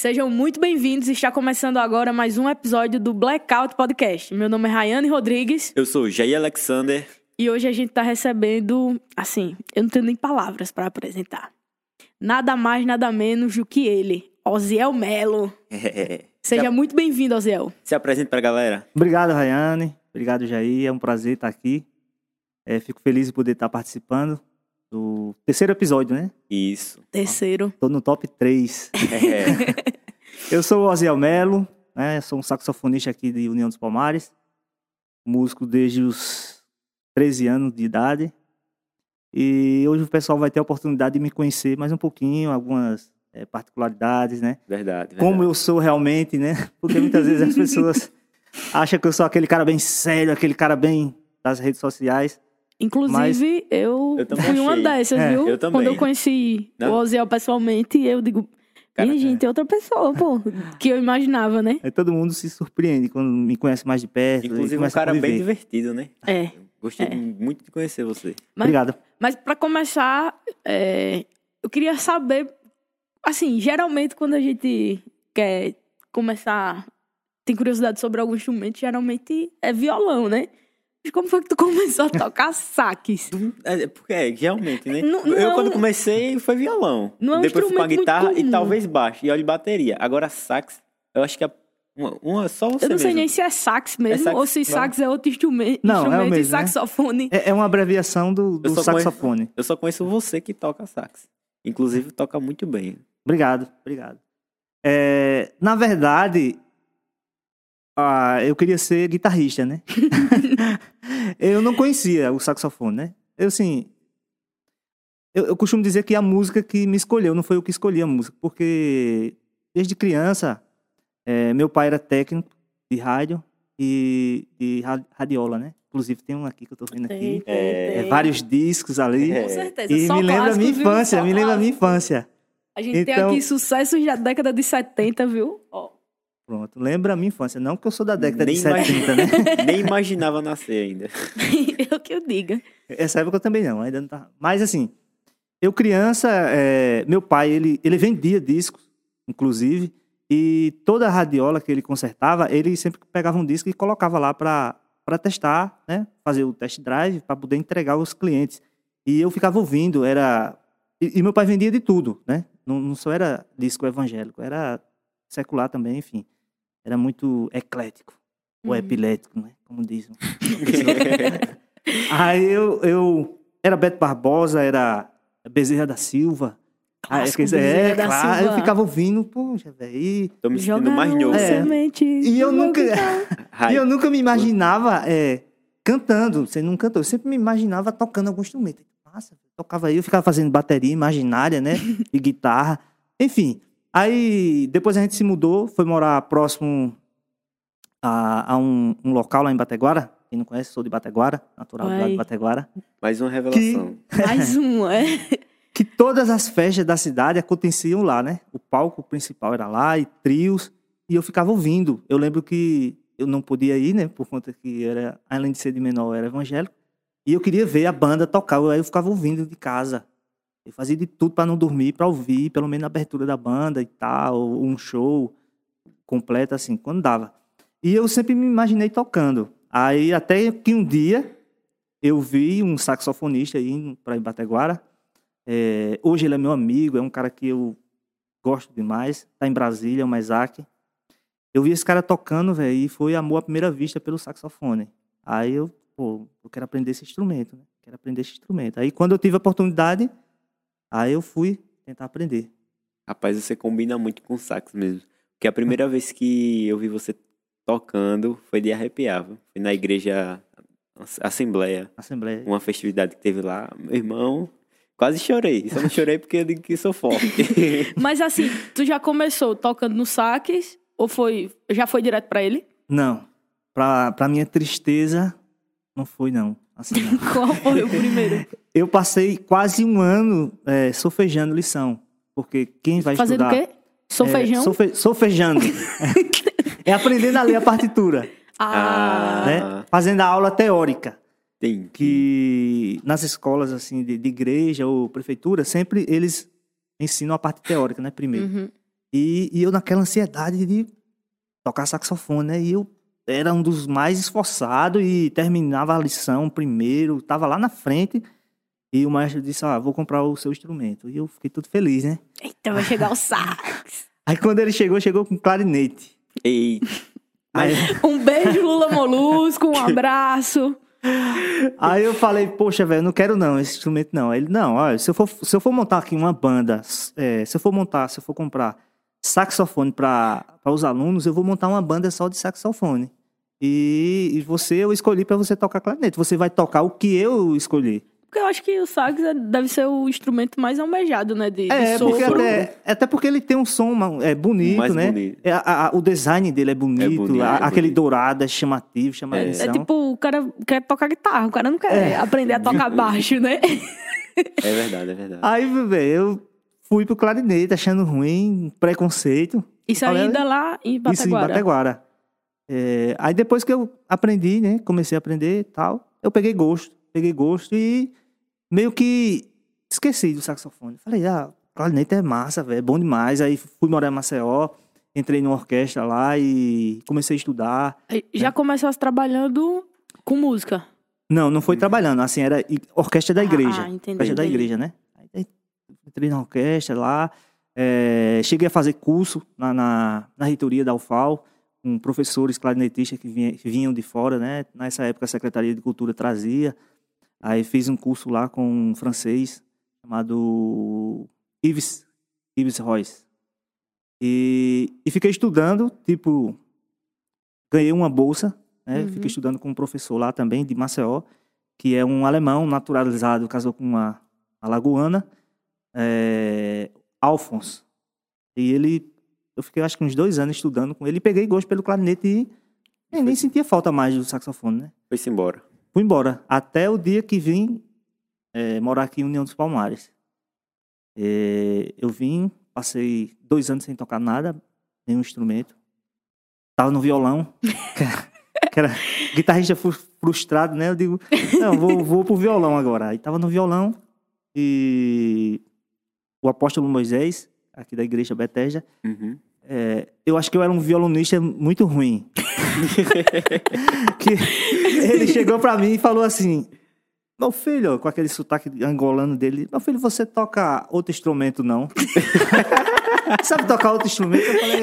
Sejam muito bem-vindos. Está começando agora mais um episódio do Blackout Podcast. Meu nome é Rayane Rodrigues. Eu sou Jair Alexander. E hoje a gente está recebendo, assim, eu não tenho nem palavras para apresentar. Nada mais, nada menos do que ele, Oziel Melo. Seja muito bem-vindo, Oziel. Se apresente para a galera. Obrigado, Rayane. Obrigado, Jair. É um prazer estar aqui. Fico feliz de poder estar participando do terceiro episódio, né? Isso. Terceiro. Tô no top 3. Eu sou o Oziel Melo, né? Sou um saxofonista aqui de União dos Palmares. Músico desde os 13 anos de idade. E hoje o pessoal vai ter a oportunidade de me conhecer mais um pouquinho, algumas particularidades, né? Verdade. Como eu sou realmente, né? Porque muitas vezes as pessoas acham que eu sou aquele cara bem sério, aquele cara bem das redes sociais. Inclusive, eu fui uma dessas, viu? Eu também. Quando eu conheci o Oziel pessoalmente, eu digo... Minha gente, é outra pessoa, pô, que eu imaginava, né? Todo mundo se surpreende quando me conhece mais de perto. Inclusive um cara bem divertido, né? É. Gostei muito de conhecer você. Obrigado. Mas pra começar, eu queria saber, assim, geralmente quando a gente quer começar, tem curiosidade sobre algum instrumento, geralmente é violão, né? Mas como foi que tu começou a tocar sax? Porque realmente, né? Não quando comecei foi violão. Não é um Depois fui pra instrumento guitarra muito comum. e talvez baixo. E olha bateria. Agora sax, eu acho que é só você Eu não sei mesmo. nem se é sax mesmo, sax, ou se sax é outro instrumento, Não, é o e mesmo, né? saxofone. É uma abreviação do Eu só saxofone. Eu só conheço você que toca sax. Inclusive toca muito bem. Obrigado. Na verdade, eu queria ser guitarrista, né? Eu não conhecia o saxofone, né? Eu costumo dizer que é a música que me escolheu, não foi eu que escolhi a música, porque desde criança, meu pai era técnico de rádio e radiola, né? Inclusive tem um aqui que eu tô vendo aqui. Tem. Vários discos ali. Com certeza, E só me lembra a clássicos, minha viu? infância, Só me lembra a minha clássicos. infância. A gente tem Então- aqui sucessos da década de 70, viu? Ó. Pronto, lembra a minha infância. Não que eu sou da década Nem de 70, né? Nem imaginava nascer ainda. Eu que eu diga. Essa época eu também não, ainda não tava. Mas assim, eu criança, meu pai, ele vendia discos, inclusive, e toda a radiola que ele consertava, ele sempre pegava um disco e colocava lá para testar, né? Fazer o test drive para poder entregar aos clientes. E eu ficava ouvindo, E meu pai vendia de tudo, né? Não só era disco evangélico, era secular também, enfim. Era muito eclético, ou epilético, né? Como dizem. Aí eu era Beto Barbosa, era Bezerra da Silva. Clássico Bezerra da claro, Silva. eu ficava ouvindo, poxa, velho. Tô me sentindo mais novo. Semente. E eu nunca, Ai, e eu nunca me imaginava cantando. Você não cantou, eu sempre me imaginava tocando algum instrumento. Nossa, eu tocava aí, eu ficava fazendo bateria imaginária, né? E guitarra. Enfim, aí depois a gente se mudou, foi morar próximo a um local lá em Bateguara. Quem não conhece, sou de Bateguara, natural lá de Bateguara. Mais uma revelação. Mais um, Que todas as festas da cidade aconteciam lá, né? O palco principal era lá, e trios, e eu ficava ouvindo. Eu lembro que eu não podia ir, né? Por conta que além de ser de menor, eu era evangélico. E eu queria ver a banda tocar, aí eu ficava ouvindo de casa. Eu fazia de tudo para não dormir, para ouvir, pelo menos a abertura da banda e tal, ou um show completo, assim, quando dava. E eu sempre me imaginei tocando. Aí até que um dia eu vi um saxofonista indo para Ibateguara. Hoje ele é meu amigo, é um cara que eu gosto demais. Tá em Brasília, é o Isaac. Eu vi esse cara tocando, velho, e foi amor à primeira vista pelo saxofone. Aí eu quero aprender esse instrumento, né? Aí quando eu tive a oportunidade, aí eu fui tentar aprender. Rapaz, você combina muito com sax mesmo. Porque a primeira vez que eu vi você tocando foi de arrepiar, viu? Foi na igreja Assembleia. Uma festividade que teve lá. Meu irmão, quase chorei. Só não chorei porque eu digo que sou forte. Mas assim, tu já começou tocando no sax, ou já foi direto pra ele? Não, pra minha tristeza, não foi não. Assim, não. Qual foi o primeiro? Eu passei quase um ano solfejando lição. Porque quem vai Fazendo estudar... o quê? Solfejão? Solfejando. Aprendendo a ler a partitura. Né? Fazendo a aula teórica. Entendi. Que nas escolas assim, de igreja ou prefeitura, sempre eles ensinam a parte teórica, né? Primeiro. Uhum. E eu naquela ansiedade de tocar saxofone, né? E eu era um dos mais esforçados e terminava a lição primeiro, tava lá na frente. E o maestro disse, vou comprar o seu instrumento. E eu fiquei todo feliz, né? Eita, vai chegar o sax. Aí quando ele chegou com clarinete. Eita. Um beijo, Lula Molusco, um abraço. Aí eu falei, poxa, velho, não quero não, esse instrumento não. Ele, não, olha, se eu for montar aqui uma banda, se eu for comprar saxofone para os alunos, eu vou montar uma banda só de saxofone. E eu escolhi para você tocar clarinete. Você vai tocar o que eu escolhi. Porque eu acho que o sax deve ser o instrumento mais almejado, né? De porque até porque ele tem um som bonito, mais né? Bonito. O design dele é bonito, aquele dourado é chamativo, chama atenção. É tipo, o cara quer tocar guitarra, o cara não quer aprender a tocar baixo, né? É verdade. Aí, velho, eu fui pro clarinete achando ruim, preconceito. Isso ainda lá em Bateguara? Isso em Bateguara. Aí depois que eu aprendi, né? Comecei a aprender e tal, eu peguei gosto e meio que esqueci do saxofone. Falei, clarinete é massa, velho, é bom demais. Aí fui morar em Maceió, entrei numa orquestra lá e comecei a estudar. Já começaste trabalhando com música? Não foi trabalhando, assim, era orquestra da igreja. Entendi. Orquestra da igreja, né? Aí entrei na orquestra lá, cheguei a fazer curso na reitoria da UFAL, com professores clarinetistas que vinham de fora, né? Nessa época a Secretaria de Cultura trazia. Aí fiz um curso lá com um francês chamado Yves Royce. E fiquei estudando, ganhei uma bolsa, né? Uhum. Fiquei estudando com um professor lá também, de Maceió, que é um alemão naturalizado, casou com uma alagoana, Alphonse. E eu fiquei acho que uns 2 anos estudando com ele, e peguei gosto pelo clarinete e nem sentia falta mais do saxofone, né? Foi-se embora. Fui embora, até o dia que vim morar aqui em União dos Palmares. Eu vim, passei 2 anos sem tocar nada, nenhum instrumento. Tava no violão, que era guitarrista frustrado, né? Eu digo, não, vou pro violão agora. Aí tava no violão e o apóstolo Moisés, aqui da igreja Bethesda, uhum. Eu acho que eu era um violonista muito ruim. Que ele chegou pra mim e falou assim, meu filho, com aquele sotaque angolano dele, meu filho, você toca outro instrumento, não? Sabe tocar outro instrumento?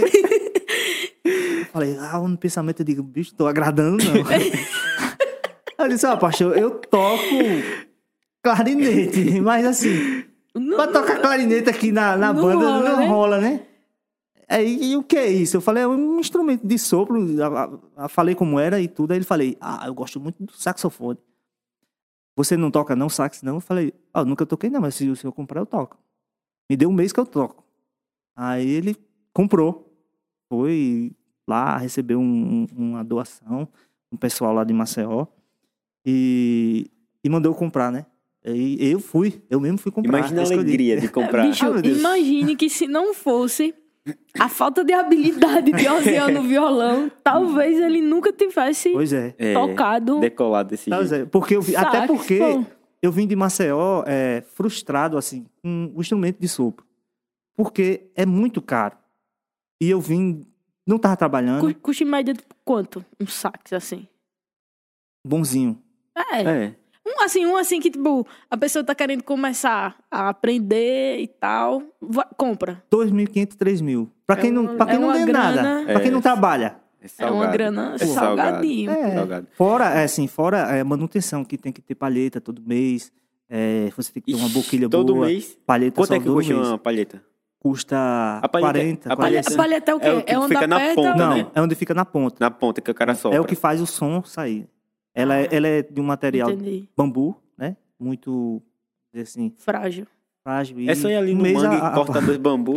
Eu falei, no pensamento eu digo, bicho, tô agradando, não. Eu disse, pastor, eu toco clarinete, mas assim, pra tocar clarinete aqui na banda não rola, né? E o que é isso? Eu falei, é um instrumento de sopro. Falei como era e tudo. Aí ele falei, eu gosto muito do saxofone. Você não toca não, sax não? Eu falei, nunca toquei não, mas se o senhor comprar eu toco. Me deu 1 mês que eu toco. Aí ele comprou. Foi lá, recebeu uma doação, um pessoal lá de Maceió. E mandou eu comprar, né? E eu mesmo fui comprar. Imagina a alegria de comprar. Bicho, imagine que se não fosse a falta de habilidade de Osiel no violão, talvez ele nunca tivesse tocado. Decolado desse jeito. Porque até porque eu vim de Maceió frustrado assim, com o instrumento de sopro. Porque é muito caro. E eu vim, não tava trabalhando. Custa em média de quanto? Um sax assim? Bonzinho. Um assim que, tipo, a pessoa tá querendo começar a aprender e tal, compra. 2.500, 3.000. Pra quem não ganha nada. Pra quem não trabalha. É uma grana salgadinho. Fora a manutenção, que tem que ter palheta todo mês. Você tem que ter uma boquilha todo boa. Mês? Palheta quanto é que custa uma palheta? Custa 40. A palheta é o quê? É onde fica na ponta, Não, né? é onde fica na ponta. Na ponta que o cara sopra. É o que faz o som sair. Ela é de um material bambu, né? Muito, assim... Frágil. E só ir ali no mangue e cortar 2 bambus.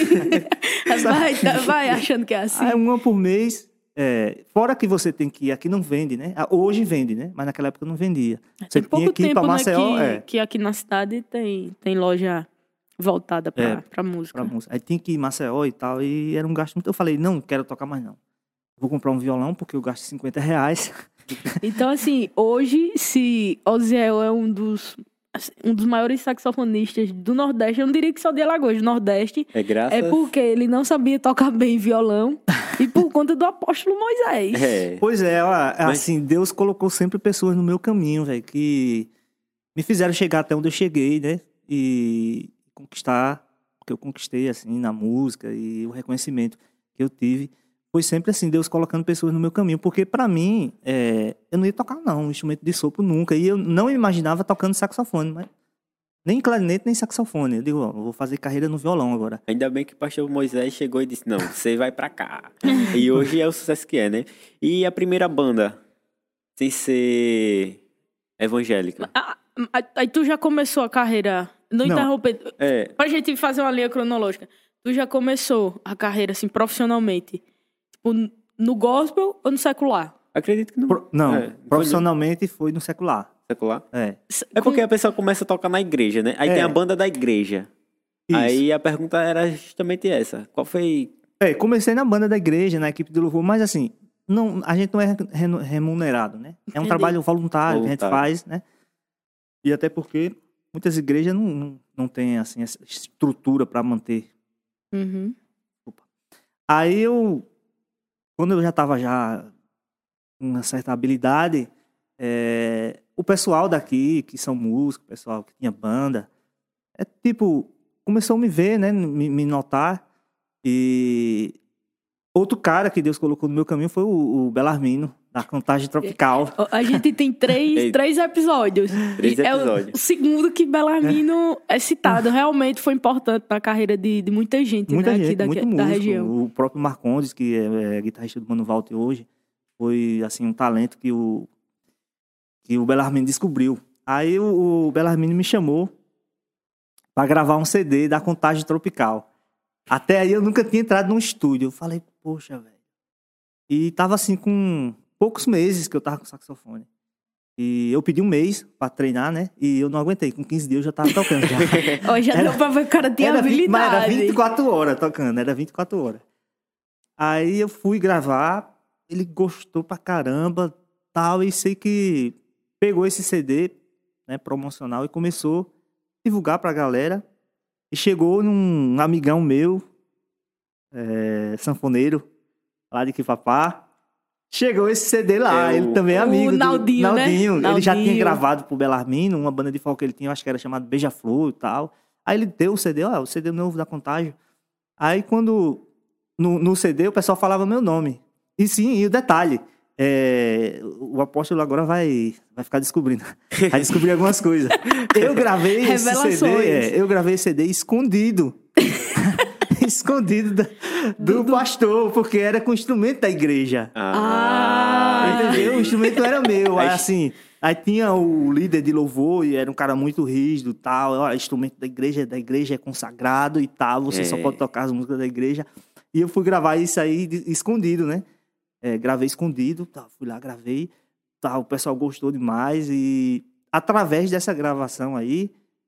vai achando que é assim. Uma por mês. Fora que você tem que ir, aqui não vende, né? Hoje vende, né? Mas naquela época não vendia. Você tem pouco tinha que ir pra Maceió. Que aqui na cidade tem loja voltada pra música. Aí tinha que ir em Maceió e tal, e era um gasto muito... Eu falei, não quero tocar mais não. Vou comprar um violão porque eu gasto R$50. Então, assim, hoje, se Osiel é um dos um dos maiores saxofonistas do Nordeste. Eu não diria que só de Alagoas, do Nordeste. É porque ele não sabia tocar bem violão e por conta do apóstolo Moisés. Pois é, assim, Deus colocou sempre pessoas no meu caminho, velho, que me fizeram chegar até onde eu cheguei, né? E conquistar o que eu conquistei, assim, na música e o reconhecimento que eu tive. Foi sempre assim, Deus colocando pessoas no meu caminho. Porque pra mim, eu não ia tocar não, um instrumento de sopro nunca. E eu não me imaginava tocando saxofone, mas nem clarinete, nem saxofone. Eu digo, ó, vou fazer carreira no violão agora. Ainda bem que o pastor Moisés chegou e disse, não, você vai pra cá. E hoje é o sucesso que é, né? E a primeira banda, sem ser evangélica? Aí tu já começou a carreira, não interromper, pra gente fazer uma linha cronológica. Tu já começou a carreira, assim, profissionalmente, tipo, no gospel ou no secular? Acredito que não. Profissionalmente foi no secular. Secular? É porque a pessoa começa a tocar na igreja, né? Aí tem a banda da igreja. Isso. Aí a pergunta era justamente essa. Qual foi... comecei na banda da igreja, na equipe de louvor, mas assim, a gente não é remunerado, né? É um trabalho voluntário que a gente faz, né? E até porque muitas igrejas não têm, assim, essa estrutura para manter. Uhum. Aí quando eu já estava com uma certa habilidade, o pessoal daqui, que são músicos, o pessoal que tinha banda, começou a me ver, né, me notar. E outro cara que Deus colocou no meu caminho foi o Belarmino, da Contagem Tropical. A gente tem três episódios. 3 episódios. É o segundo que Belarmino é citado. Realmente foi importante na carreira de muita gente, muita né, gente, aqui da região. O próprio Marcondes, que é guitarrista do Mano Walter hoje, foi assim, um talento que o Belarmino descobriu. Aí o Belarmino me chamou para gravar um CD da Contagem Tropical. Até aí eu nunca tinha entrado num estúdio. Eu falei, poxa, velho. E tava assim com poucos meses que eu tava com saxofone. E eu pedi um mês pra treinar, né? E eu não aguentei. Com 15 dias eu já tava tocando. Já deu pra ver que o cara tinha habilidade. Mas era 24 horas tocando. Era 24 horas. Aí eu fui gravar. Ele gostou pra caramba. Tal, e sei que pegou esse CD, né, promocional, e começou a divulgar pra galera. E chegou num amigão meu, sanfoneiro, lá de Quipapá. Chegou esse CD lá, ele também é amigo. O Naldinho, né? Ele já tinha gravado pro Belarmino, uma banda de folk que ele tinha, acho que era chamado Beija-Flor e tal. Aí ele deu o CD, o CD novo da Contagem. Aí quando, no CD, o pessoal falava meu nome. E sim, e o detalhe, o apóstolo agora vai ficar descobrindo. Vai descobrir algumas coisas. Eu gravei esse CD, esse CD escondido. Escondido do pastor, porque era com o instrumento da igreja. Entendeu? O instrumento era meu. Aí, assim, aí tinha o líder de louvor, e era um cara muito rígido e tal. O instrumento da igreja é consagrado e tal. Você só pode tocar as músicas da igreja. E eu fui gravar isso aí escondido, né? Gravei escondido, tá, fui lá, gravei. Tá, o pessoal gostou demais. E através dessa gravação aí,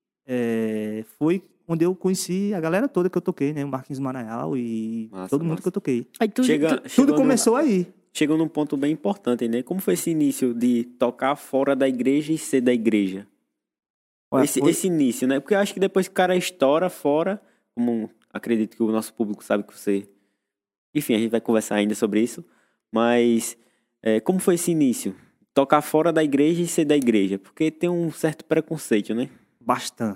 foi onde eu conheci a galera toda que eu toquei, né? O Marquinhos Maranhal e todo mundo que eu toquei. Aí tudo começou aí. Chegou num ponto bem importante, né? Como foi esse início de tocar fora da igreja e ser da igreja? Esse início, né? Porque eu acho que depois que o cara estoura fora, como acredito que o nosso público sabe que você... Enfim, a gente vai conversar ainda sobre isso. Mas como foi esse início? Tocar fora da igreja e ser da igreja? Porque tem um certo preconceito, né? Bastante.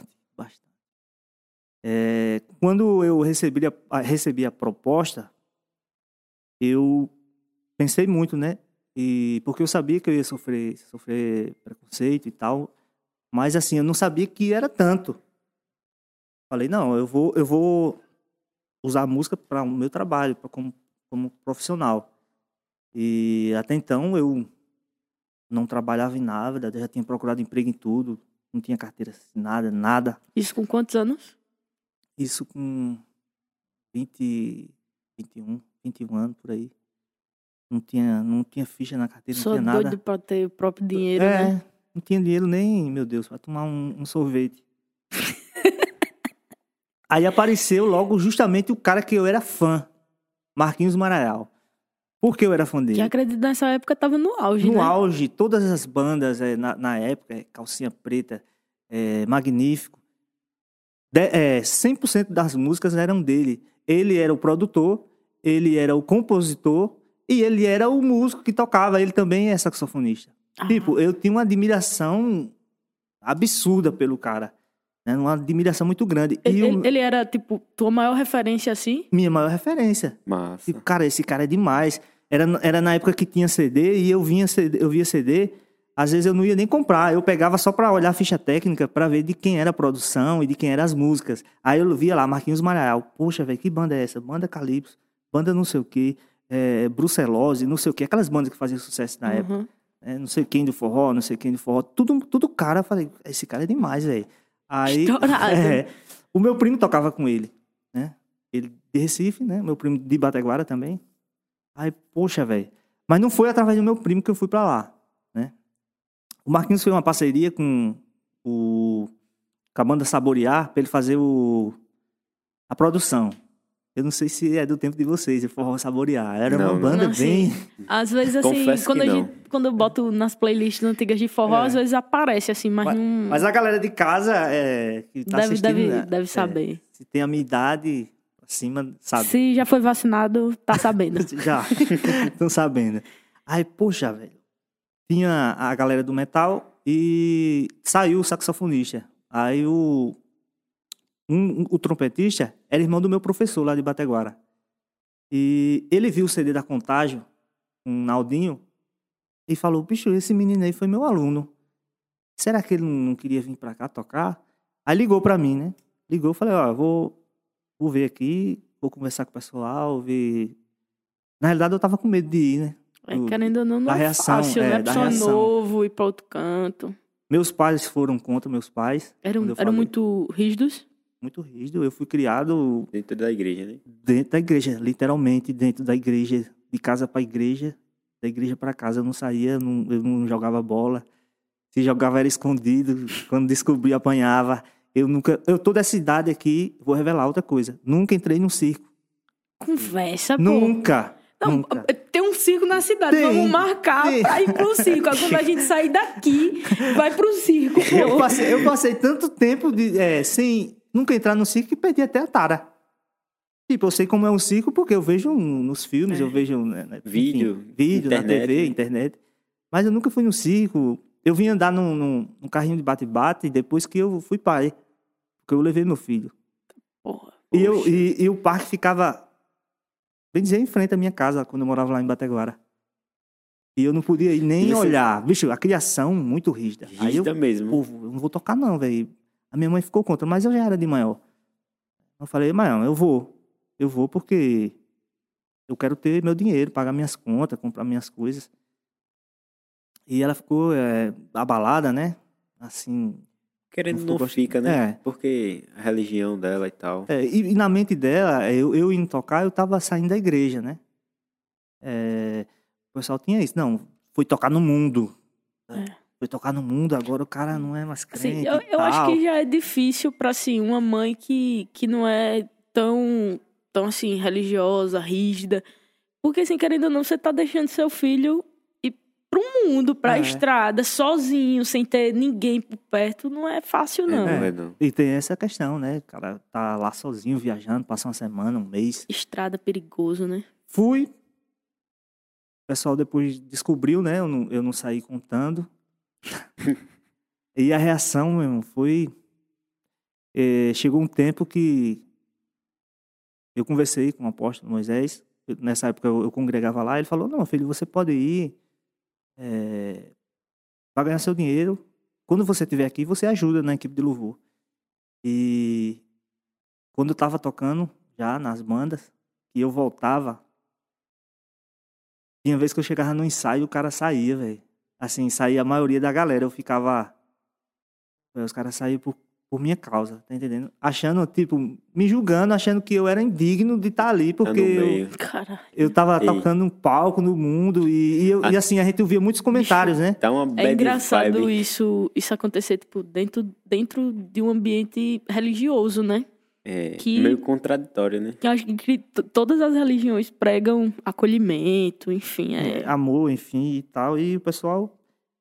Quando eu recebi a proposta, eu pensei muito, né? Porque eu sabia que eu ia sofrer preconceito e tal, mas assim, eu não sabia que era tanto. Falei, não, eu vou usar a música para o meu trabalho, como profissional. E até então eu não trabalhava em nada, já tinha procurado emprego em tudo, não tinha carteira assinada, nada. Isso com quantos anos? Isso com 21 anos, por aí. Não tinha ficha na carteira, não tinha nada. Só doido pra ter o próprio dinheiro, né? Não tinha dinheiro nem, meu Deus, pra tomar um sorvete. Aí apareceu logo justamente o cara que eu era fã, Marquinhos Maranhal. Por que eu era fã dele? Que acredito nessa época tava no auge, No auge, todas as bandas na época, Calcinha Preta, magnífico. 100% das músicas eram dele. Ele era o produtor, ele era o compositor e ele era o músico que tocava. Ele também é saxofonista. Tipo, eu tinha uma admiração absurda pelo cara. Né? Uma admiração muito grande. Ele era, tipo, tua maior referência, assim? Minha maior referência. Massa. Tipo, cara, esse cara é demais. Era na época que tinha CD e eu via CD. Às vezes eu não ia nem comprar. Eu pegava só pra olhar a ficha técnica pra ver de quem era a produção e de quem eram as músicas. Aí eu via lá, Marquinhos Maraial. Poxa, velho, que banda é essa? Banda Calypso, banda não sei o quê, Brucelose, não sei o quê. Aquelas bandas que faziam sucesso na época. Não sei quem do forró, não sei quem do forró. Tudo cara. Eu falei, esse cara é demais, velho. Aí, o meu primo tocava com ele, né? Ele de Recife, né? Meu primo de Bateguara também. Aí, poxa, velho. Mas não foi através do meu primo que eu fui pra lá, né? O Marquinhos fez uma parceria com a banda Saborear pra ele fazer a produção. Eu não sei se é do tempo de vocês, o Forró Saborear. Era uma banda bem... Às vezes, assim, quando eu boto nas playlists antigas de forró, às vezes aparece, assim, mas não... Mas a galera de casa que tá assistindo... Deve saber. Se tem a minha idade acima, sabe? Se já foi vacinado, tá sabendo. Já, estão sabendo. Aí, poxa, velho. Tinha a galera do metal e saiu o saxofonista. Aí o trompetista era irmão do meu professor lá de Bateguara. E ele viu o CD da Contágio, com o Naldinho, e falou, bicho, esse menino aí foi meu aluno. Será que ele não queria vir pra cá tocar? Aí ligou pra mim, né? Ligou, falei, vou ver aqui, vou conversar com o pessoal, ver... Na realidade, eu tava com medo de ir, né? Querendo ou não é fácil, né? Pessoa novo, ir pra outro canto. Meus pais foram contra, meus pais. Eram muito rígidos? Muito rígido. Eu fui criado... Dentro da igreja, né? Dentro da igreja, literalmente dentro da igreja. De casa pra igreja, da igreja pra casa. Eu não saía, eu não jogava bola. Se jogava era escondido. Quando descobri, apanhava. Eu tô dessa idade aqui, vou revelar outra coisa. Nunca entrei num circo. Conversa, pô. Nunca. Não, nunca. Tem um circo na cidade, vamos marcar pra ir pro circo. Quando a gente sair daqui, vai pro circo, pô. Eu passei tanto tempo sem nunca entrar no circo que perdi até a tara. Tipo, eu sei como é um circo porque eu vejo nos filmes, eu vejo vídeo internet, na TV, né? Internet. Mas eu nunca fui no circo. Eu vim andar num carrinho de bate-bate depois que eu fui pai. Porque eu levei meu filho. Porra, e o parque ficava... Bem dizer, em frente à minha casa, quando eu morava lá em Bateguara. E eu não podia ir nem olhar. Bicho, a criação muito rígida. Rígida mesmo. Pô, eu não vou tocar não, velho. A minha mãe ficou contra, mas eu já era de maior. Eu falei, mãe, eu vou. Eu vou porque eu quero ter meu dinheiro, pagar minhas contas, comprar minhas coisas. E ela ficou abalada, né? Assim... Querendo não fica, né? Porque a religião dela e tal. E na mente dela, eu indo tocar, eu tava saindo da igreja, né? O pessoal tinha isso. Não, foi tocar no mundo. Foi tocar no mundo, agora o cara não é mais crente. Assim, eu acho que já é difícil pra, assim, uma mãe que não é tão, assim, religiosa, rígida. Porque, assim, querendo ou não, você tá deixando seu filho pro mundo, pra estrada, sozinho, sem ter ninguém por perto, não é fácil, não. Não. E tem essa questão, né? O cara tá lá sozinho, viajando, passa uma semana, um mês. Estrada perigoso, né? Fui. O pessoal depois descobriu, né? Eu não saí contando. E a reação, meu irmão, foi... chegou um tempo que eu conversei com o apóstolo Moisés. Nessa época eu congregava lá. Ele falou, não, filho, você pode ir... para ganhar seu dinheiro. Quando você estiver aqui, você ajuda na equipe de louvor. E quando eu estava tocando já nas bandas, e eu voltava, tinha vez que eu chegava no ensaio, o cara saía, velho. Assim, saía a maioria da galera. Eu ficava... Os caras saíam por minha causa, tá entendendo? Achando, tipo, me julgando, achando que eu era indigno de estar ali, porque eu tava tocando um palco no mundo e assim, a gente ouvia muitos comentários, né? Tá uma bad engraçado vibe. isso acontecer, tipo, dentro de um ambiente religioso, né? Meio contraditório, né? Eu acho que todas as religiões pregam acolhimento, enfim. Amor, enfim, e tal. E o pessoal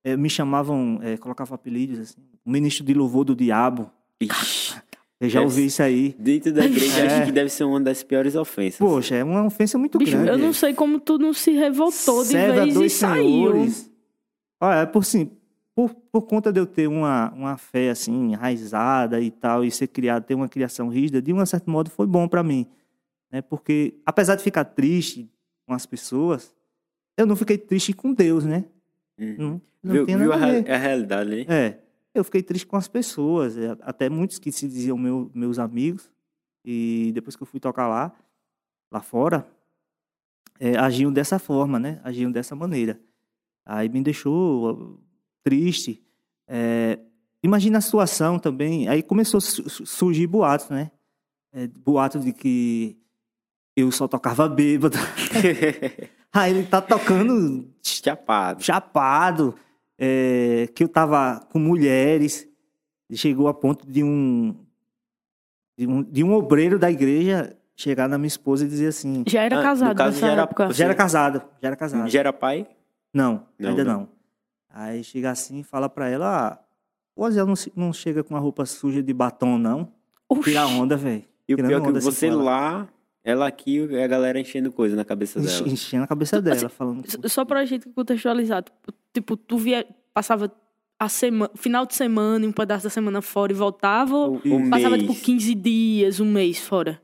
me chamavam, colocavam apelidos, assim, o ministro de louvor do diabo. Ixi, Eu já ouvi isso aí. dentro da igreja, acho que deve ser uma das piores ofensas. Poxa, é uma ofensa muito Bicho, grande. eu não sei como tu não se revoltou de Serve a vez e dois saiu. senhores. Olha, por conta de eu ter uma fé assim, enraizada e tal, e ser criado, ter uma criação rígida, de um certo modo foi bom para mim. Né? Porque, apesar de ficar triste com as pessoas, eu não fiquei triste com Deus, né? Não tem Viu nada a ver. a realidade, né? Eu fiquei triste com as pessoas, até muitos que se diziam meus amigos, e depois que eu fui tocar lá fora, agiam dessa forma, né? Agiam dessa maneira. Aí me deixou triste. Imagina a situação também, aí começou a surgir boatos, né? Boatos de que eu só tocava bêbado. Aí ele tá tocando chapado. Que eu tava com mulheres, chegou a ponto de um obreiro da igreja chegar na minha esposa e dizer assim... Já era casado nessa época? Já era casado. Já era pai? Não, ainda não. Aí chega assim e fala pra ela, o Oziel não chega com a roupa suja de batom, não. Tira onda, velho. E o pior é que você lá, ela aqui, e a galera enchendo coisa na cabeça dela. Enchendo a cabeça dela, assim, falando... Só pra gente contextualizar, tipo, tu passava final de semana e um pedaço da semana fora e voltava, ou passava tipo 15 dias, um mês fora?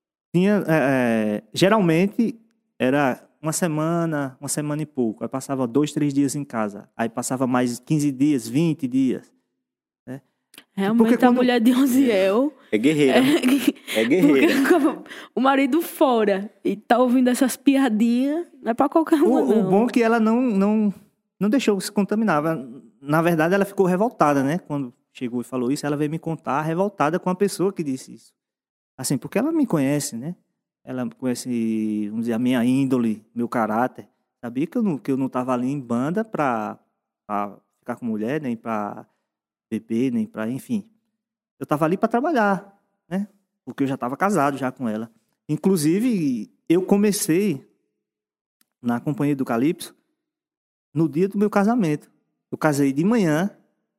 Geralmente era uma semana e pouco. Aí passava 2, 3 dias em casa. Aí passava mais 15 dias, 20 dias. Né? Realmente a mulher de Oziel... É guerreira. É guerreira. Porque o marido fora e tá ouvindo essas piadinhas, não é pra qualquer uma, não. O bom é que ela não deixou se contaminar. Na verdade, ela ficou revoltada, né? Quando chegou e falou isso, ela veio me contar revoltada com a pessoa que disse isso. Assim, porque ela me conhece, né? Ela conhece, vamos dizer, a minha índole, meu caráter. Sabia que eu não estava ali em banda para ficar com mulher, nem para beber, nem para... Enfim, eu estava ali para trabalhar, né? Porque eu já estava casado já com ela. Inclusive, eu comecei na Companhia do Calypso no dia do meu casamento. Eu casei de manhã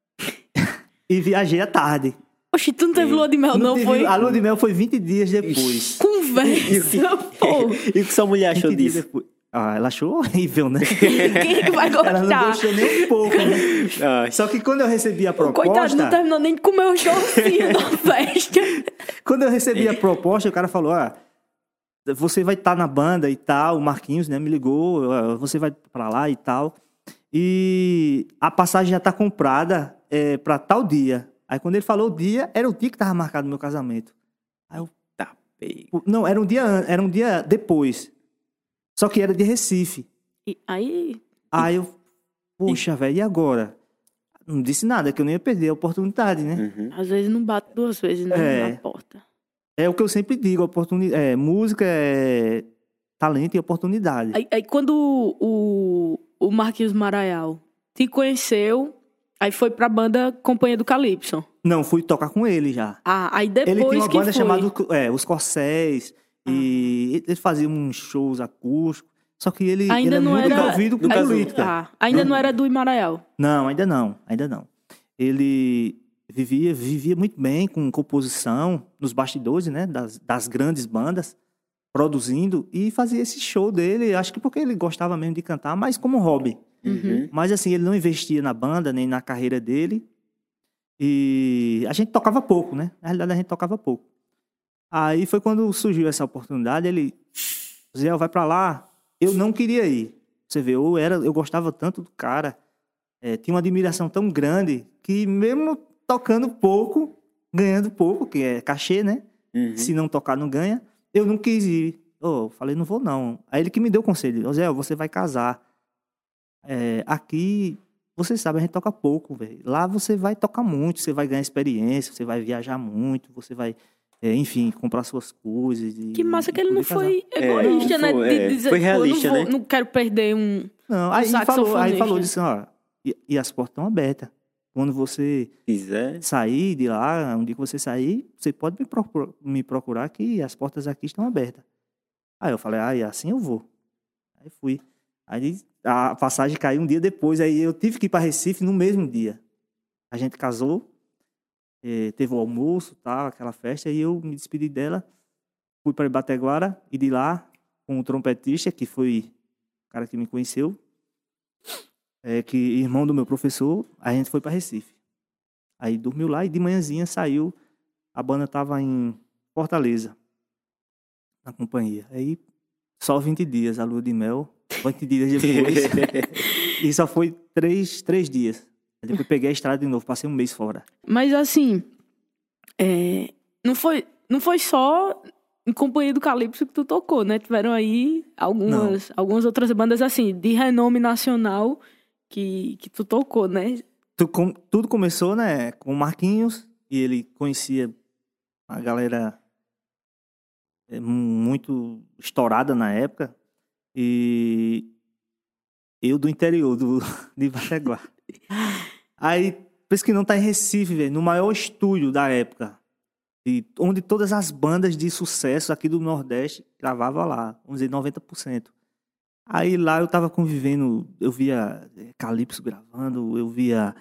e viajei à tarde. Oxi, tu não teve lua de mel, não foi? A lua de mel foi 20 dias depois. Conversa, pô. E o que sua mulher achou disso? Ela achou horrível, né? Quem vai gostar? Ela não gostou nem um pouco, né? Só que quando eu recebi a proposta... Coitado, não terminou nem de comer o churrasquinho da festa. Quando eu recebi a proposta, o cara falou, você vai estar na banda e tal, o Marquinhos, né, me ligou, você vai pra lá e tal, e a passagem já tá comprada pra tal dia. Aí quando ele falou o dia, era o dia que tava marcado o meu casamento. Aí eu... Não, era um dia depois. Só que era de Recife. Aí eu, poxa, velho, e agora? Não disse nada, que eu nem ia perder a oportunidade, né? Uhum. Às vezes não bate 2 vezes na porta. É o que eu sempre digo, música é talento e oportunidade. Aí quando o Marquinhos Maraial te conheceu, aí foi pra banda Companhia do Calypso. Não, fui tocar com ele já. Aí depois ele tinha uma banda foi? chamada Os Corcéis, e ele fazia uns shows acústicos, só que ele é muito envolvido com política. Ainda não era do Imaraial? Não, ainda não. Ele vivia muito bem com composição nos bastidores, né, das grandes bandas, produzindo, e fazia esse show dele, acho que porque ele gostava mesmo de cantar, mas como hobby. Uhum. Mas assim, ele não investia na banda, nem na carreira dele, e a gente tocava pouco, né? Na realidade, a gente tocava pouco. Aí foi quando surgiu essa oportunidade, ele... Zé, vai pra lá. Eu não queria ir. Você vê, eu gostava tanto do cara, tinha uma admiração tão grande, que mesmo tocando pouco, ganhando pouco, que é cachê, né? Uhum. Se não tocar, não ganha. Eu não quis ir. Eu falei, não vou não. Aí ele que me deu o conselho. Zé, você vai casar. Aqui... Você sabe, a gente toca pouco, velho. Lá você vai tocar muito, você vai ganhar experiência, você vai viajar muito, você vai, enfim, comprar suas coisas. Que massa que ele não foi egoísta, né? De dizer, foi realista, né? Não quero perder um. Não, aí falou disso, e as portas estão abertas. Quando você quiser sair de lá, um dia que você sair, você pode me procurar que as portas aqui estão abertas. Aí eu falei, assim eu vou. Aí fui. Aí a passagem caiu um dia depois, aí eu tive que ir para Recife no mesmo dia. A gente casou, teve o almoço, tal, aquela festa, e eu me despedi dela, fui para Ibateguara, e de lá, com o trompetista, que foi o cara que me conheceu, que irmão do meu professor, a gente foi para Recife. Aí dormiu lá e de manhãzinha saiu, a banda estava em Fortaleza, na companhia. Aí só 20 dias, a lua de mel, 20 dias depois, e só foi 3 dias. Aí depois peguei a estrada de novo, passei um mês fora. Mas assim, não foi só em Companhia do Calypso que tu tocou, né? Tiveram aí algumas outras bandas assim, de renome nacional que tu tocou, né? Tudo começou, né, com o Marquinhos, e ele conhecia a galera muito estourada na época, e eu do interior de Ibateguara. Aí, pensa que não tá em Recife, velho, no maior estúdio da época, onde todas as bandas de sucesso aqui do Nordeste gravavam lá, vamos dizer, 90%. Aí lá eu tava convivendo, eu via Calypso gravando, eu via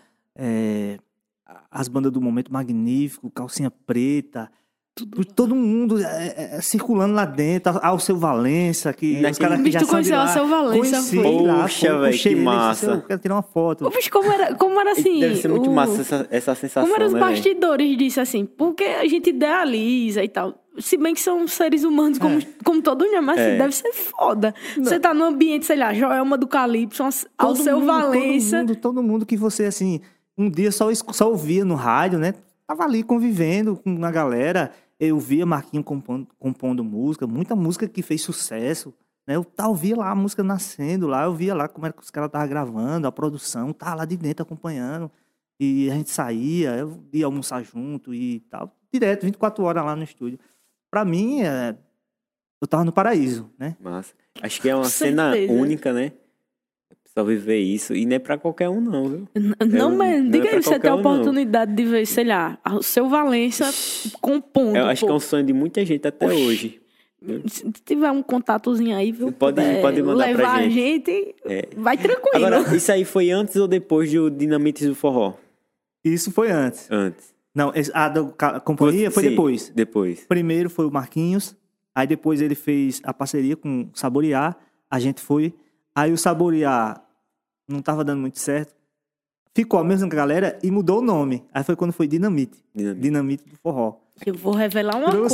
as bandas do Momento Magnífico, Calcinha Preta, todo mundo circulando lá dentro, Alceu Valença, que os caras que já conheceu o Alceu Valença, foi. Poxa, velho, que massa. Eu quero tirar uma foto. Bicho, como era assim... Deve ser muito massa essa sensação, como eram os né, bastidores disso, assim, porque a gente idealiza e tal. Se bem que são seres humanos como todo mundo, mas assim, deve ser foda. Não. Você tá num ambiente, sei lá, Joelma do Calypso, Alceu Valença... Todo mundo que você, assim, um dia só ouvia no rádio, né? Tava ali convivendo com a galera... Eu via Marquinhos compondo música, muita música que fez sucesso, né? Eu via lá a música nascendo lá, eu via lá como era que os caras estavam gravando, a produção, tava lá de dentro acompanhando. E a gente saía, eu ia almoçar junto e tal, direto, 24 horas lá no estúdio. Pra mim, eu tava no paraíso, né? Massa. Acho que é uma cena única, né? Só viver isso, e não é pra qualquer um não, viu? Não, mas diga aí, você tem a oportunidade de ver, sei lá, o seu Valença compondo. Eu acho que é um sonho de muita gente até hoje. Se tiver um contatozinho aí, viu? Pode mandar levar pra a gente, vai tranquilo. Agora, isso aí foi antes ou depois do Dinamites do Forró? Isso foi antes. Antes. Não, a da companhia foi depois. Depois. Primeiro foi o Marquinhos, aí depois ele fez a parceria com o Saborear, a gente foi. Aí o Saborear não tava dando muito certo. Ficou a mesma galera e mudou o nome. Aí foi quando foi Dinamite do Forró. Eu vou revelar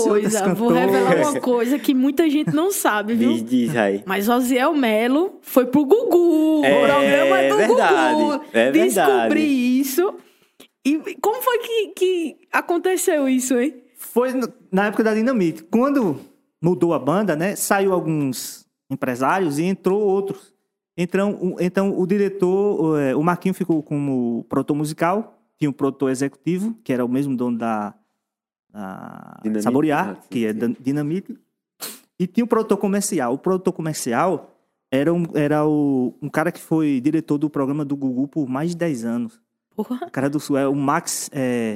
uma coisa que muita gente não sabe, viu? Diz aí. Mas Osiel Melo foi pro Gugu. O programa do Gugu. Descobri isso. E como foi que aconteceu isso, hein? Foi na época da Dinamite. Quando mudou a banda, né? Saiu alguns empresários e entrou outros. Então o diretor, o Marquinhos ficou como produtor musical, tinha um produtor executivo, que era o mesmo dono da Saborear, que é Dinamite, e tinha o produtor comercial. O produtor comercial era um cara que foi diretor do programa do Gugu por mais de 10 anos. Porra. O cara do Sul, o Max,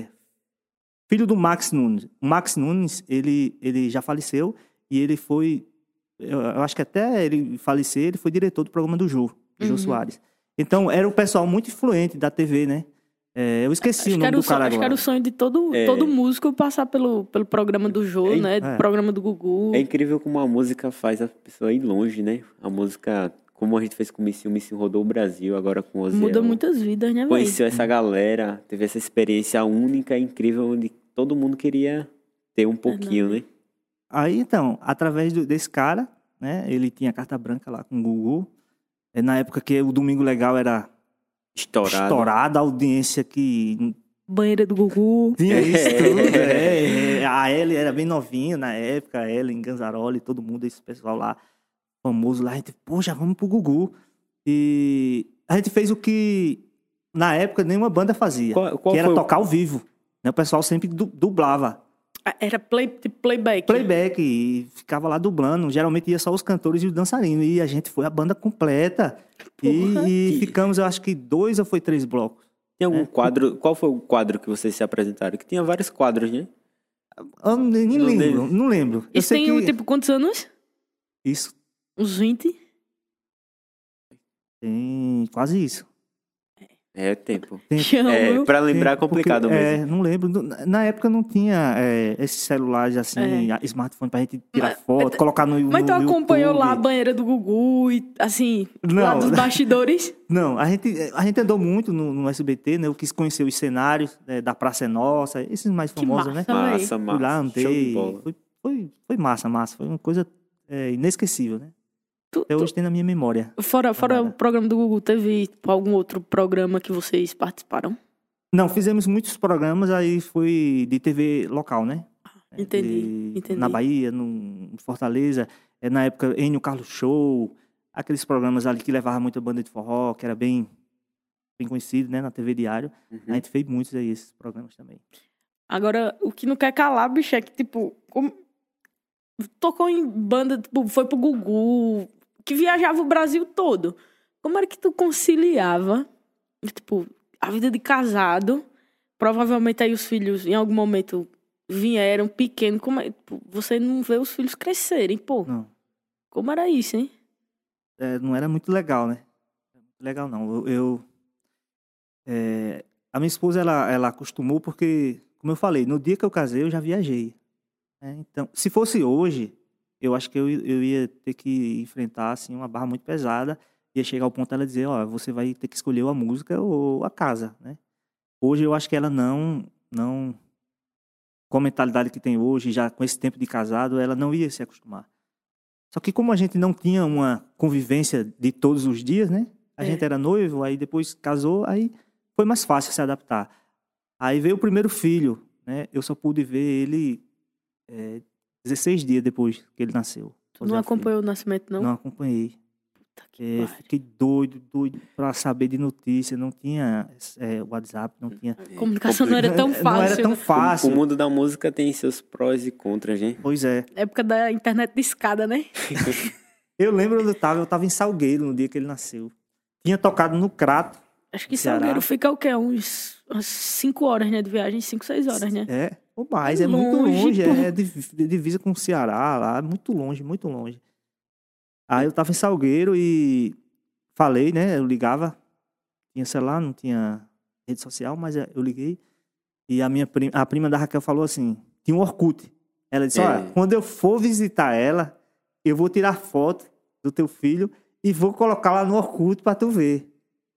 filho do Max Nunes. O Max Nunes, ele já faleceu e ele foi... Eu acho que até ele falecer, ele foi diretor do programa do Jô Soares. Então, era um pessoal muito influente da TV, né? Eu esqueci o nome do cara agora. Acho que era o sonho de todo músico passar pelo programa do Jô, né? Do programa do Gugu. É incrível como a música faz a pessoa ir longe, né? A música, como a gente fez com o Missinho rodou o Brasil, agora com o Osiel. Muda muitas vidas, né, velho? Conheceu essa galera, teve essa experiência única, incrível, onde todo mundo queria ter um pouquinho, né? Aí, então, através desse cara, né, ele tinha carta branca lá com o Gugu. Na época que o Domingo Legal era estourada, a audiência que... Banheira do Gugu. Tinha isso tudo, A Ellie era bem novinha na época, a Ellie, Ganzaroli, todo mundo, esse pessoal lá, famoso lá. A gente, poxa, vamos pro Gugu. E a gente fez o que, na época, nenhuma banda fazia. Que era tocar ao vivo. Né? O pessoal sempre dublava. Era playback. Playback, e ficava lá dublando. Geralmente ia só os cantores e os dançarinos. E a gente foi a banda completa. E ficamos, eu acho que 2 ou 3 blocos. Tem algum quadro? Qual foi o quadro que vocês se apresentaram? Que tinha vários quadros, né? Eu não lembro. Isso tem, tipo, quantos anos? Isso. Uns 20? Tem quase isso. É tempo. Pra lembrar é complicado mesmo. Não lembro. Na época não tinha esses celulares assim, smartphone pra gente tirar foto, colocar no YouTube. Mas tu acompanhou lá a banheira do Gugu e, assim, lá dos bastidores? Não, a gente andou muito no SBT, né? Eu quis conhecer os cenários da Praça é Nossa, esses mais famosos, massa, né? Massa. Fui lá, andei. Foi massa. Foi uma coisa inesquecível, né? Até hoje tem na minha memória. Fora o programa do Gugu, teve algum outro programa que vocês participaram? Não, fizemos muitos programas, aí foi de TV local, né? Entendi. Na Bahia, no Fortaleza. Na época, Enio Carlos Show. Aqueles programas ali que levavam muita banda de forró, que era bem conhecido, né? Na TV Diário. A gente fez muitos aí, esses programas também. Agora, o que não quer calar, bicho, é que, tipo... Tocou em banda, tipo, foi pro Gugu... que viajava o Brasil todo. Como era que tu conciliava, tipo, a vida de casado? Provavelmente aí os filhos, em algum momento, vieram pequenos. Tipo, você não vê os filhos crescerem, pô. Não. Como era isso, hein? Não era muito legal, né? Muito legal, não. A minha esposa, ela acostumou porque, como eu falei, no dia que eu casei, eu já viajei. Então, se fosse hoje... eu acho que eu ia ter que enfrentar assim, uma barra muito pesada. Ia chegar ao ponto dela dizer, você vai ter que escolher a música ou a casa, né? Hoje eu acho que ela não com a mentalidade que tem hoje, já com esse tempo de casado, ela não ia se acostumar. Só que como a gente não tinha uma convivência de todos os dias, né? A gente era noivo, aí depois casou, aí foi mais fácil se adaptar. Aí veio o primeiro filho, né? Eu só pude ver ele 16 dias depois que ele nasceu. Tu não acompanhou o nascimento, não? Não acompanhei. Puta que fiquei doido pra saber de notícia. Não tinha WhatsApp, não tinha... Comunicação não era tão fácil. Não era tão fácil. O mundo da música tem seus prós e contras, gente. Pois é. Época da internet de escada, né? Eu lembro onde eu tava em Salgueiro no dia que ele nasceu. Tinha tocado no Crato. Acho que Salgueiro fica o quê? Umas 5 horas, né? De viagem, 5, 6 horas, né? Ou mais, muito longe, de divisa com o Ceará lá, muito longe. Aí eu tava em Salgueiro e falei, né, eu ligava, tinha celular, não tinha rede social, mas eu liguei, e a prima da Raquel falou assim, tinha um Orkut, ela disse, quando eu for visitar ela, eu vou tirar foto do teu filho e vou colocar lá no Orkut pra tu ver.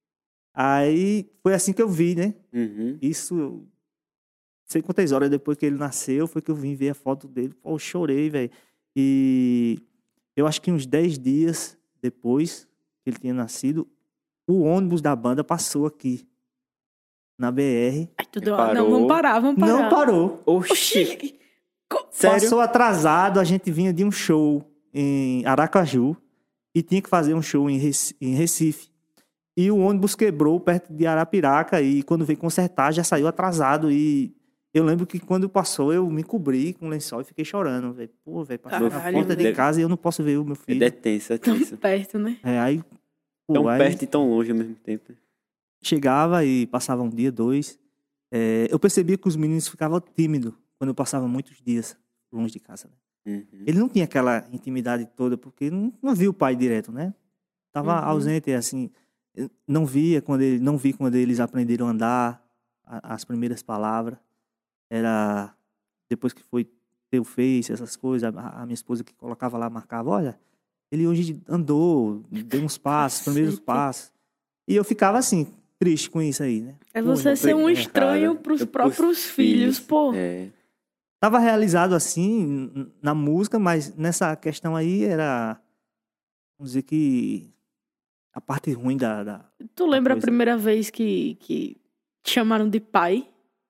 Aí foi assim que eu vi, né, isso... sei quantas horas depois que ele nasceu, foi que eu vim ver a foto dele. Pô, eu chorei, velho. E eu acho que uns 10 dias depois que ele tinha nascido, o ônibus da banda passou aqui, na BR. Não, vamos parar. Não parou. Oxi. Sério? Passou atrasado, a gente vinha de um show em Aracaju e tinha que fazer um show em Recife. E o ônibus quebrou perto de Arapiraca e quando veio consertar já saiu atrasado e... eu lembro que quando passou, eu me cobri com lençol e fiquei chorando, velho. Pô, velho, passou na porta de casa e eu não posso ver o meu filho. É tenso. Tão perto, né? Aí... tão perto e tão longe ao mesmo tempo. Chegava e passava um dia, 2. Eu percebia que os meninos ficavam tímidos quando eu passava muitos dias longe de casa. Né? Ele não tinha aquela intimidade toda, porque não via o pai direto, né? Tava ausente, assim... não vi quando eles aprenderam a andar, as primeiras palavras. Era depois que foi ter o Face, essas coisas, a minha esposa que colocava lá, marcava, olha, ele hoje andou, deu uns passos, primeiros passos. E eu ficava assim, triste com isso aí, né? É você ser um estranho pros próprios filhos, pô. Tava realizado assim, na música, mas nessa questão aí era, vamos dizer que, a parte ruim da Tu lembra a primeira vez que te chamaram de pai?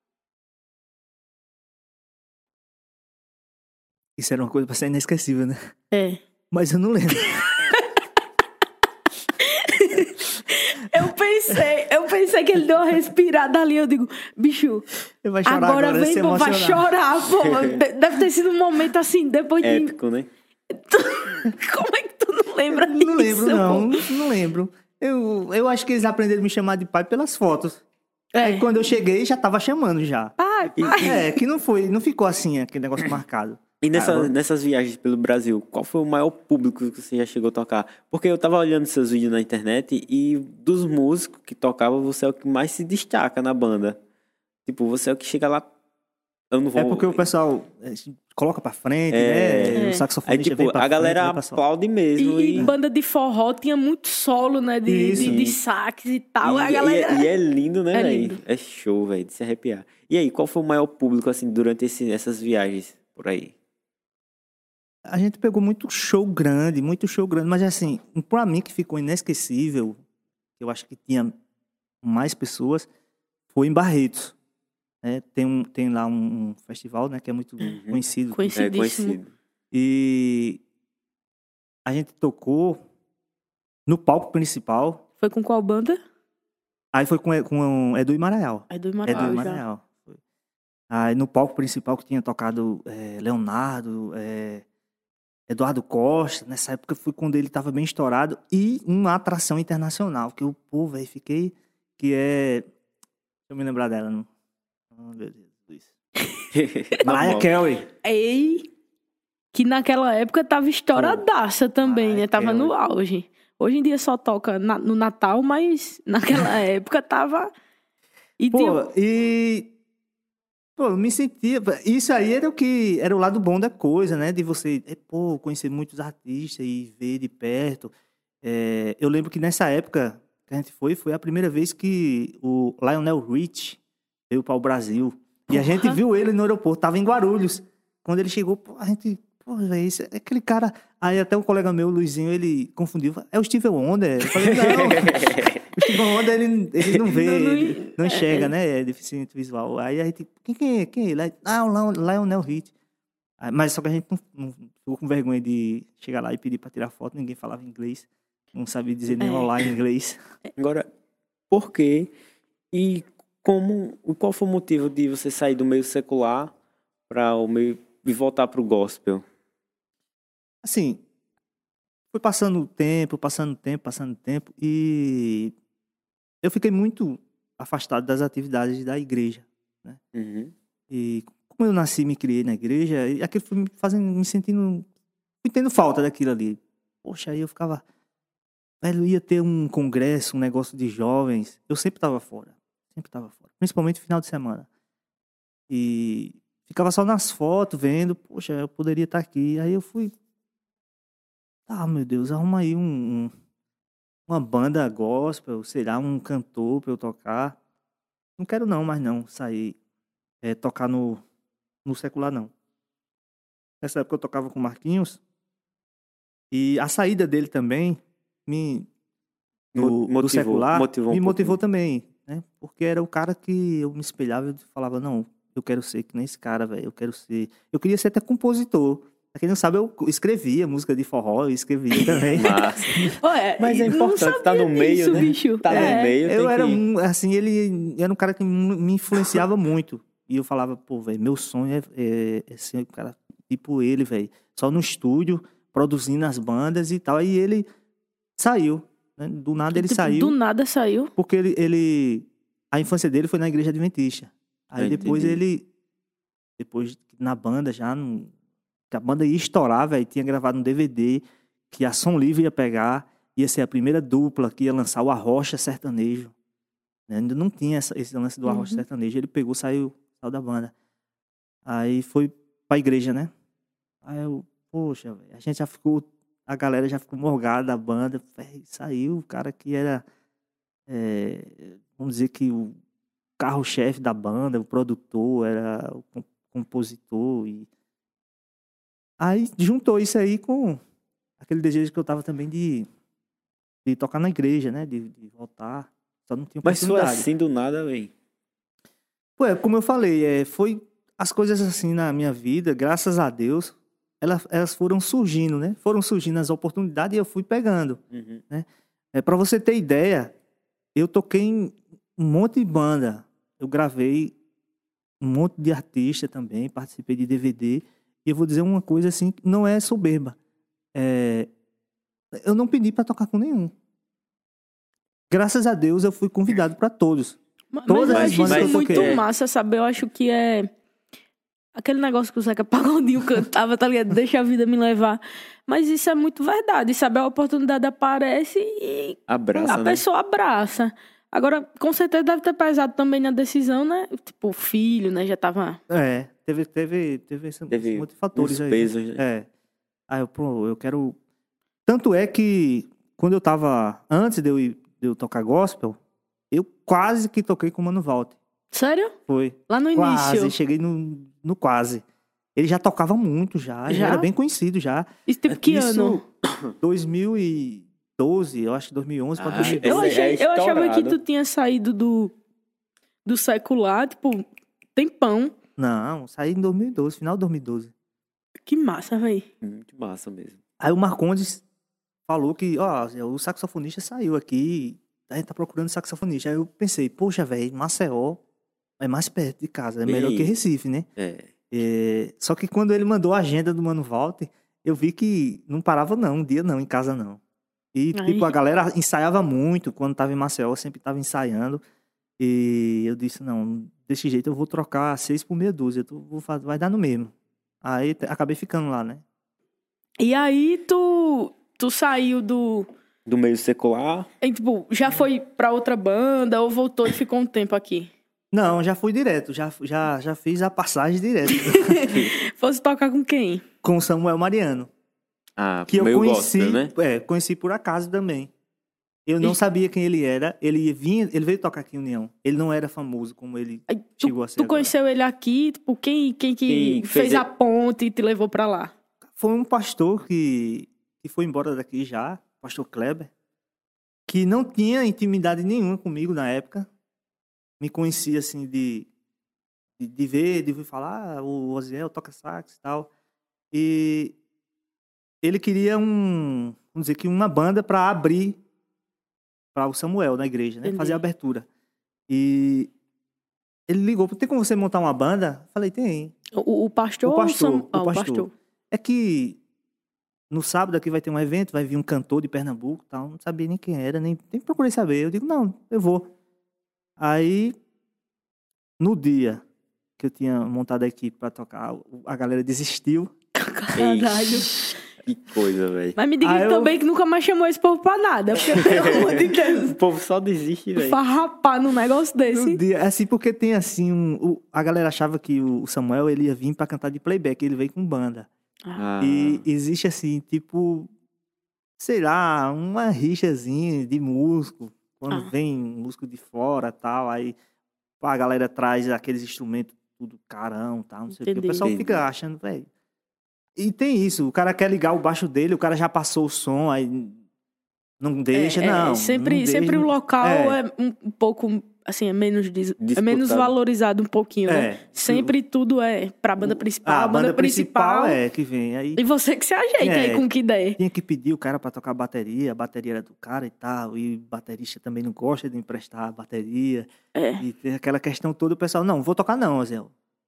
Isso era uma coisa pra ser inesquecível, né? Mas eu não lembro. Eu pensei que ele deu uma respirada ali. Eu digo, bicho, agora vem, pô, vai chorar, pô. Deve ter sido um momento assim, depois épico, né? Como é que tu não lembra disso? Não lembro, não lembro. Eu acho que eles aprenderam a me chamar de pai pelas fotos. Aí quando eu cheguei, já tava chamando já. Pai. Que não ficou assim, aquele negócio marcado. E nessas viagens pelo Brasil, qual foi o maior público que você já chegou a tocar? Porque eu tava olhando seus vídeos na internet e dos músicos que tocavam, você é o que mais se destaca na banda. Tipo, você é o que chega lá... Eu não vou... É porque o pessoal coloca pra frente, né? O saxofonista vem pra a galera frente, aplaude mesmo. E banda de forró tinha muito solo, né? De sax e tal. E é lindo, né, velho? lindo. É show, velho, de se arrepiar. E aí, qual foi o maior público, assim, durante essas viagens por aí? A gente pegou muito show grande, mas assim, pra mim que ficou inesquecível, eu acho que tinha mais pessoas, foi em Barretos. Né? Tem lá um festival, né, que é muito conhecido. Conhecidíssimo. E a gente tocou no palco principal. Foi com qual banda? Aí foi com Edu e Maraial. Edu e Maraial. Aí no palco principal que tinha tocado Leonardo, Eduardo Costa, nessa época foi quando ele estava bem estourado, e uma atração internacional, que eu, velho, fiquei, que é... Deixa eu me lembrar dela, não? Oh, meu Deus. Mariah Carey. Que naquela época tava estouradaça também, Mariah né? Tava Carey. no auge. Hoje em dia só toca no Natal, mas naquela época tava... Eu me sentia... Isso aí era o lado bom da coisa, né? De você, conhecer muitos artistas e ver de perto. Eu lembro que nessa época que a gente foi a primeira vez que o Lionel Richie veio para o Brasil. E a gente viu ele no aeroporto, tava em Guarulhos. Quando ele chegou, a gente... velho, esse é aquele cara... Aí até um colega meu, o Luizinho, ele confundiu. É o Steve Wonder? Eu falei, não... O Steve Wonder, ele não vê, não enxerga, né? É deficiente visual. Aí a gente... Quem é ele? O Lionel Richie. Mas só que a gente não ficou com vergonha de chegar lá e pedir para tirar foto. Ninguém falava inglês. Não sabia dizer nem olá em inglês. Agora, por quê? E qual foi o motivo de você sair do meio secular para o meio e voltar para o gospel? Assim, foi passando o tempo, e eu fiquei muito afastado das atividades da igreja, né? Uhum. E como eu nasci e me criei na igreja, aquilo foi fui tendo falta daquilo ali. Poxa, aí eu ficava, velho, ia ter um congresso, um negócio de jovens, eu sempre estava fora, principalmente no final de semana. E ficava só nas fotos, vendo, poxa, eu poderia estar aqui. Aí eu fui, meu Deus, arruma aí uma banda gospel, sei lá, um cantor pra eu tocar. Não quero não sair, tocar no secular, não. Nessa época eu tocava com o Marquinhos, e a saída dele também do secular me motivou também, né? Porque era o cara que eu me espelhava e falava, não, eu quero ser que nem esse cara, velho, eu queria ser até compositor. Pra quem não sabe, eu escrevia música de forró, eu escrevia também. Mas é importante, tá no meio, né? Bicho. Tá no meio, eu era assim, ele era um cara que me influenciava muito. E eu falava, velho, meu sonho é ser um cara tipo ele, velho. Só no estúdio, produzindo as bandas e tal. Aí ele saiu, né? Do nada ele saiu. Do nada saiu. Porque a infância dele foi na igreja adventista. Aí depois na banda já... que a banda ia estourar, velho, tinha gravado um DVD que a Som Livre ia pegar, ia ser a primeira dupla que ia lançar o Arrocha Sertanejo. Né? Ainda não tinha esse lance do Arrocha Sertanejo. Ele pegou, saiu da banda. Aí foi pra igreja, né? Aí eu, poxa, véio, a galera já ficou morgada da banda. Véio, saiu o cara que era, vamos dizer que o carro-chefe da banda, o produtor, era o compositor e... Aí juntou isso aí com aquele desejo que eu tava também de tocar na igreja, né? De voltar. Só não tinha oportunidade. Mas foi assim do nada, velho. Como eu falei, foi as coisas assim na minha vida, graças a Deus, elas foram surgindo, né? Foram surgindo as oportunidades e eu fui pegando. Uhum. Né? Pra você ter ideia, eu toquei em um monte de banda. Eu gravei um monte de artista também, participei de DVD. E eu vou dizer uma coisa assim, que não é soberba. Eu não pedi para tocar com nenhum. Graças a Deus eu fui convidado para todos. Todas as bandas que eu toquei. Muito massa, sabe? Eu acho que aquele negócio que o Zeca Pagodinho cantava, tá ligado? Deixa a vida me levar. Mas isso é muito verdade, sabe? A oportunidade aparece e Abraça, a pessoa abraça. Agora, com certeza deve ter pesado também na decisão, né? Tipo, o filho, né? Já tava... Teve muitos fatores aí. Pesos, né? Eu quero... Tanto é que, quando eu tava... Antes de eu tocar gospel, eu quase que toquei com o Mano Walter. Sério? Foi. Lá no Quase, início? Cheguei no quase. Ele já tocava muito, já era bem conhecido, já. Isso tipo que ano? 2012, eu acho que 2011 para 2012. Eu achava que tu tinha saído do secular, tipo, tempão. Não, saí em 2012, final de 2012. Que massa, velho. Muito massa mesmo. Aí o Marcondes falou que, o saxofonista saiu aqui, a gente tá procurando saxofonista. Aí eu pensei, poxa, velho, Maceió é mais perto de casa, é melhor que Recife, né? Só que quando ele mandou a agenda do Mano Walter, eu vi que não parava um dia não, em casa não. E tipo, a galera ensaiava muito, quando tava em Maceió, eu sempre tava ensaiando. E eu disse, não, desse jeito eu vou trocar 6 por meia dúzia, vai dar no mesmo. Aí acabei ficando lá, né? E aí tu saiu do meio secular? E, tipo, já foi pra outra banda ou voltou e ficou um tempo aqui? Não, já fui direto, já fiz a passagem direto. Fosse tocar com quem? Com o Samuel Mariano. Que eu conheci, gospel, né? Conheci por acaso também. Eu não sabia quem ele era. Ele veio tocar aqui em União. Ele não era famoso como ele chegou a ser. Tu conheceu ele aqui? Tipo, quem fez a ponte e te levou pra lá? Foi um pastor que foi embora daqui já, pastor Kleber, que não tinha intimidade nenhuma comigo na época. Me conhecia assim de ver, de ouvir falar, o Osiel toca sax e tal. E ele queria vamos dizer que uma banda para abrir para o Samuel na igreja, né? Fazer a abertura. E ele ligou, tem como você montar uma banda? Falei, tem. O pastor? O pastor. O pastor. É que no sábado aqui vai ter um evento, vai vir um cantor de Pernambuco e tal. Não sabia nem quem era, nem procurei saber. Eu digo, não, eu vou. Aí, no dia que eu tinha montado a equipe pra tocar, a galera desistiu. Caralho. Que coisa, velho. Mas me diga também que nunca mais chamou esse povo pra nada. Porque, pelo amor de Deus. O povo só desiste, velho. Farrapar num negócio desse. No dia, assim, porque tem assim, a galera achava que o Samuel, ele ia vir pra cantar de playback, ele veio com banda. E existe assim, tipo, sei lá, uma rixazinha de músico. Quando vem músico de fora e tal, aí a galera traz aqueles instrumentos tudo carão e tal, não sei o que. O pessoal fica achando, velho. E tem isso, o cara quer ligar o baixo dele, o cara já passou o som, aí não deixa, não. Sempre o local é um pouco, assim, é menos valorizado um pouquinho, né? Sempre tudo é pra banda principal. A banda principal é que vem. Aí, e você que se ajeita aí com que der. Tinha que pedir o cara pra tocar bateria, a bateria era do cara e tal, e o baterista também não gosta de emprestar a bateria. E tem aquela questão toda, o pessoal, não vou tocar não, Zé.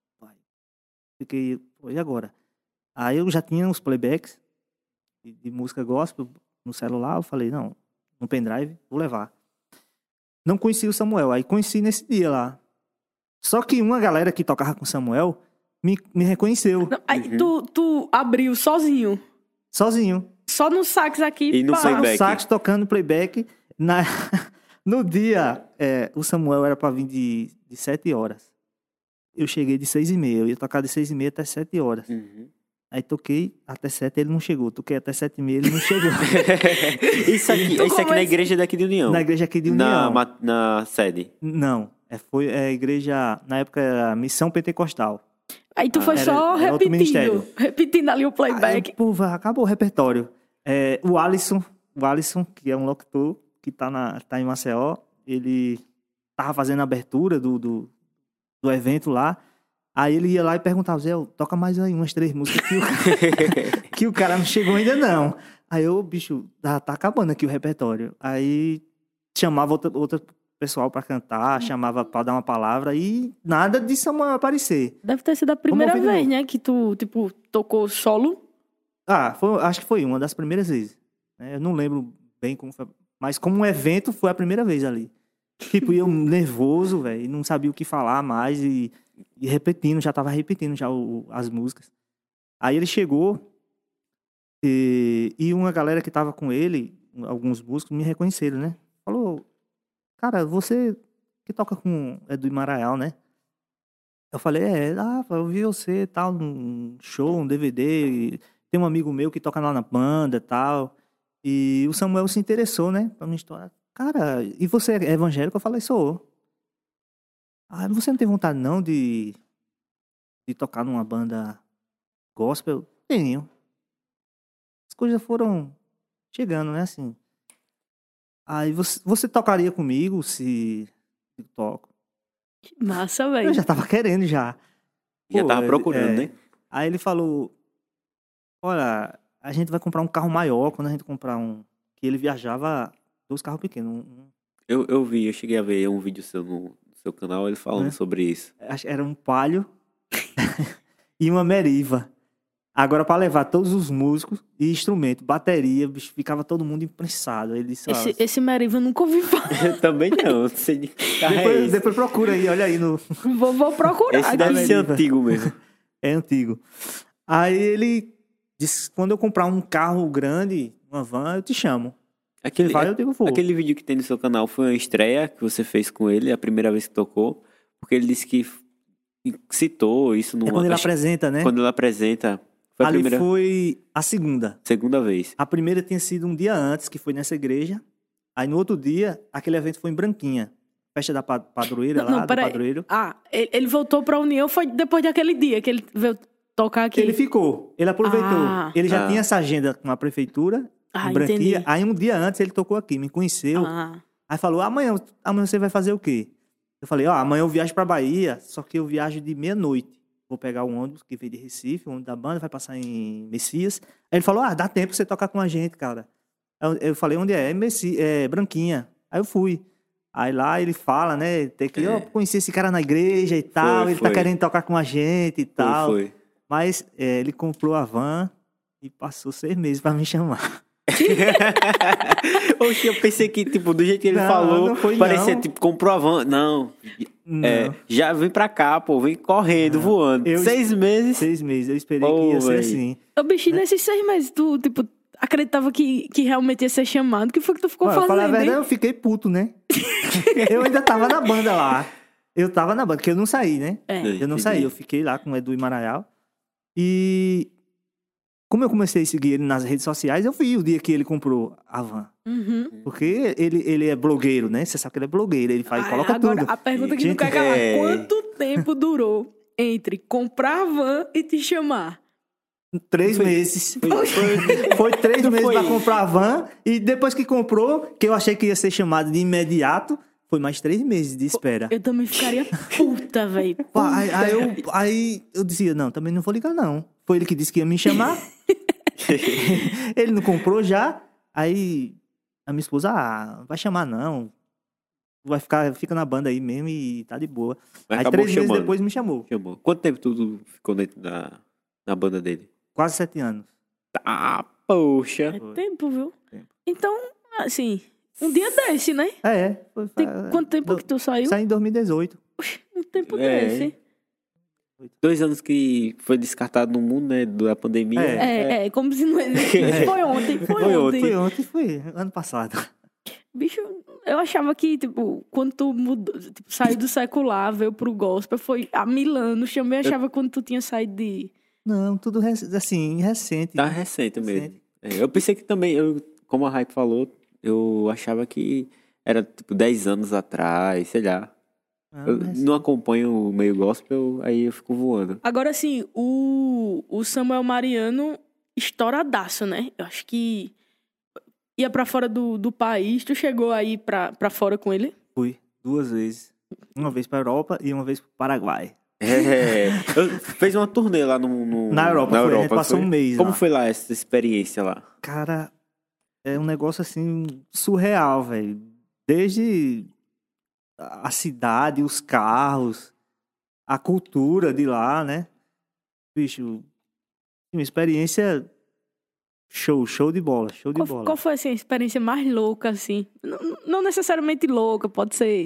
Fiquei, e agora? Aí eu já tinha os playbacks de música gospel no celular, eu falei, não, no pendrive, vou levar. Não conheci o Samuel, aí conheci nesse dia lá. Só que uma galera que tocava com o Samuel me reconheceu. Aí tu abriu sozinho? Sozinho. Só no sax aqui? E no playback? No sax, tocando playback. No dia, o Samuel era pra vir de 7 horas. Eu cheguei de 6h30, eu ia tocar de 6h30 até 7 horas. Aí toquei até 7, ele não chegou. Toquei até 7h30, ele não chegou. Isso aqui na igreja daqui de União? Na igreja aqui de União. Na sede? Não. Foi a igreja, na época, era Missão Pentecostal. Aí tu foi só repetindo ali o playback. Aí, pô, acabou o repertório. O Alisson, que é um locutor, que tá em Maceió, ele tava fazendo a abertura do evento lá. Aí ele ia lá e perguntava, Zé, toca mais aí umas 3 músicas que o cara não chegou ainda não. Aí eu, bicho, tá acabando aqui o repertório. Aí chamava outra pessoal pra cantar, chamava pra dar uma palavra e nada de Samuel aparecer. Deve ter sido a primeira vez, né, que tu, tipo, tocou solo. Acho que foi uma das primeiras vezes. Eu não lembro bem como foi, mas como um evento foi a primeira vez ali. Tipo, eu nervoso, velho, não sabia o que falar mais e repetindo, já tava repetindo já as músicas. Aí ele chegou e uma galera que tava com ele, alguns músicos, me reconheceram, né? Falou, cara, você que toca com Edu Maraial, né? Eu falei, eu vi você tal, num show, um DVD, tem um amigo meu que toca lá na banda e tal. E o Samuel se interessou, né, pra minha história. Cara, e você é evangélico? Eu falei, sou. Ah, você não tem vontade não de tocar numa banda gospel? Tenho. As coisas foram chegando, né, assim. Aí você tocaria comigo se toco? Que massa, velho. Eu já tava querendo já. Já tava procurando, né? Aí ele falou, olha, a gente vai comprar um carro maior quando a gente comprar um... Que ele viajava 2 carros pequenos. Eu cheguei a ver um vídeo seu no seu canal, ele falando sobre isso. Era um Palio e uma Meriva. Agora, para levar todos os músicos e instrumento, bateria, bicho, ficava todo mundo imprensado. Ele disse, esse Meriva eu nunca ouvi falar. Eu também não sei de que carro depois procura aí, olha aí no... Vou procurar. Esse deve ser antigo mesmo. É antigo. Aí ele disse, quando eu comprar um carro grande, uma van, eu te chamo. Eu digo, vou. Aquele vídeo que tem no seu canal foi uma estreia que você fez com ele, a primeira vez que tocou, porque ele disse que citou isso numa... quando ele apresenta, né? Quando ele apresenta... Foi foi a segunda. Segunda vez. A primeira tinha sido um dia antes, que foi nessa igreja. Aí no outro dia, aquele evento foi em Branquinha. Festa da padroeira lá, do padroeiro. Ah, ele voltou pra União, foi depois daquele dia que ele veio tocar aqui. Ele ficou, ele aproveitou. Ele já tinha essa agenda com a prefeitura, em Branquinha. Entendi. Aí um dia antes ele tocou aqui, me conheceu. Aí falou, amanhã você vai fazer o quê? Eu falei, amanhã eu viajo pra Bahia, só que eu viajo de meia-noite. Vou pegar um ônibus que veio de Recife, o ônibus da banda, vai passar em Messias. Aí ele falou, dá tempo pra você tocar com a gente, cara. Eu falei, onde é? É Branquinha. Aí eu fui. Aí lá ele fala, né, tem que conhecer esse cara na igreja e tal, ele tá querendo tocar com a gente e tal. Foi. Mas ele comprou a van e passou 6 meses pra me chamar. Oxe, eu pensei que, tipo, do jeito que ele falou, parecia, tipo, comprou a van. Não. Já vem pra cá, pô, vem correndo, voando. 6 meses. 6 meses, eu esperei que ia ser assim. Ô, bichinho, nesses 6 meses, tu, tipo, acreditava que realmente ia ser chamado? O que foi que tu ficou fazendo? Pra falar a verdade, eu fiquei puto, né? Eu ainda tava na banda lá. Eu tava na banda, porque eu não saí, né? Eu não saí, eu fiquei lá com o Edu Maraial. E... como eu comecei a seguir ele nas redes sociais, eu vi o dia que ele comprou a van. Porque ele é blogueiro, né? Você sabe que ele é blogueiro, ele coloca agora, tudo. A pergunta que não quer calar, quanto tempo durou entre comprar a van e te chamar? 3 meses. Foi 3 meses pra comprar a van. E depois que comprou, que eu achei que ia ser chamado de imediato, foi mais 3 meses de espera. Eu também ficaria puta, velho. Aí eu dizia, não, também não vou ligar, não. Foi ele que disse que ia me chamar. Ele não comprou já. Aí a minha esposa, vai chamar não. Fica na banda aí mesmo e tá de boa. Mas aí 3 meses depois me chamou. Quanto tempo tu ficou dentro na banda dele? Quase 7 anos. Poxa. É tempo, viu? Então, assim, um dia desse, né? Quanto tempo que tu saiu? Saí em 2018. Um tempo desse. 2 anos que foi descartado no mundo, né? Da pandemia. Como se não existisse. Foi ontem. Foi ano passado. Bicho, eu achava que, tipo, quando tu mudou, tipo, saiu do secular, veio pro gospel, foi a Milano, eu achava quando tu tinha saído de... Não, tudo assim, recente. Tá recente mesmo. Eu pensei que também, como a Hype falou, eu achava que era, tipo, 10 anos atrás, sei lá. Eu não acompanho o meio gospel, aí eu fico voando. Agora, assim, o Samuel Mariano, estouradaço, né? Eu acho que ia pra fora do país. Tu chegou aí pra fora com ele? Fui, 2 vezes. Uma vez pra Europa e uma vez pro Paraguai. Fez uma turnê lá na Europa. A gente passou um mês Como lá. foi lá essa experiência lá? Cara, é um negócio assim, surreal, velho. Desde a cidade, os carros, a cultura de lá, né? Bicho, uma experiência show de bola, Qual foi assim, a experiência mais louca, assim? Não necessariamente louca, pode ser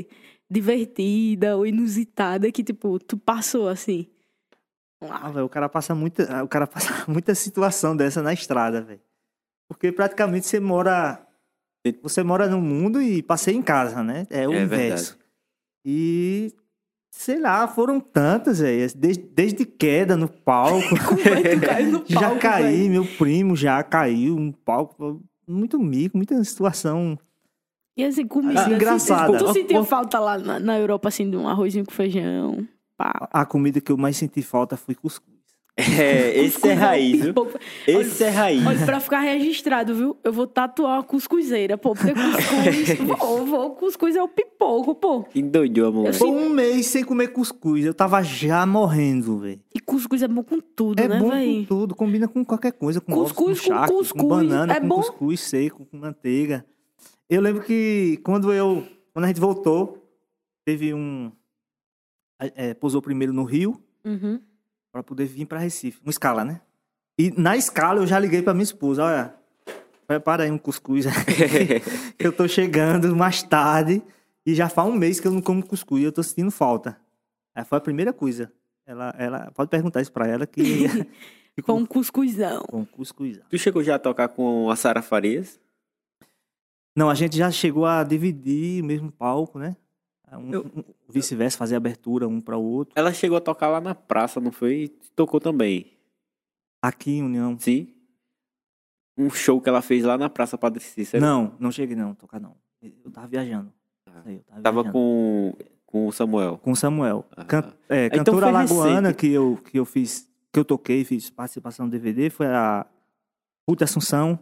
divertida ou inusitada que, tipo, tu passou, assim? Véio, o cara passa muita situação dessa na estrada, velho. Porque praticamente você mora no mundo e passeia em casa, né? É o inverso. Verdade. E, sei lá, foram tantas, velho. Desde queda no palco. Como é que tu caiu no palco, Já caí, véio? meu primo já caiu no palco. Muito mico, muita situação. E assim, comida. Assim, engraçada. Tu sentia falta lá na Europa, assim, de um arrozinho com feijão? Pá. A comida que eu mais senti falta foi cuscuz. Esse é raiz, viu? Esse é raiz. Olha, pra ficar registrado, viu? Eu vou tatuar uma cuscuzeira, pô. Porque cuscuz... cuscuz é o pipoco, pô. Que doido, amor. Foi um mês sem comer cuscuz. Eu tava já morrendo, velho. E cuscuz é bom com tudo, É né, bom velho? com tudo. Combina com qualquer coisa. Com Cuscuz ovos, com charque, com com cuscuz. banana, É com bom. cuscuz seco, com manteiga. Eu lembro que quando a gente voltou, teve pousou primeiro no Rio, Uhum. pra poder vir pra Recife. Uma escala, né? E na escala eu já liguei pra minha esposa, olha, prepara aí um cuscuz. Eu tô chegando mais tarde e já faz um mês que eu não como cuscuz e eu tô sentindo falta. Aí foi a primeira coisa. Ela pode perguntar isso pra ela que... Com um cuscuzão. Com cuscuzão. Tu chegou já a tocar com a Sara Farias? Não, a gente já chegou a dividir o mesmo palco, né? Vice-versa, fazer abertura um para o outro. Ela chegou a tocar lá na praça, não foi? Tocou também. Aqui em União. Sim. Um show que ela fez lá na Praça Padre Cícero. Não cheguei não, tocar não. Eu tava viajando. Tava com o Samuel. Com o Samuel. Então Cantora foi lagoana recente. que eu toquei, fiz participação no DVD, foi a Ruth Assunção.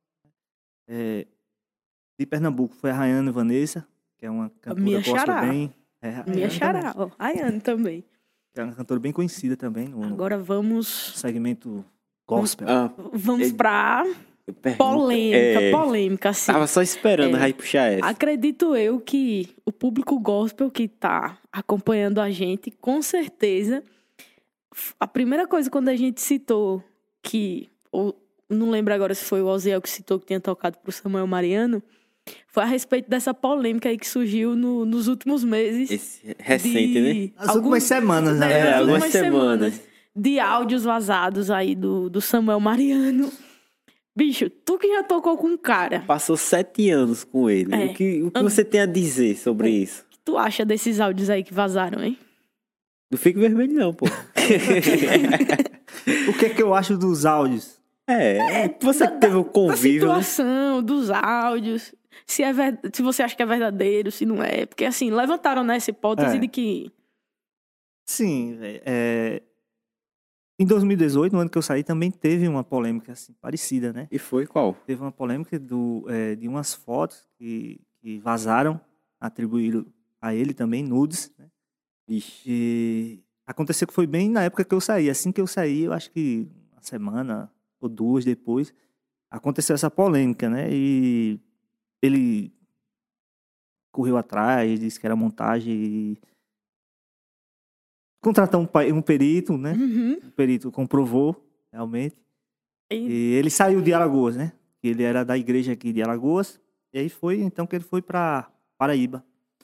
De Pernambuco foi a Rayane Vanessa, que é uma cantora Minha gospel xará. bem... Minha xará, ó. Rayane também. É uma cantora bem conhecida também no Agora vamos... segmento gospel. Vamos pra polêmica, assim. Tava só esperando a Rai puxar essa. Acredito eu que o público gospel que tá acompanhando a gente, com certeza, a primeira coisa quando a gente citou que... não lembro agora se foi o Oziel que citou que tinha tocado pro Samuel Mariano, foi a respeito dessa polêmica aí que surgiu nos últimos meses. Recente, né? As últimas semanas, né? Algumas semanas. De áudios vazados aí do Samuel Mariano. Bicho, tu que já tocou com um cara. Passou 7 anos com ele. O que você tem a dizer sobre isso? O que tu acha desses áudios aí que vazaram, hein? Não fique vermelho não, pô. O que é que eu acho dos áudios? Você que teve o convívio, da situação, dos áudios, se você acha que é verdadeiro, se não é. Porque, assim, levantaram nessa hipótese de que... Sim, em 2018, no ano que eu saí, também teve uma polêmica assim, parecida, né? E foi qual? Teve uma polêmica de umas fotos que vazaram, atribuíram a ele também, nudes, né? E aconteceu que foi bem na época que eu saí. Assim que eu saí, eu acho que uma semana ou 2 depois, aconteceu essa polêmica, né? E ele correu atrás, disse que era montagem e contratou um perito, né? Uhum. O perito comprovou, realmente. E ele saiu de Alagoas, né? Ele era da igreja aqui de Alagoas. E aí foi, então, que ele foi para Paraíba.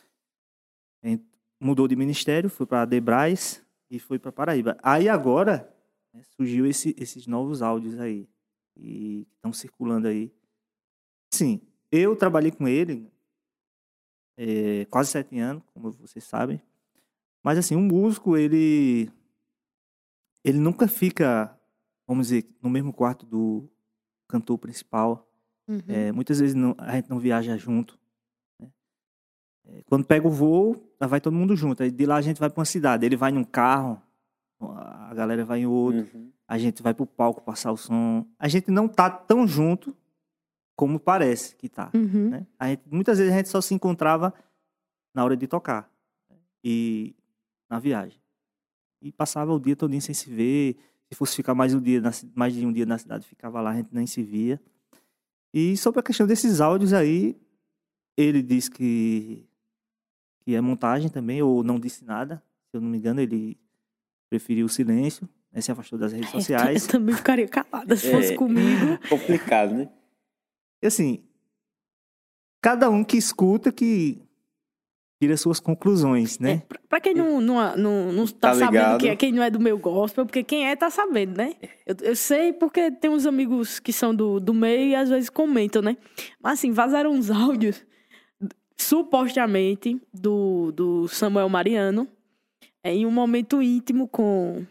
Mudou de ministério, foi para Debrais e foi para Paraíba. Aí agora, né, surgiu esses novos áudios aí. E estão circulando aí. Sim, eu trabalhei com ele quase 7 anos, como vocês sabem. Mas assim, um músico, ele nunca fica, vamos dizer, no mesmo quarto do cantor principal. Uhum. Muitas vezes a gente não viaja junto. Né? Quando pega o voo, vai todo mundo junto. Aí de lá a gente vai para uma cidade. Ele vai num carro, a galera vai em outro. Uhum. A gente vai pro palco passar o som. A gente não tá tão junto como parece que tá. Uhum. Né? Muitas vezes a gente só se encontrava na hora de tocar. E na viagem. E passava o dia todinho sem se ver. Se fosse ficar mais de um dia na cidade, ficava lá, a gente nem se via. E sobre a questão desses áudios aí, ele diz que é montagem também, ou não disse nada. Se eu não me engano, ele preferiu o silêncio, né, se afastou das redes sociais. Eu também ficaria calada se fosse comigo. Complicado, né? E assim, cada um que escuta que tire as suas conclusões, né? Pra quem não tá sabendo, quem não é do meu gospel, porque quem tá sabendo, né? Eu sei porque tem uns amigos que são do meio e às vezes comentam, né? Mas assim, vazaram uns áudios, supostamente, do Samuel Mariano, em um momento íntimo com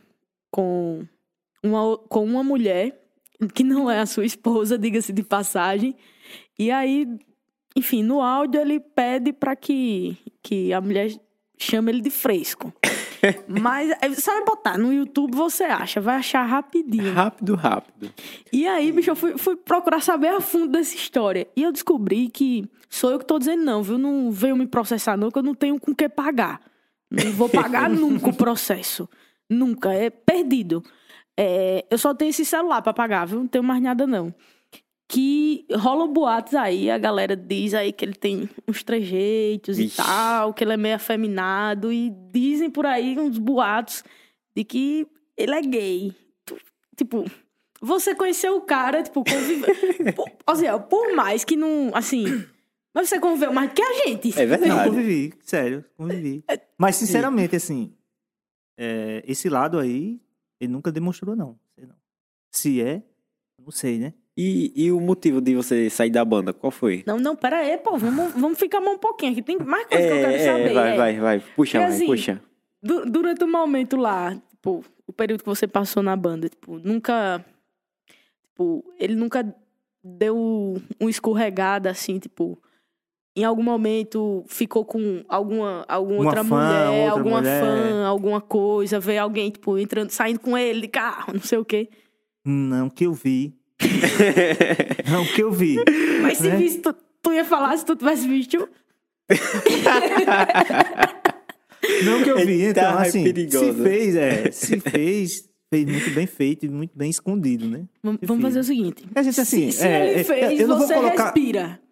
uma mulher, que não é a sua esposa, diga-se de passagem. E aí, enfim, no áudio ele pede pra que a mulher chame ele de fresco. Mas só vai botar no YouTube, você acha, vai achar rapidinho. Rápido. E aí, bicho, eu fui procurar saber a fundo dessa história. E eu descobri que sou eu que tô dizendo não, viu? Não venham me processar não, que eu não tenho com o que pagar. Não vou pagar nunca o processo. Nunca, é perdido. Eu só tenho esse celular pra pagar, viu? Não tenho mais nada não. Que rolam boatos aí, a galera diz aí que ele tem uns trejeitos e tal, que ele é meio afeminado, e dizem por aí uns boatos de que ele é gay. Tipo, você conheceu o cara, tipo, conviveu... por mais que não, assim... Mas você conviveu mais do que a gente. É verdade. Não, convivi, sério, convivi. Mas, sinceramente, assim, esse lado aí, ele nunca demonstrou, não. Se é, não sei, né? E o motivo de você sair da banda, qual foi? Não, pera aí, pô, vamos ficar mais um pouquinho aqui. Tem mais coisa que eu quero saber. Vai, puxa, assim, puxa. Durante o momento lá, tipo, o período que você passou na banda, tipo, ele nunca deu uma escorregada, assim, tipo, em algum momento ficou com alguma outra mulher, alguma fã, alguma coisa, veio alguém, tipo, saindo com ele de carro, não sei o quê. Não, que eu vi. Não, que eu vi. Mas se visse, tu ia falar se tu tivesse visto. Não que eu vi, então, assim, se fez muito bem feito e muito bem escondido, né? Vamos fazer o seguinte. A gente, assim, se ele fez, você respira.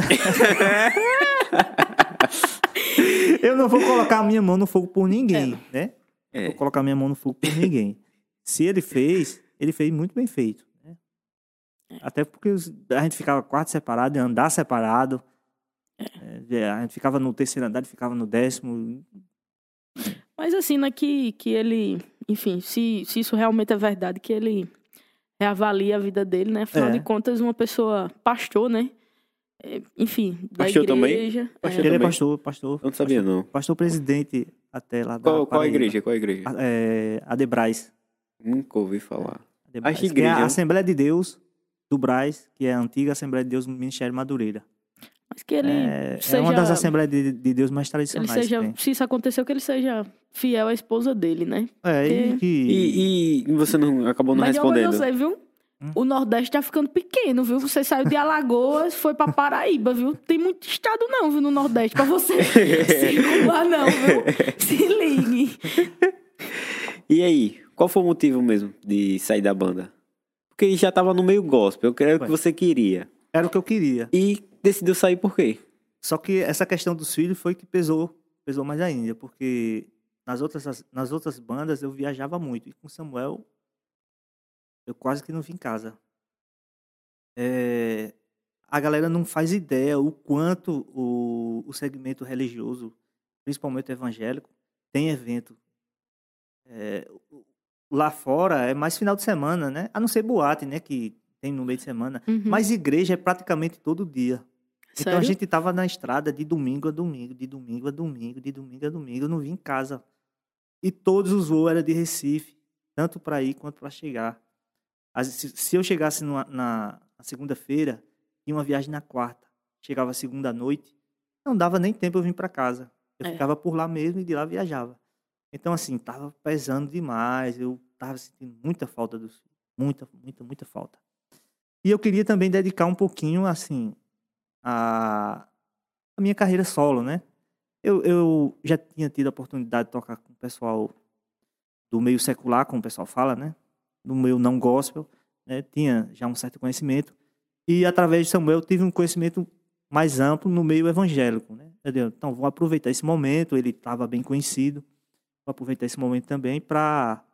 Eu não vou colocar a minha mão no fogo por ninguém, né? Não vou colocar a minha mão no fogo por ninguém. Se ele fez muito bem feito. Até porque a gente ficava quarto separado, andar separado. A gente ficava no terceiro andar, ficava no 10º. Mas assim, né, que ele... Enfim, se isso realmente é verdade, que ele reavalia a vida dele, né? Afinal de contas, uma pessoa... Pastor, né? Enfim, da pastor igreja. Também? Ele é pastor. Eu não sabia, não. Pastor presidente até lá da Qual a igreja? Adebrais. Nunca ouvi falar. Adebrais, que é a Assembleia de Deus do Braz, que é a antiga Assembleia de Deus do Ministério Madureira. Mas que ele seja... É uma das Assembleias de Deus mais tradicionais. Se isso aconteceu, que ele seja fiel à esposa dele, né? E você não acabou não respondendo. Mas você, viu? O Nordeste tá ficando pequeno, viu? Você saiu de Alagoas, foi pra Paraíba, viu? Tem muito estado não, viu, no Nordeste, pra você circular não, viu? Se ligue. E aí, qual foi o motivo mesmo de sair da banda? Porque ele já tava no meio gospel, era o que você queria. Era o que eu queria. E decidiu sair por quê? Só que essa questão dos filhos foi que pesou mais ainda, porque nas outras bandas eu viajava muito, e com Samuel eu quase que não vim em casa. A galera não faz ideia o quanto o segmento religioso, principalmente evangélico, tem evento. Lá fora é mais final de semana, né? A não ser boate, né? Que tem no meio de semana. Uhum. Mas igreja é praticamente todo dia. Sério? Então a gente tava na estrada de domingo a domingo, de domingo a domingo, de domingo a domingo. Eu não vim em casa. E todos os voos eram de Recife, tanto para ir quanto para chegar. Se eu chegasse na segunda-feira, tinha uma viagem na quarta. Chegava segunda à noite, não dava nem tempo eu vir para casa. Eu ficava por lá mesmo e de lá viajava. Então, assim, tava pesando demais. Eu tava sentindo muita falta dos filhos. Muita falta. E eu queria também dedicar um pouquinho, assim, a minha carreira solo, né? Eu já tinha tido a oportunidade de tocar com o pessoal do meio secular, como o pessoal fala, né? Do meio não gospel, né? Tinha já um certo conhecimento. E através de Samuel eu tive um conhecimento mais amplo no meio evangélico, né? Então vou aproveitar esse momento, ele estava bem conhecido, vou aproveitar esse momento também para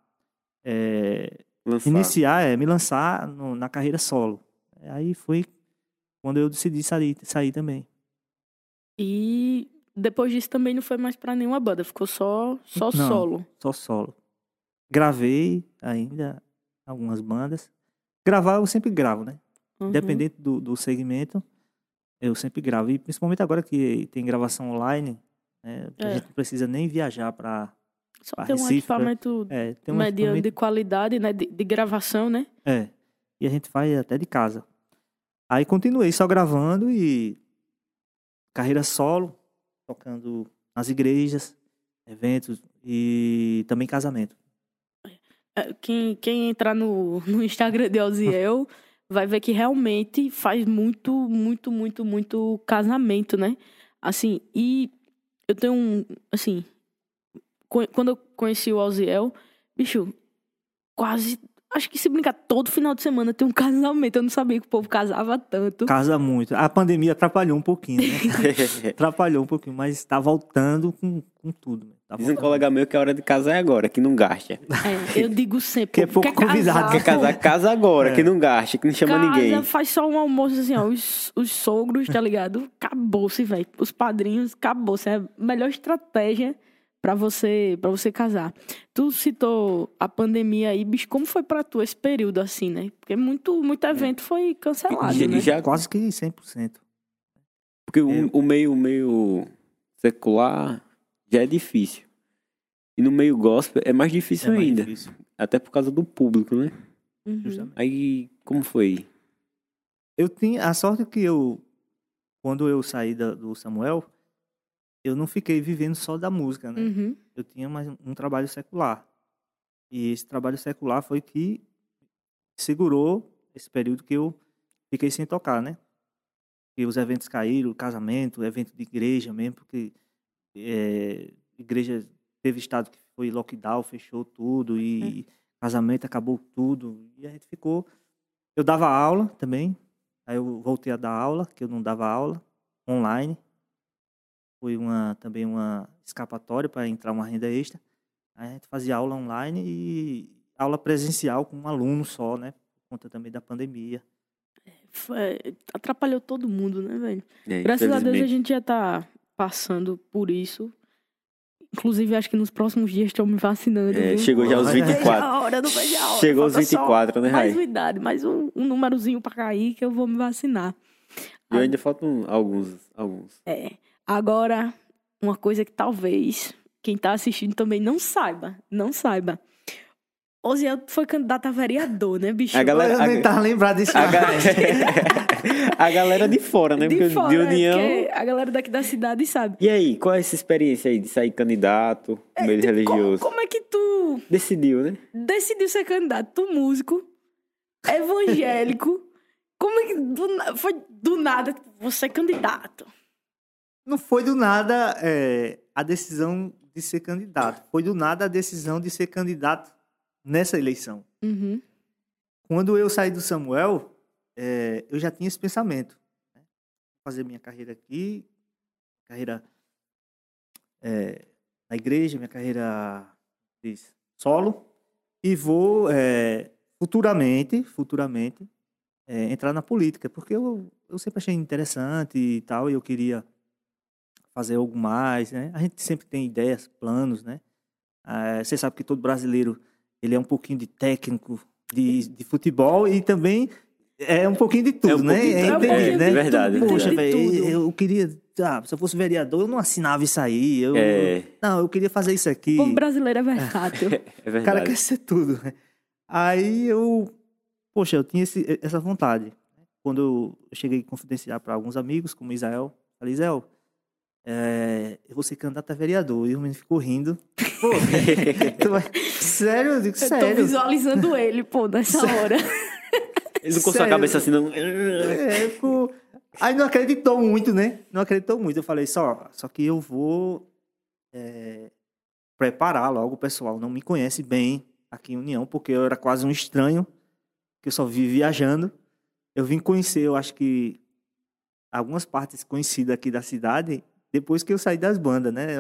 me lançar na carreira solo. Aí foi quando eu decidi sair também. E depois disso também não foi mais pra nenhuma banda, ficou só Não, solo. Só solo. Gravei ainda algumas bandas. Gravar eu sempre gravo, né? Uhum. Independente do segmento, eu sempre gravo. E principalmente agora que tem gravação online, né? A gente não precisa nem viajar para Só tem um Recife. equipamento Tem um mediano equipamento... de qualidade, né? De gravação, né? E a gente faz até de casa. Aí continuei só gravando e carreira solo, tocando nas igrejas, eventos e também casamento. Quem entrar no Instagram de Oziel vai ver que realmente faz muito casamento, né? Assim, e eu tenho assim, quando eu conheci o Oziel, bicho, quase, acho que se brincar, todo final de semana tem um casamento. Eu não sabia que o povo casava tanto. Casa muito. A pandemia atrapalhou um pouquinho, né? Atrapalhou um pouquinho, mas tá voltando com tudo. Né? Tá Diz um colega meu que a hora de casar é agora, que não gasta. Eu digo sempre. Que é pouco convidado. Quer casar, casa agora, que não gasta, que não chama ninguém. Faz só um almoço assim, ó. Os sogros, tá ligado? Acabou-se, velho. Os padrinhos, acabou-se. É a melhor estratégia pra você casar. Tu citou a pandemia aí, bicho, como foi pra tu esse período assim, né? Porque muito evento foi cancelado, né? Já quase que 100%. Porque o meio secular já é difícil. E no meio gospel é mais difícil ainda. Difícil. Até por causa do público, né? Uhum. Aí, como foi? Eu tinha a sorte que quando eu saí do Samuel, eu não fiquei vivendo só da música, né? Uhum. Eu tinha mais um trabalho secular. E esse trabalho secular foi que segurou esse período que eu fiquei sem tocar, né? E os eventos caíram, casamento, evento de igreja mesmo, porque igreja teve estado que foi lockdown, fechou tudo, e casamento acabou tudo. E a gente ficou... Eu dava aula também, aí eu voltei a dar aula, que eu não dava aula, online. Foi também uma escapatória para entrar uma renda extra. Aí a gente fazia aula online e aula presencial com um aluno só, né? Por conta também da pandemia. Atrapalhou todo mundo, né, velho? Graças a Deus a gente já tá passando por isso. Inclusive, acho que nos próximos dias estão me vacinando. Chegou já os 24. Não vejo a hora. Chegou os 24, né, Rai? Mais uma idade, mais um númerozinho pra cair que eu vou me vacinar. E ainda faltam alguns. Agora, uma coisa que talvez quem tá assistindo também não saiba. Oziel foi candidato a vereador, né, bicho? Eu nem tava lembrado disso. A galera de fora, né? De fora, de União. a galera daqui da cidade sabe. E aí, qual é essa experiência aí de sair candidato no meio religioso? Como é que tu... Decidiu, né? Decidiu ser candidato. Tu músico, evangélico. Como é que foi do nada você é candidato? Não foi do nada a decisão de ser candidato. Foi do nada a decisão de ser candidato nessa eleição. Uhum. Quando eu saí do Samuel, eu já tinha esse pensamento. Né? Fazer minha carreira aqui, carreira na igreja, minha carreira solo, e vou futuramente entrar na política, porque eu sempre achei interessante e tal, e eu queria fazer algo mais, né? A gente sempre tem ideias, planos, né? Você sabe que todo brasileiro ele é um pouquinho de técnico de futebol e também é um pouquinho de tudo, né? É verdade. Poxa, velho, eu queria... se eu fosse vereador, eu não assinava isso aí. Não, eu queria fazer isso aqui. O povo brasileiro é versátil. É verdade. O cara quer ser tudo. Aí eu tinha essa vontade. Quando eu cheguei a confidenciar para alguns amigos, como Israel, falei, Israel, eu vou ser candidato a vereador. E o menino ficou rindo. Pô, sério? Eu digo, sério. Eu tô visualizando ele, nessa hora. Ele não coçou a cabeça assim, não. Aí não acreditou muito, né? Não acreditou muito. Eu falei, só que eu vou preparar logo. O pessoal não me conhece bem aqui em União, porque eu era quase um estranho, que eu só vivia viajando. Eu vim conhecer, eu acho que algumas partes conhecidas aqui da cidade, depois que eu saí das bandas, né?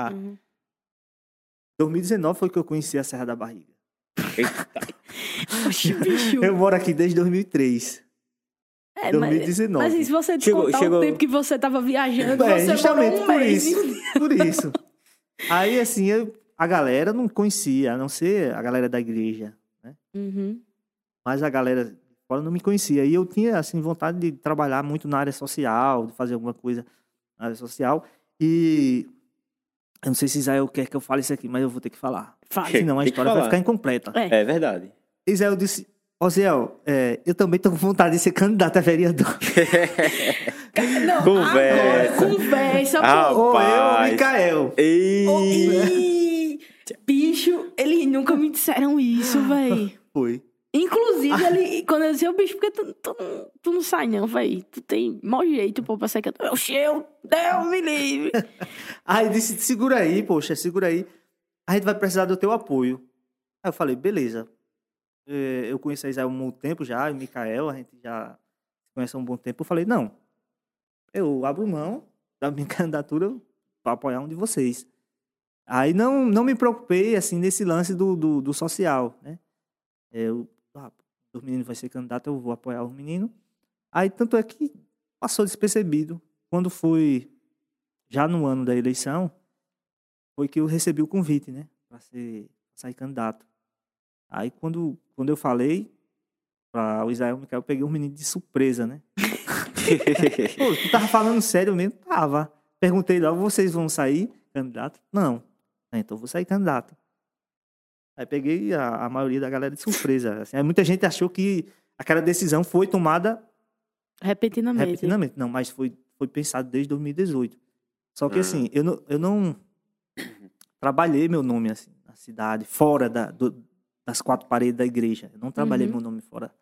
2019 foi que eu conheci a Serra da Barriga. Oxi, bicho. Eu moro aqui desde 2003. 2019. Mas se você descontar o tempo que você tava viajando, você justamente morou um mês. Por isso. Aí, assim, a galera não conhecia, a não ser a galera da igreja, né? Uhum. Mas a galera fora não me conhecia. E eu tinha, assim, vontade de trabalhar muito na área social, de fazer alguma coisa na área social. E eu não sei se Israel quer que eu fale isso aqui, mas eu vou ter que falar. Senão a história vai ficar incompleta. É verdade. Israel disse... Ziel, eu também tô com vontade de ser candidato a vereador. Não, conversa, pô. Ou eu ou o Micael. Bicho, eles nunca me disseram isso, véi. Foi. Inclusive, quando eu disse, bicho, porque tu não sai não, véi. Tu tem mau jeito, pô, pra ser candidato. Deus me livre. Aí disse, segura aí, poxa, segura aí. A gente vai precisar do teu apoio. Aí eu falei, beleza. Eu conheço a Israel há um bom tempo já, e o Micael, a gente já se conhece há um bom tempo. Eu falei, não, eu abro mão da minha candidatura para apoiar um de vocês. Aí não me preocupei, assim, nesse lance do social, né? O menino vai ser candidato, eu vou apoiar o menino. Aí, tanto é que passou despercebido. Quando foi, já no ano da eleição, foi que eu recebi o convite, né? Para sair candidato. Aí, quando eu falei para o Israel Micael, eu peguei um menino de surpresa, né? Pô, tu tava falando sério mesmo? Tava. Perguntei lá, vocês vão sair candidato? Não. Então eu vou sair candidato. Aí peguei a maioria da galera de surpresa. Assim, aí muita gente achou que aquela decisão foi tomada... Repentinamente. Não, mas foi pensado desde 2018. Só que assim, eu não trabalhei meu nome assim, na cidade, fora das quatro paredes da igreja. Eu não trabalhei meu nome fora.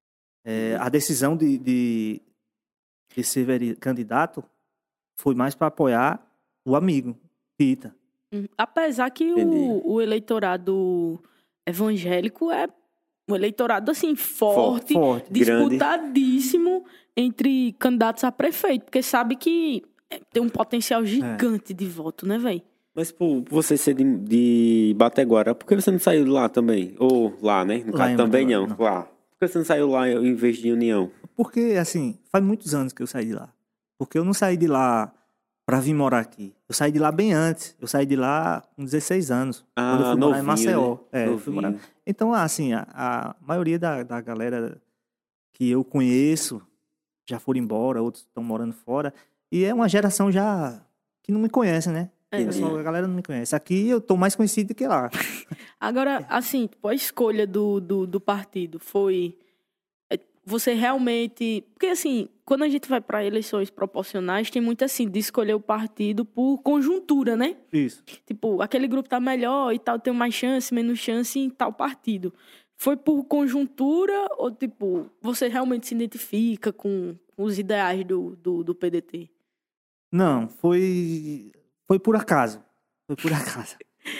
A decisão de ser candidato foi mais para apoiar o amigo, Tita. Apesar que o eleitorado evangélico é um eleitorado assim forte disputadíssimo grande. Entre candidatos a prefeito, porque sabe que tem um potencial gigante de voto, né, velho? Mas, pô, você ser de Bateguara, por que você não saiu lá também? Ou lá, né? No caso, também não. Lá. Por que você não saiu lá em vez de União? Porque, assim, faz muitos anos que eu saí de lá. Porque eu não saí de lá pra vir morar aqui. Eu saí de lá bem antes. Eu saí de lá com 16 anos. Quando eu fui morar em Maceió. Né? Fui morar. Então, assim, a maioria da galera que eu conheço já foram embora, outros estão morando fora. E é uma geração já que não me conhece, né? A galera não me conhece. Aqui eu tô mais conhecido que lá. Agora, assim, a escolha do partido foi... Você realmente... Porque, assim, quando a gente vai para eleições proporcionais, tem muito, assim, de escolher o partido por conjuntura, né? Isso. Tipo, aquele grupo tá melhor e tal, tem mais chance, menos chance em tal partido. Foi por conjuntura ou, tipo, você realmente se identifica com os ideais do PDT? Não, foi por acaso. Foi por acaso.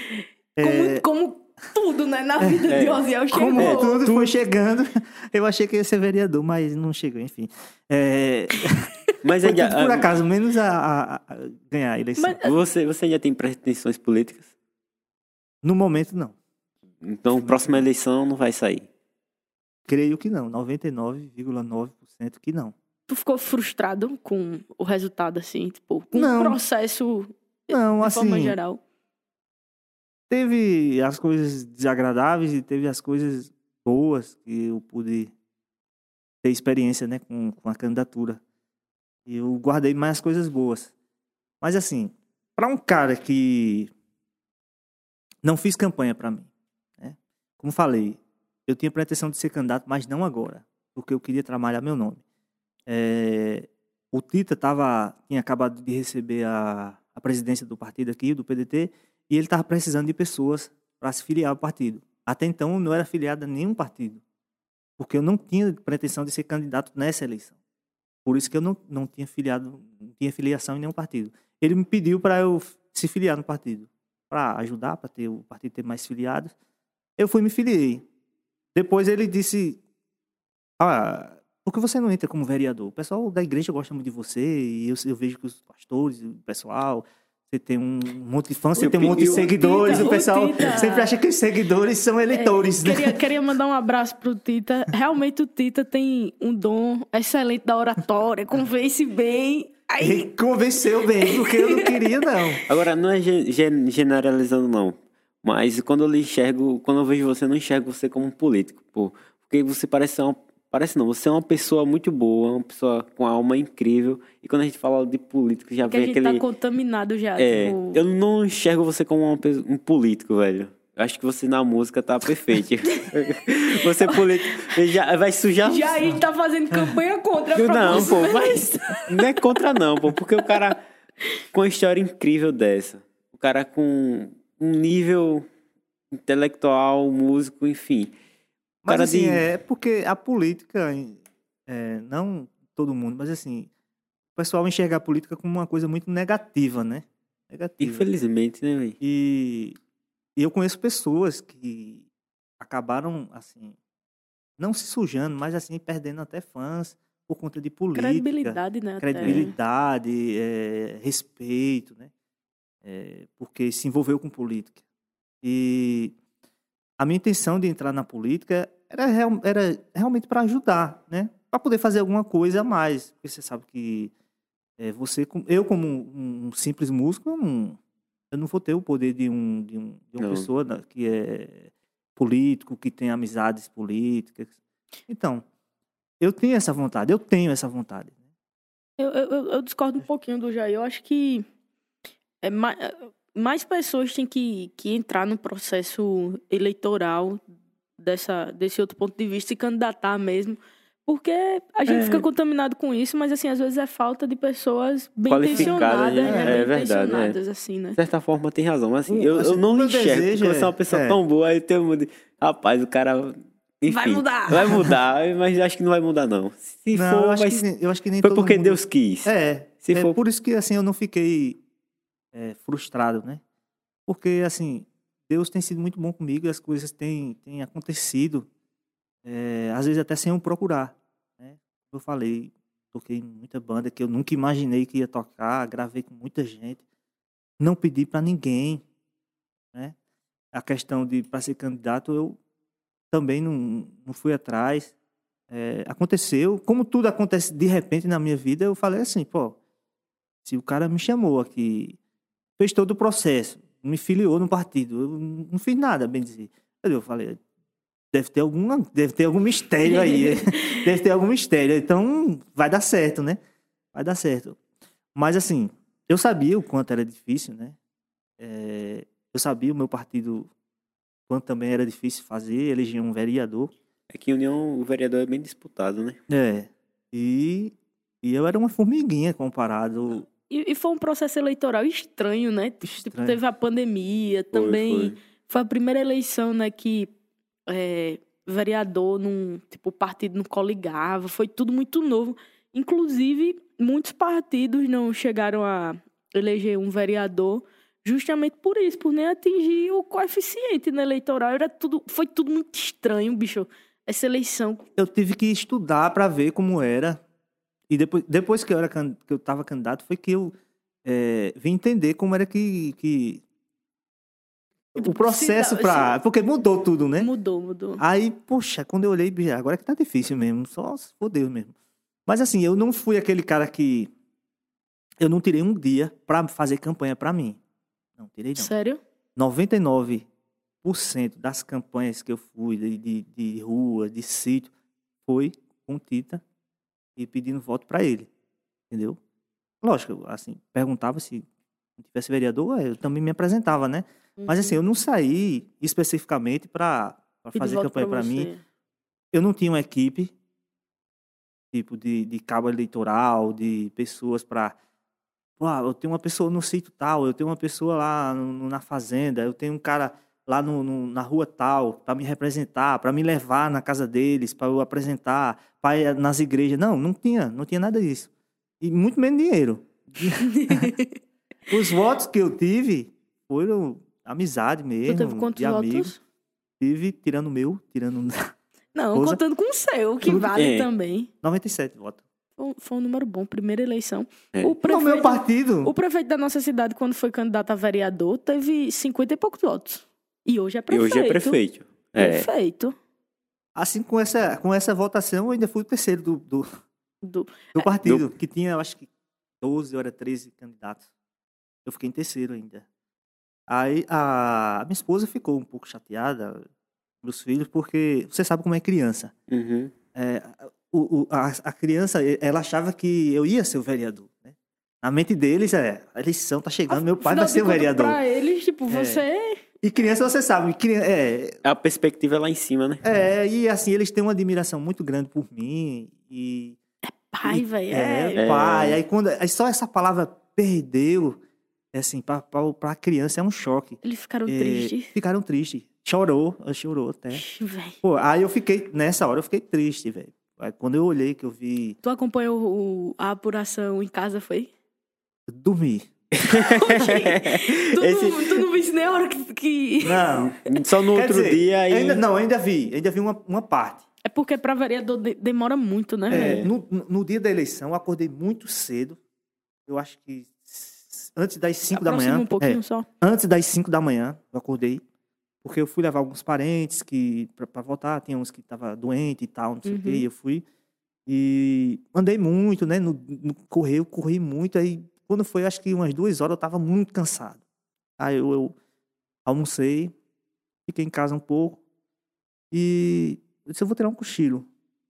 Como tudo, né? Na vida de Osiel chegou. Como tudo foi chegando. Eu achei que ia ser vereador, mas não chegou, enfim. Mas foi tudo por acaso, menos a ganhar a eleição. Mas, você ainda tem pretensões políticas? No momento, não. Então, próxima eleição não vai sair? Creio que não. 99,9% que não. Tu ficou frustrado com o resultado, assim? Tipo, com o processo de forma geral? Teve as coisas desagradáveis e teve as coisas boas que eu pude ter experiência, né, com a candidatura. E eu guardei mais as coisas boas. Mas assim, para um cara que não fiz campanha para mim, né? Como falei, eu tinha pretensão de ser candidato, mas não agora, porque eu queria trabalhar meu nome. O Tita tinha acabado de receber a presidência do partido aqui, do PDT, e ele estava precisando de pessoas para se filiar ao partido. Até então, eu não era filiado a nenhum partido, porque eu não tinha pretensão de ser candidato nessa eleição. Por isso que eu não tinha filiação em nenhum partido. Ele me pediu para eu se filiar no partido, para ajudar, para o partido ter mais filiados. Eu fui e me filiei. Depois ele disse, por que você não entra como vereador? O pessoal da igreja gosta muito de você, e eu vejo que os pastores, o pessoal, Você tem um monte de fãs, você tem um monte de seguidores. O pessoal sempre acha que os seguidores são eleitores, né? Queria mandar um abraço pro Tita. Realmente o Tita tem um dom excelente da oratória, convence bem. Ele convenceu bem, porque eu não queria, não. Agora, não é generalizando, não. Mas quando eu lhe enxergo, quando eu vejo você, eu não enxergo você como um político. Pô, porque você parece não, você é uma pessoa muito boa, uma pessoa com alma incrível. E quando a gente fala de político, já vem aquele... a gente tá contaminado já. Tipo... Eu não enxergo você como um político, velho. Eu acho que você na música tá perfeito. Você político, já vai sujar... Já aí tá fazendo campanha contra a Não, pô, mas não é contra não, pô. Porque o cara com uma história incrível dessa, o cara com um nível intelectual, músico, enfim... Mas assim, é porque a política, não todo mundo, mas assim, o pessoal enxerga a política como uma coisa muito negativa, né? Negativa. Infelizmente, né, velho? E eu conheço pessoas que acabaram, assim, não se sujando, mas assim, perdendo até fãs por conta de política. Credibilidade, né? Credibilidade, respeito, né? Porque se envolveu com política. E a minha intenção de entrar na política era realmente para ajudar, né? Para poder fazer alguma coisa a mais. Porque você sabe que eu como um simples músico, eu não vou ter o poder de uma pessoa que é político, que tem amizades políticas. Então, eu tenho essa vontade. Eu discordo um pouquinho do Jair. Eu acho que mais pessoas têm que entrar no processo eleitoral desse outro ponto de vista e candidatar mesmo, porque a gente fica contaminado com isso, mas assim, às vezes é falta de pessoas bem intencionadas, né? Bem intencionadas, assim, né? De certa forma tem razão, mas assim, eu não enxergo, porque você é uma pessoa tão boa, aí tem rapaz, o cara... Enfim, vai mudar, mas acho que não vai mudar, não. Se for, eu acho que nem foi todo porque mundo... Deus quis. Se for... por isso que assim, eu não fiquei frustrado, né? Porque, assim, Deus tem sido muito bom comigo e as coisas têm acontecido, às vezes até sem eu procurar, né? Eu falei, toquei em muita banda que eu nunca imaginei que ia tocar, gravei com muita gente, não pedi para ninguém, né? A questão de para ser candidato, eu também não fui atrás. Aconteceu, como tudo acontece de repente na minha vida, eu falei assim, pô, se o cara me chamou aqui, fez todo o processo, me filiou no partido, eu não fiz nada, bem dizer. Eu falei, deve ter algum mistério aí, deve ter algum mistério, então vai dar certo, né? Vai dar certo. Mas assim, eu sabia o quanto era difícil, né? Eu sabia o meu partido, quanto também era difícil fazer, eleger um vereador. É que o vereador é bem disputado, né? E eu era uma formiguinha comparado... E foi um processo eleitoral estranho, né? Tipo, teve a pandemia também. Foi a primeira eleição, né, que vereador, o partido não coligava. Foi tudo muito novo. Inclusive, muitos partidos não chegaram a eleger um vereador justamente por isso, por nem atingir o coeficiente no eleitoral. Foi tudo muito estranho, bicho. Essa eleição. Eu tive que estudar para ver como era. E depois que eu estava candidato, foi que eu vim entender como era que o processo para... Porque mudou tudo, né? Mudou. Aí, poxa, quando eu olhei, agora que tá difícil mesmo, só se for Deus mesmo. Mas assim, eu não fui aquele cara que... Eu não tirei um dia para fazer campanha para mim. Não, tirei não. Sério? 99% das campanhas que eu fui, de rua, de sítio, foi com Tita e pedindo voto para ele, entendeu? Lógico, assim, perguntava se tivesse vereador, eu também me apresentava, né? Mas assim, eu não saí especificamente para fazer campanha para mim. Eu não tinha uma equipe, tipo, de cabo eleitoral, de pessoas para... eu tenho uma pessoa no sítio tal, eu tenho uma pessoa lá na fazenda, eu tenho um cara lá na rua tal, para me representar, para me levar na casa deles, para eu apresentar, para ir nas igrejas. Não tinha nada disso. E muito menos dinheiro. Os votos que eu tive foram amizade mesmo. Tu teve quantos votos? Tive, tirando o meu, Não, contando com o seu, que vale também. 97 votos. Foi um número bom, primeira eleição. No meu partido. O prefeito da nossa cidade, quando foi candidato a vereador, teve 50 e poucos votos. E hoje é prefeito. Perfeito. Assim, com essa votação, eu ainda fui o terceiro do partido, que tinha, eu acho que 12 ou 13 candidatos. Eu fiquei em terceiro ainda. Aí a minha esposa ficou um pouco chateada, meus filhos, porque você sabe como é criança. Uhum. A criança, ela achava que eu ia ser o vereador, né? Na mente deles, a eleição tá chegando, meu pai vai ser o vereador. Pra eles, tipo, você... E criança, você sabe, a perspectiva é lá em cima, né? E assim, eles têm uma admiração muito grande por mim. Pai, velho. Pai. Aí só essa palavra perdeu, assim, pra criança é um choque. Eles ficaram tristes. Ficaram tristes. Chorou até. Véio. Pô, aí nessa hora eu fiquei triste, velho. Aí quando eu olhei que eu vi... Tu acompanhou a apuração em casa, foi? Eu dormi. Tu não viste nem a hora que... Não. Só no outro dia aí... Ainda vi uma parte. É porque pra vereador demora muito, né? No dia da eleição, eu acordei muito cedo. Eu acho que antes das 5 da manhã. Um pouquinho só. Antes das 5 da manhã, eu acordei. Porque eu fui levar alguns parentes pra votar. Tinha uns que estavam doentes e tal, não sei o quê. E eu fui. E andei muito, né? Eu corri muito. Aí, quando foi, acho que umas 2 horas, eu tava muito cansado. Aí eu almocei. Fiquei em casa um pouco. E eu disse, eu vou tirar um cochilo.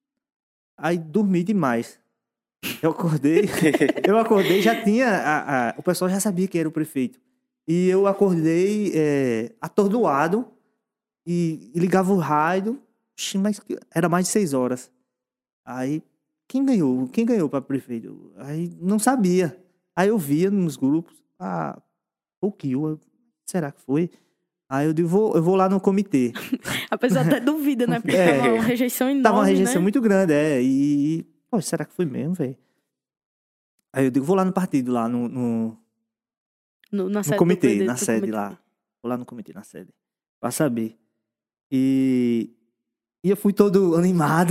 Aí dormi demais. Eu acordei, já tinha... o pessoal já sabia que era o prefeito. E eu acordei atordoado e ligava o rádio, mas era mais de 6 horas. Aí, quem ganhou para prefeito? Aí, não sabia. Aí eu via nos grupos, o Kiel, será que foi? Aí eu digo, eu vou lá no comitê. A pessoa até duvida, né? Porque tava uma rejeição enorme, Tava uma rejeição, né? Muito grande, E, pô, será que foi mesmo, velho? Aí eu digo, vou lá no partido, lá no comitê, na sede lá. Vou lá no comitê, na sede. Pra saber. E eu fui todo animado.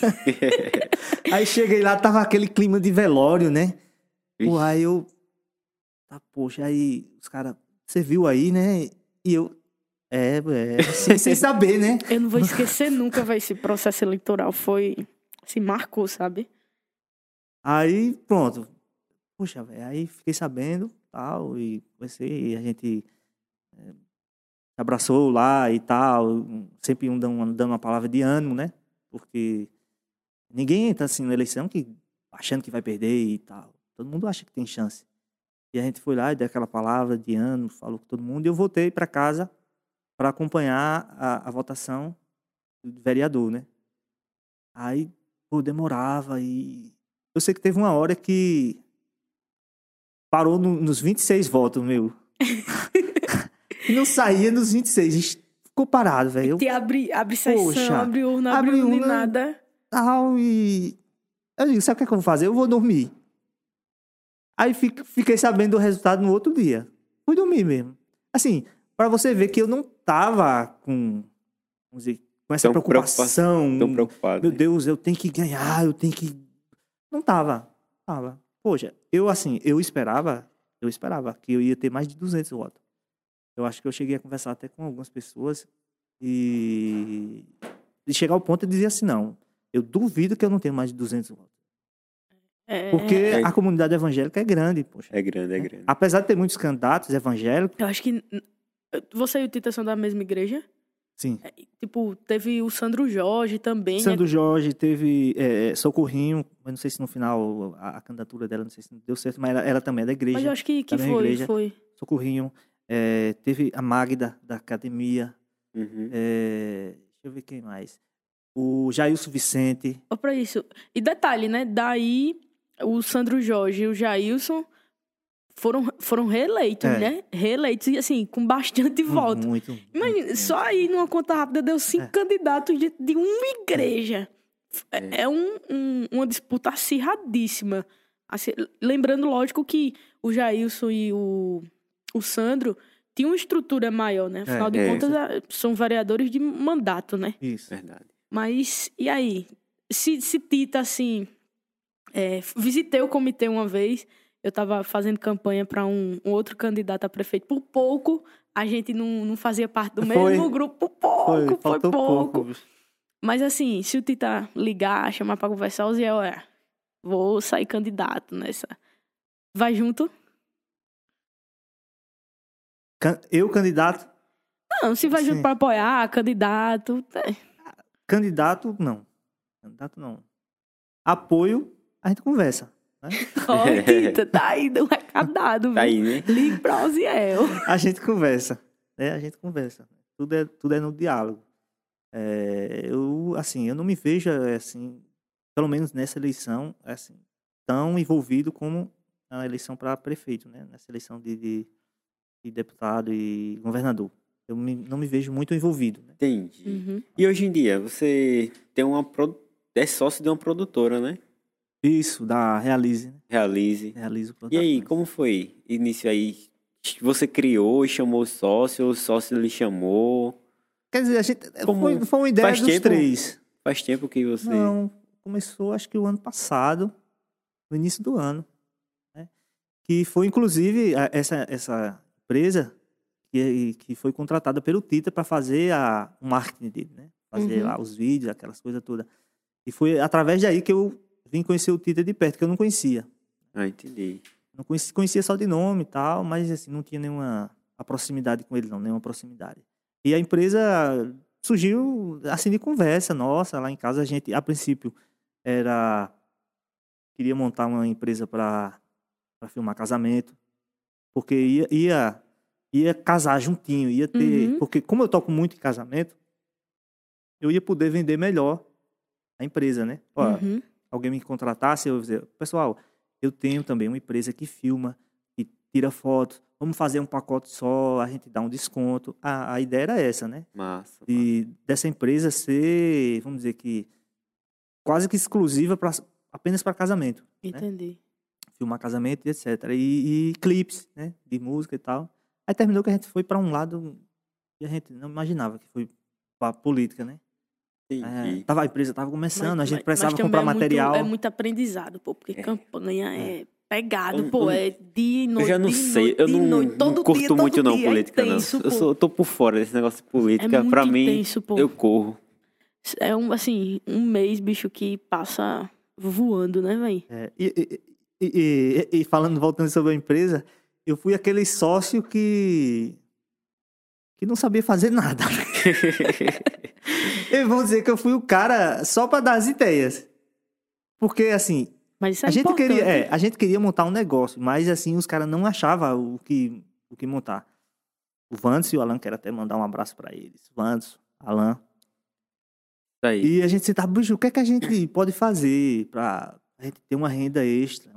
Aí cheguei lá, tava aquele clima de velório, né? Pô, aí eu... poxa, aí os caras... Você viu aí, né? E eu... sem saber, né? Eu não vou esquecer nunca, velho, esse processo eleitoral foi... Se marcou, sabe? Aí, pronto. Poxa, velho, aí fiquei sabendo, tal, e comecei, a gente se abraçou lá e tal, sempre dando uma palavra de ânimo, né? Porque ninguém entra assim na eleição achando que vai perder e tal. Todo mundo acha que tem chance. E a gente foi lá e deu aquela palavra de ânimo, falou com todo mundo, e eu voltei para casa para acompanhar a votação do vereador, né? Aí, pô, demorava e... Eu sei que teve uma hora que parou nos 26 votos, meu. E não saía nos 26. Ficou parado, velho. Te abre sessão, abre urna e nada. Tal, e... Eu digo, sabe o que eu vou fazer? Eu vou dormir. Aí fiquei sabendo do resultado no outro dia. Fui dormir mesmo. Assim, pra você ver que eu não tava com essa preocupação. Tão preocupado. Meu Deus, eu tenho que ganhar, eu tenho que... Não tava. Poxa, eu esperava que eu ia ter mais de 200 votos. Eu acho que eu cheguei a conversar até com algumas pessoas e chegar ao ponto de dizer assim, não, eu duvido que eu não tenha mais de 200 votos. Porque a comunidade evangélica é grande, poxa. É grande. Apesar de ter muitos candidatos evangélicos... Eu acho que você e o Tita são da mesma igreja? Sim. Teve o Sandro Jorge também. Sandro Jorge, teve Socorrinho, mas não sei se no final a candidatura dela, não sei se deu certo, mas ela também é da igreja. Mas eu acho que foi. Socorrinho. Teve a Magda, da academia. Uhum. Deixa eu ver quem mais. O Jailson Vicente. Pra isso. E detalhe, né? Daí, o Sandro Jorge e o Jailson foram reeleitos, né? Reeleitos, e assim, com bastante voto. Imagina, só aí numa conta rápida deu 5 candidatos de uma igreja. É uma disputa acirradíssima. Assim, lembrando, lógico, que o Jailson e o Sandro tinham uma estrutura maior, né? Afinal de contas, são vereadores de mandato, né? Isso. Verdade. Mas, e aí? Se Tita, assim... visitei o comitê uma vez. Eu estava fazendo campanha para um outro candidato a prefeito. Por pouco, a gente não fazia parte do mesmo grupo. Por pouco, foi pouco. Mas assim, se o Tita ligar, chamar para conversar, o Ziel vou sair candidato nessa. Vai junto? Eu, candidato? Não, se vai junto para apoiar, candidato. Candidato, não. Candidato, não. Apoio, a gente conversa. Né? Ó, Tita, tá aí, deu um recado dado. Tá aí, né? Ligue pra Oziel. A gente conversa. Né? A gente conversa. Tudo é no diálogo. Eu não me vejo, assim, pelo menos nessa eleição, assim, tão envolvido como na eleição para prefeito, né? Nessa eleição de deputado e governador. Eu não me vejo muito envolvido. Né? Entendi. Uhum. E hoje em dia, você tem é sócio de uma produtora, né? Isso, da Realize. Né? Realize. E aí, como foi início aí? Você criou e chamou o sócio lhe chamou? Quer dizer, foi uma ideia dos três. Faz tempo que você... Não, começou acho que o ano passado, no início do ano. Né? Que foi, inclusive, essa empresa que foi contratada pelo Tita para fazer o marketing dele, né? Fazer lá os vídeos, aquelas coisas todas. E foi através daí que eu vim conhecer o Tita de perto, que eu não conhecia. Ah, entendi. Não conhecia só de nome e tal, mas assim, não tinha nenhuma proximidade com ele, não, nenhuma proximidade. E a empresa surgiu assim de conversa nossa, lá em casa a gente, a princípio, queria montar uma empresa para filmar casamento, porque ia casar juntinho, ia ter... Porque como eu toco muito em casamento, eu ia poder vender melhor a empresa, né? Alguém me contratasse, eu ia dizer, pessoal, eu tenho também uma empresa que filma, que tira fotos, vamos fazer um pacote só, a gente dá um desconto. A ideia era essa, né? Massa. Dessa empresa ser, vamos dizer que, quase que exclusiva apenas para casamento. Entendi. Né? Filmar casamento e etc. E clipes, né? De música e tal. Aí terminou que a gente foi para um lado que a gente não imaginava, que foi para política, né? A empresa estava começando, a gente precisava comprar material. É muito aprendizado, pô, porque campanha é pegado, pô, é dia e noite. Eu já não sei, eu não curto muito não política, não. Eu tô por fora desse negócio de política, pra mim, eu corro. É um mês, bicho, que passa voando, né, velho? E voltando sobre a empresa, eu fui aquele sócio que não sabia fazer nada. Eles vão dizer que eu fui o cara só para dar as ideias. Porque, assim, mas isso a gente queria montar um negócio, mas, assim, os caras não achavam o que montar. O Vandes e o Alan, quero até mandar um abraço para eles. Vandes, Alan. Aí. E a gente sentava, bicho, o que é que a gente pode fazer para a gente ter uma renda extra?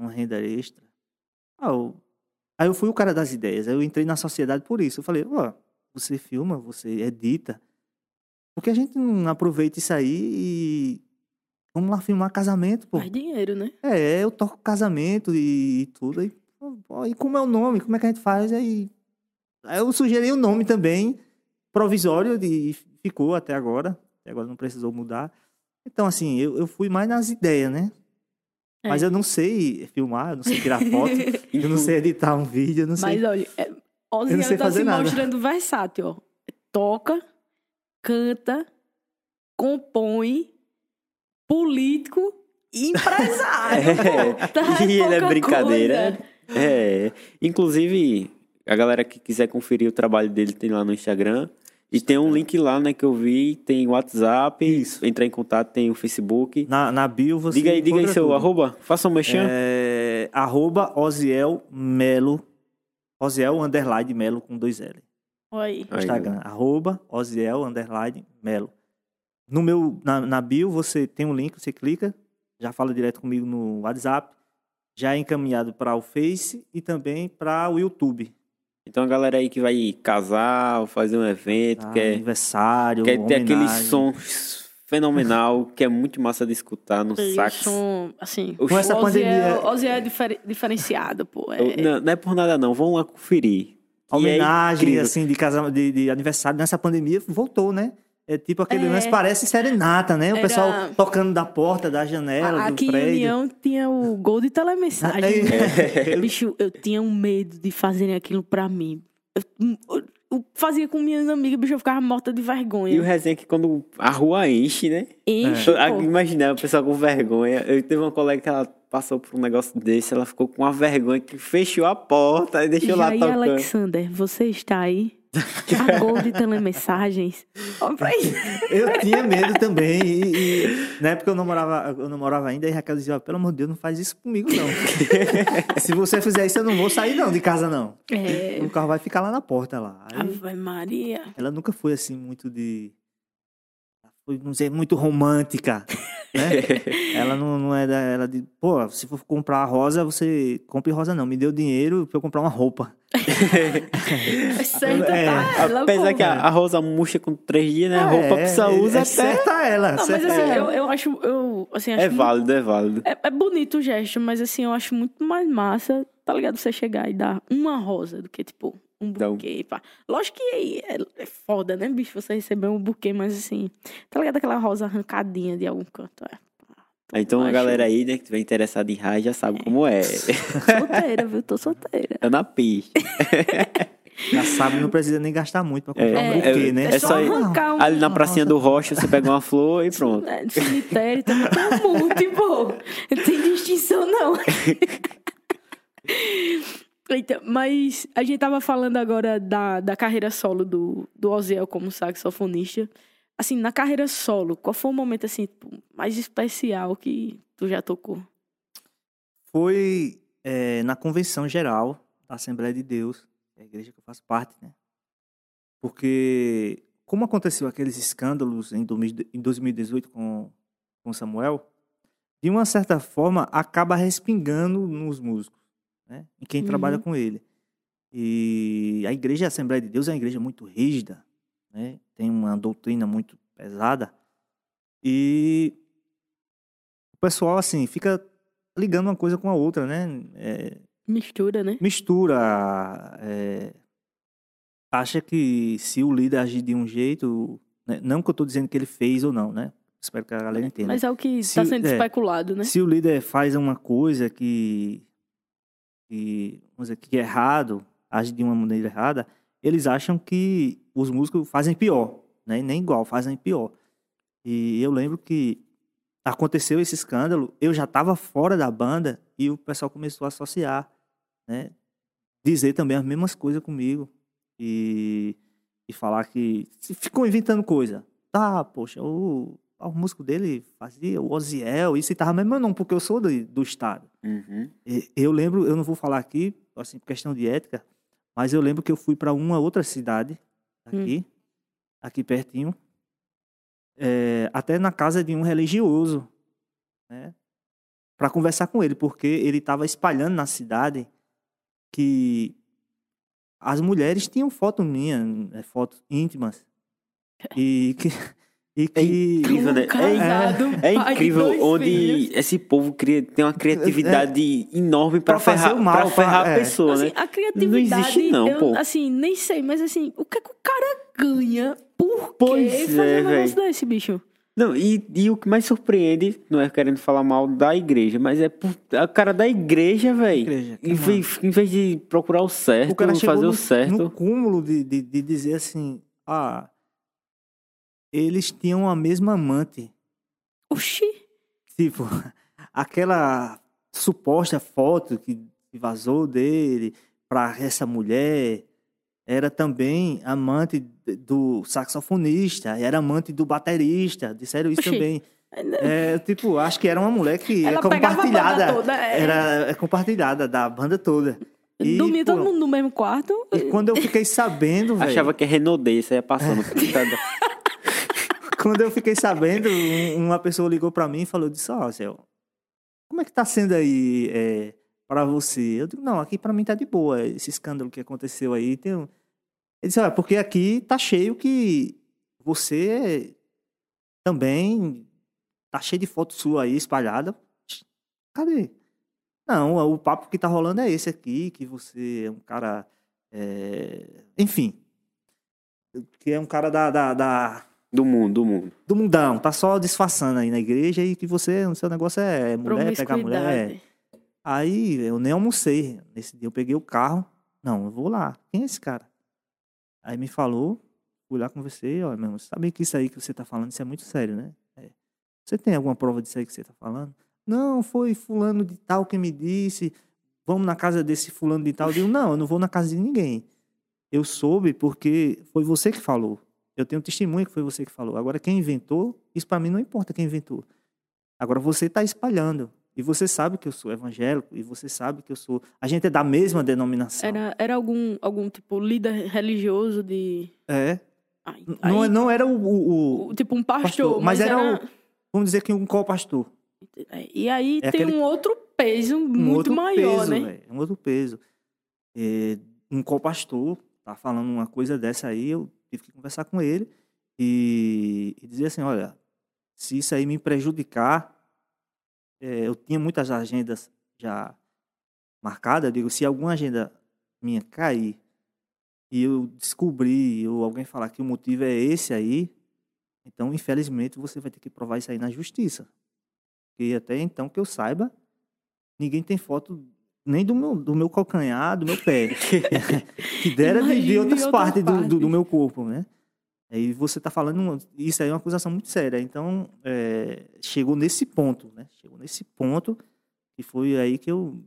Aí eu fui o cara das ideias. Aí eu entrei na sociedade por isso. Eu falei, você filma, você edita. Por que a gente não aproveita isso aí e vamos lá filmar casamento, pô? Faz dinheiro, né? Eu toco casamento e tudo. E como é o nome? Como é que a gente faz? Aí eu sugeri o nome também, provisório, e ficou até agora. Até agora não precisou mudar. Então, assim, eu fui mais nas ideias, né? Mas eu não sei filmar, eu não sei tirar foto, eu não sei editar um vídeo, eu não sei... Mas, olha, Oziel tá se mostrando versátil, ó. Toca, canta, compõe, político e empresário. E ele é brincadeira. Inclusive, a galera que quiser conferir o trabalho dele tem lá no Instagram. E tem um link lá, né, que eu vi, tem o WhatsApp, entrar em contato, tem o Facebook. Na bio você... Diga aí seu arroba, faça um mexão. @ Oziel Melo, Oziel _ Melo com 2 L. Oi. Instagram, @ Oziel _ Melo. Na bio você tem um link, você clica, já fala direto comigo no WhatsApp, já é encaminhado para o Face e também para o YouTube. Então a galera aí que vai casar, fazer um evento, aniversário, quer ter aquele som fenomenal, que é muito massa de escutar no sax. Som, assim, com essa pandemia... Oziel é diferenciado, pô. Não é por nada não, vão lá conferir. A homenagem, assim, de aniversário nessa pandemia voltou, né? É tipo aquele lance, parece serenata, né? O pessoal tocando da porta, da janela, do prédio. Aqui em União tinha o gol de telemessagem. Bicho, eu tinha um medo de fazerem aquilo pra mim. Eu fazia com minhas amigas, bicho, eu ficava morta de vergonha. E o resenha é que quando a rua enche, né? Enche, Imagina, o pessoal com vergonha. Eu teve uma colega que ela passou por um negócio desse, ela ficou com uma vergonha que fechou a porta e deixou lá tocando. Alexander, você está aí? A gol de telemensagens. Eu tinha medo também. E na época eu namorava ainda, e Raquel dizia, pelo amor de Deus, não faz isso comigo, não. Se você fizer isso, eu não vou sair, não, de casa, não. O carro vai ficar lá na porta, lá. Ave Maria. Ela nunca foi, assim, muito de... Foi, vamos dizer, muito romântica, né? Ela não é ela de... Pô, se for comprar rosa, você... Compre rosa, não. Me deu dinheiro pra eu comprar uma roupa. Certa ela, apesar que a rosa murcha com 3 dias, né? A roupa que você usa até... Certa ela. Não, mas assim, eu acho... acho válido, é válido. É bonito o gesto, mas assim, eu acho muito mais massa, tá ligado? Você chegar e dar uma rosa do que, tipo... Um buquê, pá. Lógico que é foda, né, bicho? Você receber um buquê, mas assim... Tá ligado aquela rosa arrancadinha de algum canto? Então a galera aí, né, que estiver interessada em raio já sabe como é. Solteira, viu? Tô solteira. Tá na pista. Já sabe, não precisa nem gastar muito pra comprar um buquê, né? É só arrancar ali na pracinha do Rocha, você pega uma flor e pronto. No cemitério também tem um monte, pô. Não tem distinção, não. Eita, mas a gente tava falando agora da carreira solo do Oziel como saxofonista. Assim, na carreira solo, qual foi o momento assim mais especial que tu já tocou? Foi na Convenção Geral da Assembleia de Deus, a igreja que eu faço parte, né? Porque, como aconteceu aqueles escândalos em 2018 com Samuel, de uma certa forma, acaba respingando nos músicos, né? Em quem trabalha com ele. E a igreja Assembleia de Deus é uma igreja muito rígida, né? Tem uma doutrina muito pesada. E o pessoal, assim, fica ligando uma coisa com a outra, né? Mistura, né? Mistura. Acha que se o líder agir de um jeito... Né? Não que eu estou dizendo que ele fez ou não, né? Espero que a galera entenda. Mas é o que está sendo especulado, né? Se o líder faz uma coisa que vamos dizer, que é errado, age de uma maneira errada, eles acham que os músicos fazem pior, né? Nem igual, fazem pior. E eu lembro que aconteceu esse escândalo, eu já estava fora da banda e o pessoal começou a associar, né? Dizer também as mesmas coisas comigo e falar que ficou inventando coisa. Tá, poxa, o músico dele fazia o Oziel, isso e tava mesmo não, porque eu sou do estado. Eu lembro, eu não vou falar aqui, assim, por questão de ética, mas eu lembro que eu fui para uma outra cidade aqui pertinho, até na casa de um religioso, né, para conversar com ele, porque ele estava espalhando na cidade que as mulheres tinham foto minha, fotos íntimas, e que é incrível onde esse povo tem uma criatividade enorme para ferrar a pessoa, assim, né? A criatividade, não existe não, pô. Assim, nem sei, mas assim, o que é que o cara ganha? Por que fazer um negócio desse, bicho? Não, e o que mais surpreende, não é querendo falar mal da igreja, mas é a cara da igreja, velho. Em vez de procurar o certo, fazer o certo. No cúmulo de dizer assim, eles tinham a mesma amante. Oxi! Tipo, aquela suposta foto que vazou dele para essa mulher era também amante do saxofonista, era amante do baterista. Disseram isso também. Tipo, acho que era uma mulher que ela compartilhada. Toda, Era compartilhada da banda toda. Dormia todo mundo no mesmo quarto. E quando eu fiquei sabendo, velho... Achava que é Renaudê, isso ia passando. Quando eu fiquei sabendo, uma pessoa ligou pra mim e falou, disse, Céu, como é que tá sendo aí pra você? Eu digo, não, aqui pra mim tá de boa, esse escândalo que aconteceu aí. Ele disse, porque aqui tá cheio que você também tá cheio de foto sua aí espalhada. Cadê? Não, o papo que tá rolando é esse aqui, que você é um cara, enfim, que é um cara Do mundo. Do mundão. Tá só disfarçando aí na igreja e que você, o seu negócio é mulher, pegar mulher. Aí eu nem almocei. Nesse dia eu peguei o carro. Não, eu vou lá. Quem é esse cara? Aí me falou, fui lá conversei, ó, meu irmão, você sabe que isso aí que você tá falando, isso é muito sério, né? Você tem alguma prova disso aí que você tá falando? Não, foi fulano de tal que me disse, vamos na casa desse fulano de tal. Eu digo, não, eu não vou na casa de ninguém. Eu soube porque foi você que falou. Eu tenho testemunha que foi você que falou. Agora, quem inventou, isso para mim não importa quem inventou. Agora, você está espalhando. E você sabe que eu sou evangélico. E você sabe que eu sou... A gente é da mesma denominação. Era algum tipo, líder religioso de... Não era o tipo, um pastor. Mas era vamos dizer que um co-pastor. E aí tem um outro peso muito maior, né? Véio, um outro peso. Um co-pastor tá falando uma coisa dessa aí, eu tive que conversar com ele e dizer assim, olha, se isso aí me prejudicar, eu tinha muitas agendas já marcadas, eu digo, se alguma agenda minha cair e eu descobrir ou alguém falar que o motivo é esse aí, então, infelizmente, você vai ter que provar isso aí na justiça. Porque até então, que eu saiba, ninguém tem foto nem do meu calcanhar, do meu pé. Que dera de outras partes do meu corpo, né? Aí você está falando... Isso aí é uma acusação muito séria. Então, chegou nesse ponto, né? Chegou nesse ponto que foi aí que eu...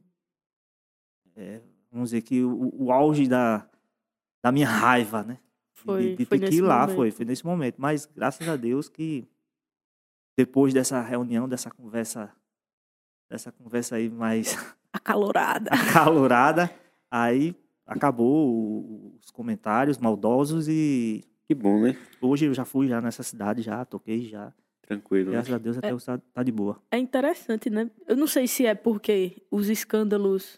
vamos dizer que o auge da minha raiva, né? De ter que ir lá, foi nesse momento. Mas, graças a Deus, que depois dessa reunião, dessa conversa aí mais... Acalorada. Aí acabou os comentários maldosos e... Que bom, né? Hoje eu já fui nessa cidade, já toquei, já. Tranquilo. Graças a Deus até tá de boa. É interessante, né? Eu não sei se é porque os escândalos...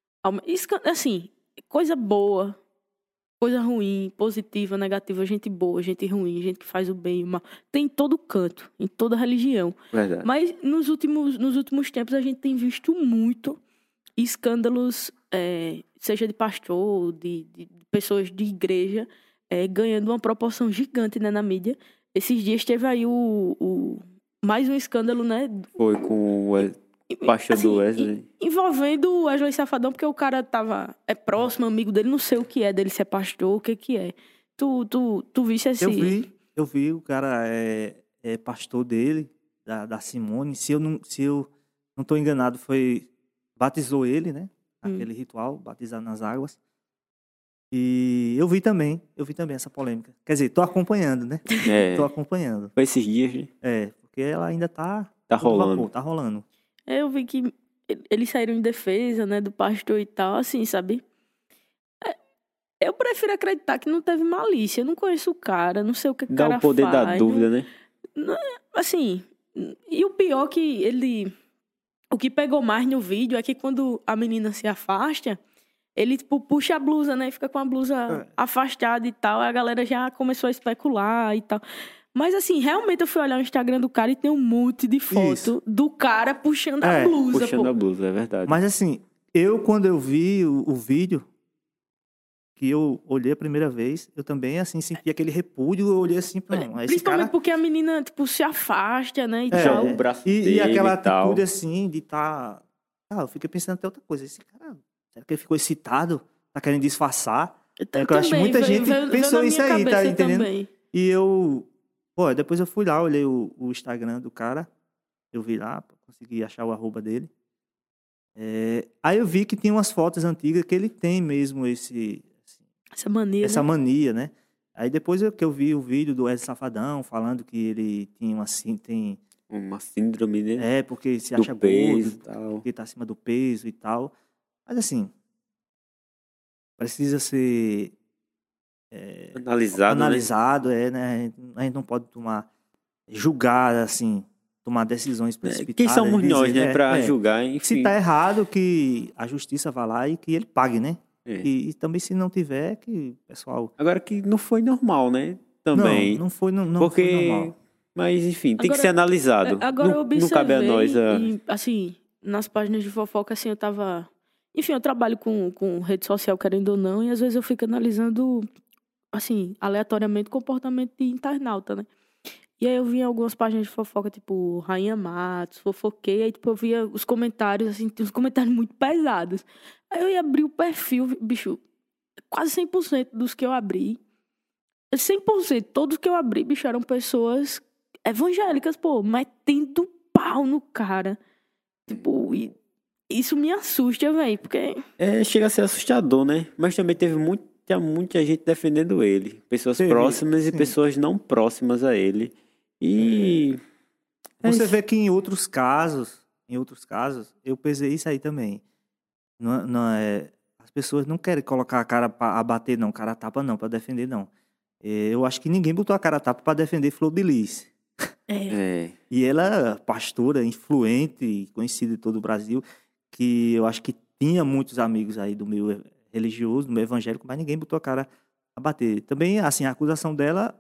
Assim, coisa boa, coisa ruim, positiva, negativa, gente boa, gente ruim, gente que faz o bem e o mal. Tem em todo canto, em toda religião. Verdade. Mas nos últimos tempos a gente tem visto muito escândalos, seja de pastor, de pessoas de igreja, ganhando uma proporção gigante, né, na mídia. Esses dias teve aí mais um escândalo, né? Foi com o pastor do Wesley. Envolvendo o Wesley Safadão, porque o cara próximo, amigo dele, não sei o que é dele ser pastor, o que é. Tu viste assim? Eu vi, o cara é pastor dele, da Simone. Se eu não tô enganado, batizou ele, né? Aquele ritual, batizar nas águas. E eu vi também essa polêmica. Quer dizer, tô acompanhando, né? Tô acompanhando. Foi esses dias, né? Porque ela ainda tá rolando. Vapor, tá rolando. Eu vi que eles saíram em defesa, né, do pastor e tal, assim, sabe? Eu prefiro acreditar que não teve malícia. Eu não conheço o cara, não sei o que o cara faz. Dá o poder da dúvida, né? Assim, e o pior que o que pegou mais no vídeo é que quando a menina se afasta, ele, tipo, puxa a blusa, né? Fica com a blusa afastada e tal. A galera já começou a especular e tal. Mas, assim, realmente eu fui olhar o Instagram do cara e tem um monte de foto do cara puxando a blusa. Puxando a blusa, é verdade. Mas, assim, quando eu vi o vídeo, que eu olhei a primeira vez, eu também, assim, senti aquele repúdio, eu olhei assim, principalmente porque a menina, tipo, se afasta, né, e tal. o braço dele e aquela tal. atitude, assim, de estar... eu fiquei pensando até outra coisa. Esse cara, será que ele ficou excitado? Tá querendo disfarçar? Eu acho que muita gente pensou isso aí, tá entendendo? Também. E eu... depois eu fui lá, olhei o Instagram do cara, eu vi lá, consegui achar o @ dele. Aí eu vi que tinha umas fotos antigas que ele tem mesmo essa mania, né? Aí depois que eu vi o vídeo do Wesley Safadão falando que ele tinha uma síndrome, né? Porque se acha gordo, porque tá acima do peso e tal. Mas assim, precisa ser analisado, né? A gente não pode julgar, assim, tomar decisões precipitadas. Quem somos nós, né? Pra julgar, enfim. Se tá errado, que a justiça vá lá e que ele pague, né? E também se não tiver, que o pessoal... Agora que não foi normal, né? Também. Não foi normal. Mas, enfim, tem que ser analisado. Agora eu observei, não cabe a nós assim, nas páginas de fofoca, assim, eu tava... Enfim, eu trabalho com rede social, querendo ou não, e às vezes eu fico analisando, assim, aleatoriamente o comportamento de internauta, né? E aí eu via algumas páginas de fofoca, tipo, Rainha Matos, fofoquei, aí tipo, eu via os comentários, assim, uns comentários muito pesados. Aí eu ia abrir o perfil, bicho, quase 100% dos que eu abri, 100%, todos que eu abri, bicho, eram pessoas evangélicas, pô, metendo pau no cara. Tipo, e isso me assusta, velho, porque... Chega a ser assustador, né? Mas também teve muita gente defendendo ele. Pessoas próximas e pessoas não próximas a ele. E... Você vê que em outros casos, eu pesei isso aí também. As pessoas não querem colocar a cara a bater, não, cara a tapa não, pra defender, não. Eu acho que ninguém botou a cara a tapa pra defender Flor de Lis. E ela, pastora, influente, conhecida em todo o Brasil, que eu acho que tinha muitos amigos aí do meio religioso, do meio evangélico, mas ninguém botou a cara a bater. Também, assim, a acusação dela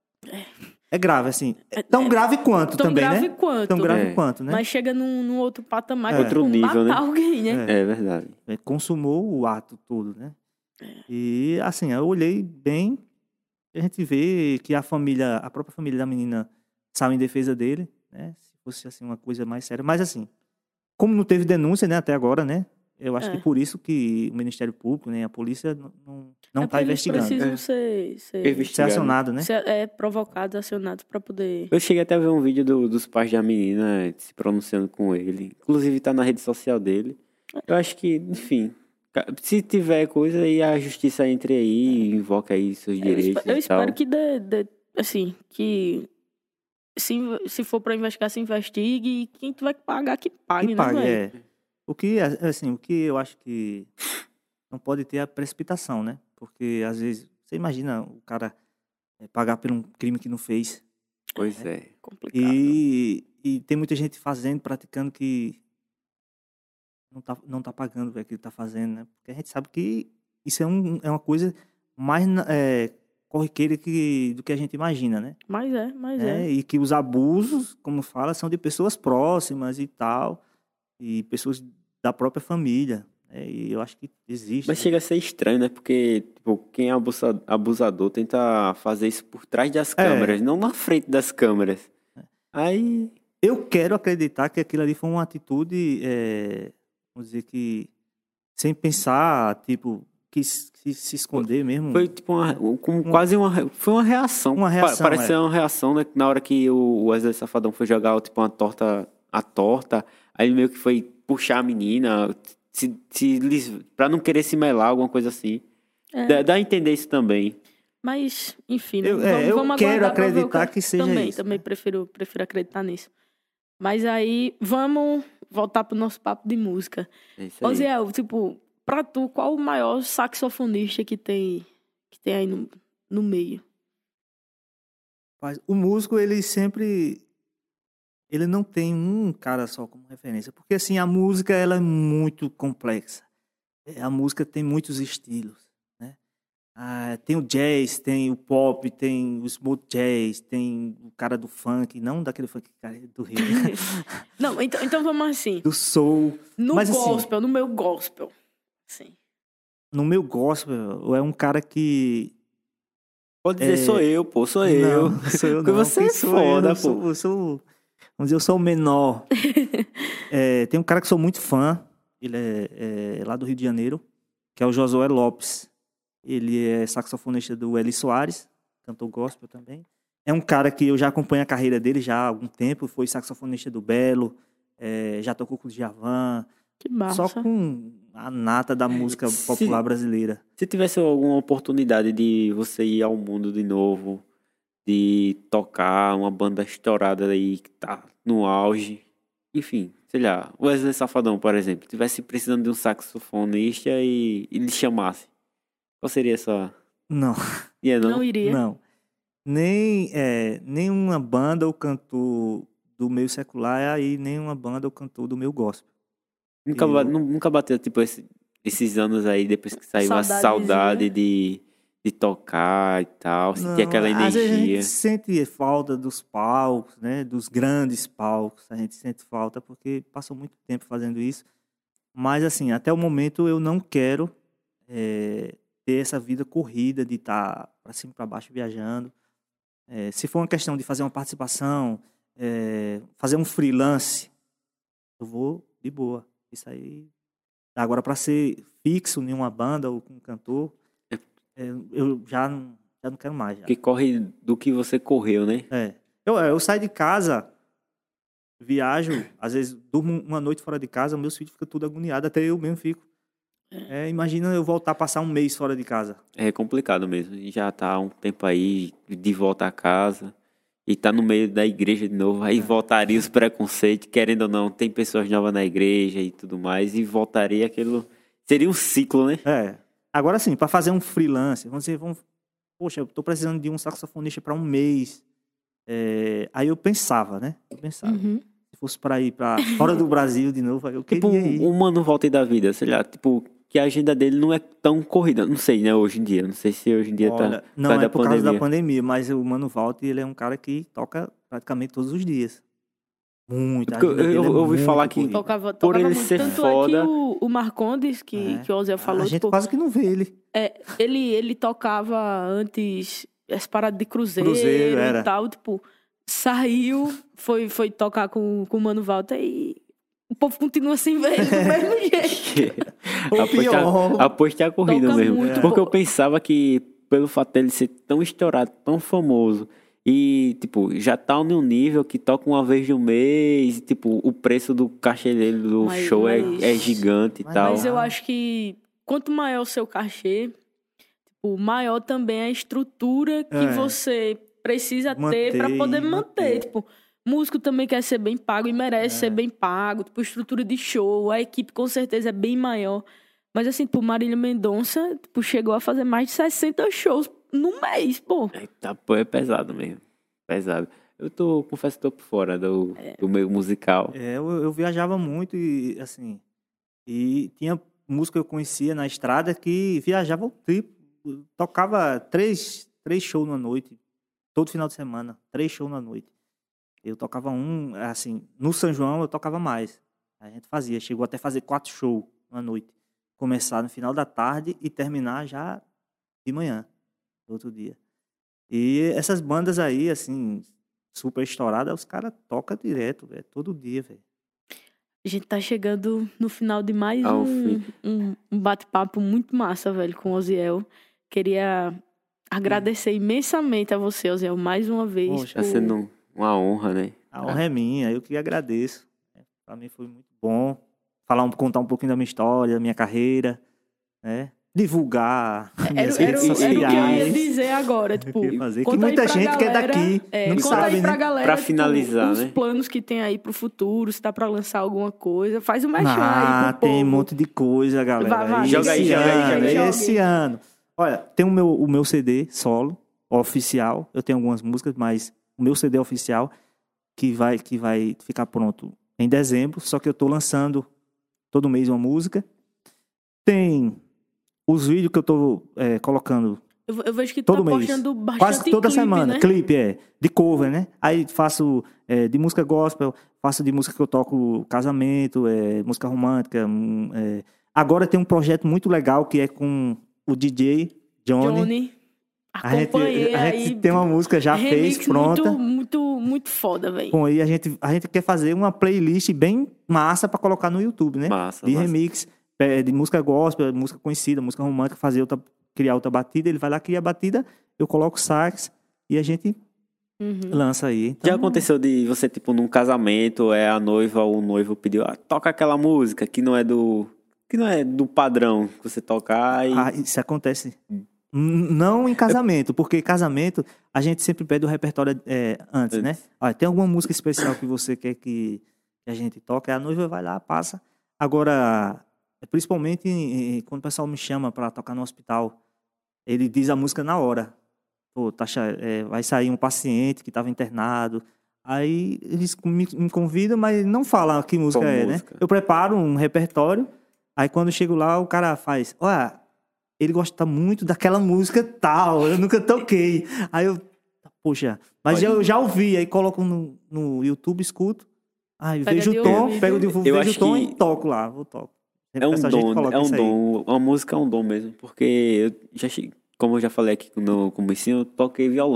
é grave, assim. Tão grave quanto também, né? Tão grave quanto, né? Mas chega num outro patamar, outro tipo, nível, matar né? alguém, né? É verdade. Consumou o ato todo, né? E, assim, eu olhei bem, a gente vê que a própria família da menina saiu em defesa dele, né? Se fosse, assim, uma coisa mais séria. Mas, assim, como não teve denúncia, né, até agora, né? Eu acho que por isso que o Ministério Público, né, a polícia não está investigando. Precisam ser acionado, né? Provocados, acionados para poder... Eu cheguei até a ver um vídeo dos pais da menina se pronunciando com ele. Inclusive tá na rede social dele. Eu acho que, enfim, se tiver coisa aí, a justiça entre aí, invoca aí seus direitos Eu e tal. espero que assim, que se for para investigar, se investigue, e quem tiver que pagar, que pague, que pague, né, velho? O que eu acho que não pode ter a precipitação, né? Porque, às vezes, você imagina o cara pagar por um crime que não fez. Pois é. Complicado. E tem muita gente praticando que não tá pagando o que ele tá fazendo, né? Porque a gente sabe que isso é uma coisa mais corriqueira do que a gente imagina, né? Mas é. E que os abusos, como fala, são de pessoas próximas e tal, e pessoas da própria família. E eu acho que existe. Mas chega a ser estranho, né? Porque tipo, quem é abusador tenta fazer isso por trás das câmeras, não na frente das câmeras. Aí... Eu quero acreditar que aquilo ali foi uma atitude, vamos dizer que, sem pensar, tipo, quis se esconder mesmo. Foi tipo foi uma reação. Uma reação, Parece ser uma reação, né? Na hora que o Wesley Safadão foi jogar tipo a torta, aí ele meio que foi puxar a menina, pra não querer se melar, alguma coisa assim. Dá a entender isso também. Mas, enfim, eu quero acreditar que seja isso. Também prefiro acreditar nisso. Mas aí, vamos voltar pro nosso papo de música. Oziel, tipo, pra tu, qual o maior saxofonista que tem aí no meio? O músico, ele não tem um cara só como referência. Porque, assim, a música, ela é muito complexa. A música tem muitos estilos. Tem o jazz, tem o pop, tem o smooth jazz, tem o cara do funk, não daquele funk do Rio. Não, então vamos assim. Do soul. No meu gospel. Sim. No meu gospel, é um cara que... Pode dizer, sou eu, pô, sou eu. Não, sou eu não. Porque você é foda, pô. Vamos dizer, eu sou o menor. Tem um cara que sou muito fã, ele é lá do Rio de Janeiro, que é o Josué Lopes. Ele é saxofonista do Eli Soares, cantor gospel também. É um cara que eu já acompanho a carreira dele já há algum tempo. Foi saxofonista do Belo, já tocou com o Djavan. Que massa. Só com a nata da música popular brasileira. Se tivesse alguma oportunidade de você ir ao mundo de novo, de tocar uma banda estourada aí que tá no auge, enfim, sei lá, o Wesley Safadão, por exemplo, tivesse precisando de um saxofonista e lhe chamasse, qual seria essa... Não. Não iria? Não. Nem uma banda ou cantor do meio secular, aí nem uma banda ou cantor do meio gospel. Nunca bateu, tipo, esses anos aí, depois que saiu a saudade de tocar e tal, sentir aquela energia. Às vezes a gente sente falta dos palcos, né? Dos grandes palcos. A gente sente falta porque passou muito tempo fazendo isso. Mas, assim, até o momento eu não quero ter essa vida corrida de estar para cima e para baixo viajando. Se for uma questão de fazer uma participação, fazer um freelance, eu vou de boa. Isso aí. Agora, para ser fixo em uma banda ou com um cantor, eu já não quero mais. Já. Que corre do que você correu, né? Eu saio de casa, viajo, às vezes durmo uma noite fora de casa, meus filhos ficam tudo agoniados, até eu mesmo fico. Imagina eu voltar a passar um mês fora de casa. É complicado mesmo. E já tá há um tempo aí de volta a casa. E tá no meio da igreja de novo. Aí voltaria os preconceitos, querendo ou não. Tem pessoas novas na igreja e tudo mais. E voltaria aquilo... Seria um ciclo, né? Agora sim, para fazer um freelance, poxa, eu tô precisando de um saxofonista para um mês. Aí eu pensava, né? Se fosse para ir para fora do Brasil de novo, aí eu queria ir. Um Mano Walter da vida, sei lá, que a agenda dele não é tão corrida. Não sei, né, hoje em dia. Não sei se hoje em dia tá... Não é por causa da pandemia, mas o Mano Walter, ele é um cara que toca praticamente todos os dias. Muito. Eu ouvi falar que tocava por ele muito. ser Tanto foda... É que o Marcondes, que o Ozzy falou... A gente quase que não vê ele. Ele tocava antes as paradas de cruzeiro era. E tal, saiu, foi tocar com o Mano Walter e o povo continua sem ver ele do mesmo jeito. Aposto a corrida Toca mesmo. muito, porque eu pensava que, pelo fato dele ser tão estourado, tão famoso, e, já tá em um nível que toca uma vez no mês, o preço do cachê dele do show é gigante e tal. Mas eu acho que quanto maior o seu cachê, maior também a estrutura que você precisa ter para poder manter. Músico também quer ser bem pago e merece ser bem pago. Estrutura de show, a equipe com certeza é bem maior. Mas assim, Marília Mendonça, chegou a fazer mais de 60 shows no mês, pô. É pesado mesmo. Pesado. Confesso que tô por fora do meio musical. Eu viajava muito e, assim, e tinha música que eu conhecia na estrada que viajava o triplo. Tocava três shows na noite, todo final de semana, 3 shows na noite. Eu tocava assim, no São João eu tocava mais. A gente chegou até a fazer 4 shows na noite. Começar no final da tarde e terminar já de manhã, no outro dia. E essas bandas aí, assim, super estouradas, os caras tocam direto, velho, todo dia, velho. A gente tá chegando no final de mais um bate-papo muito massa, velho, com o Oziel. Queria agradecer imensamente a você, Oziel, mais uma vez. Poxa, tá sendo uma honra, né? A honra é minha, eu que agradeço. Pra mim foi muito bom contar um pouquinho da minha história, da minha carreira, né? Divulgar minhas redes sociais. Era o que eu ia dizer agora, que muita gente que é daqui não sabe, pra né? Galera, pra finalizar, os planos que tem aí pro futuro, se tá pra lançar alguma coisa, faz o merchan aí pro tem povo. um monte de coisa, galera. Vai. Joga aí. Esse ano. Olha, tem o meu CD solo, oficial. Eu tenho algumas músicas, mas o meu CD oficial que vai ficar pronto em dezembro. Só que eu tô lançando todo mês uma música. Tem os vídeos que eu tô colocando. Eu vejo que todo tá mês, postando bastante quase toda clipe, semana. né? Clipe, de cover, né? Aí faço de música gospel, faço de música que eu toco casamento, música romântica. Agora tem um projeto muito legal que é com o DJ Johnny. A gente tem uma música já fez, pronta. Muito foda, velho. Bom, aí a gente quer fazer uma playlist bem massa pra colocar no YouTube, né? Massa. Remix, de música gospel, música conhecida, música romântica, criar outra batida. Ele vai lá, cria a batida, eu coloco sax e a gente lança aí. Então, já aconteceu de você, num casamento, a noiva ou o noivo pediu, toca aquela música que não é do padrão que você tocar e... isso acontece. Não em casamento, porque casamento a gente sempre pede o repertório antes, né? Olha, tem alguma música especial que você quer que a gente toque, a noiva vai lá, passa. Agora, principalmente quando o pessoal me chama para tocar no hospital, ele diz a música na hora. Pô, vai sair um paciente que estava internado. Aí eles me convidam, mas não falam que música né? Eu preparo um repertório, aí quando eu chego lá, o cara faz, olha, ele gosta muito daquela música tal, eu nunca toquei. Aí eu, poxa, mas eu já ouvi, aí coloco no YouTube, escuto, aí vejo o tom, pego o tom e toco lá, toco. É um dom, uma música é um dom mesmo, porque como eu já falei aqui no comecinho, eu toquei violão.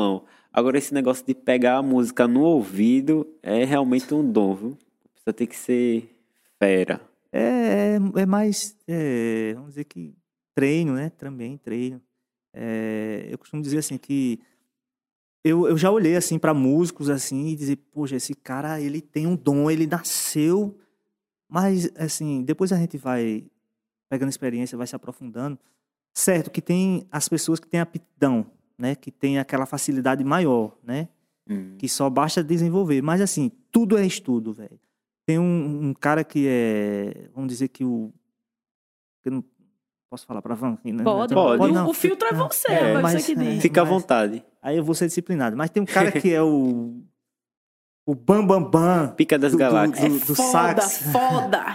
Agora, esse negócio de pegar a música no ouvido é realmente um dom, viu? Precisa ter que ser fera. É mais, vamos dizer que treino, né? Também treino. Eu costumo dizer assim que eu já olhei assim para músicos assim e dizer, poxa, esse cara ele tem um dom, ele nasceu, mas assim depois a gente vai pegando experiência, vai se aprofundando. Certo que tem as pessoas que têm aptidão, né? Que tem aquela facilidade maior, né? Que só basta desenvolver. Mas assim, tudo é estudo, velho. Tem um cara que vamos dizer que eu não posso falar pra Van? Né? Pode. Não. O filtro é você, agora mas, você que diz. Fica à vontade. Aí eu vou ser disciplinado. Mas tem um cara que é o Bam Bam Bam. Pica das galáxias. Do foda, sax. foda.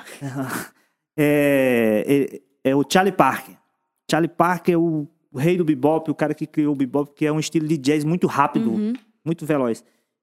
É o Charlie Parker. Charlie Parker é o rei do bebop, o cara que criou o bebop, que é um estilo de jazz muito rápido, muito veloz.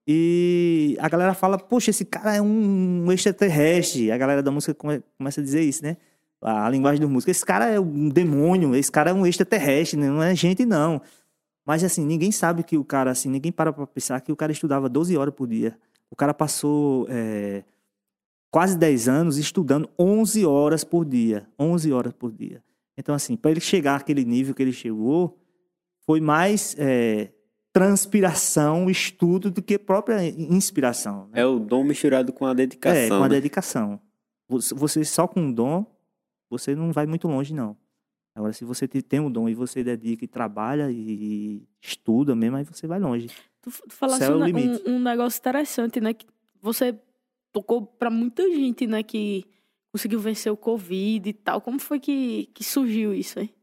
E a galera fala, poxa, esse cara é um extraterrestre. A galera da música começa a dizer isso, né? A linguagem da música. Esse cara é um demônio, esse cara é um extraterrestre, né? Não é gente, não. Mas, assim, ninguém sabe que o cara, assim, ninguém para pra pensar que o cara estudava 12 horas por dia. O cara passou quase 10 anos estudando 11 horas por dia. 11 horas por dia. Então, assim, para ele chegar àquele nível que ele chegou, foi mais transpiração, estudo, do que própria inspiração. Né? É o dom misturado com a dedicação. Com a né? dedicação. Você só com o dom, você não vai muito longe, não. Agora, se você tem um dom e você dedica e trabalha e estuda mesmo, aí você vai longe. Tu falaste um negócio interessante, né? Que você tocou para muita gente, né? Que conseguiu vencer o Covid e tal. Como foi que surgiu isso aí?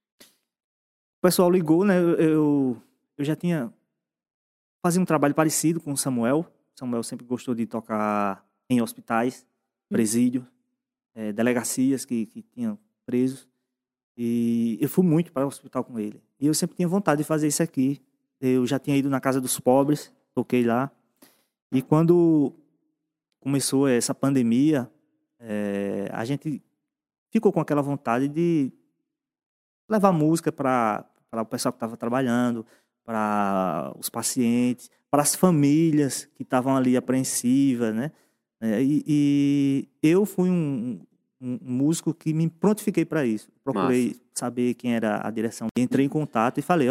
O pessoal ligou, né? Eu já fazia um trabalho parecido com o Samuel. O Samuel sempre gostou de tocar em hospitais, presídios, delegacias que tinham presos. E eu fui muito para o hospital com ele. E eu sempre tinha vontade de fazer isso aqui. Eu já tinha ido na Casa dos Pobres, toquei lá. E quando começou essa pandemia, a gente ficou com aquela vontade de levar música para o pessoal que estava trabalhando, para os pacientes, para as famílias que estavam ali apreensivas, né? E eu fui um músico que me prontifiquei para isso. Procurei saber quem era a direção. Entrei em contato e falei,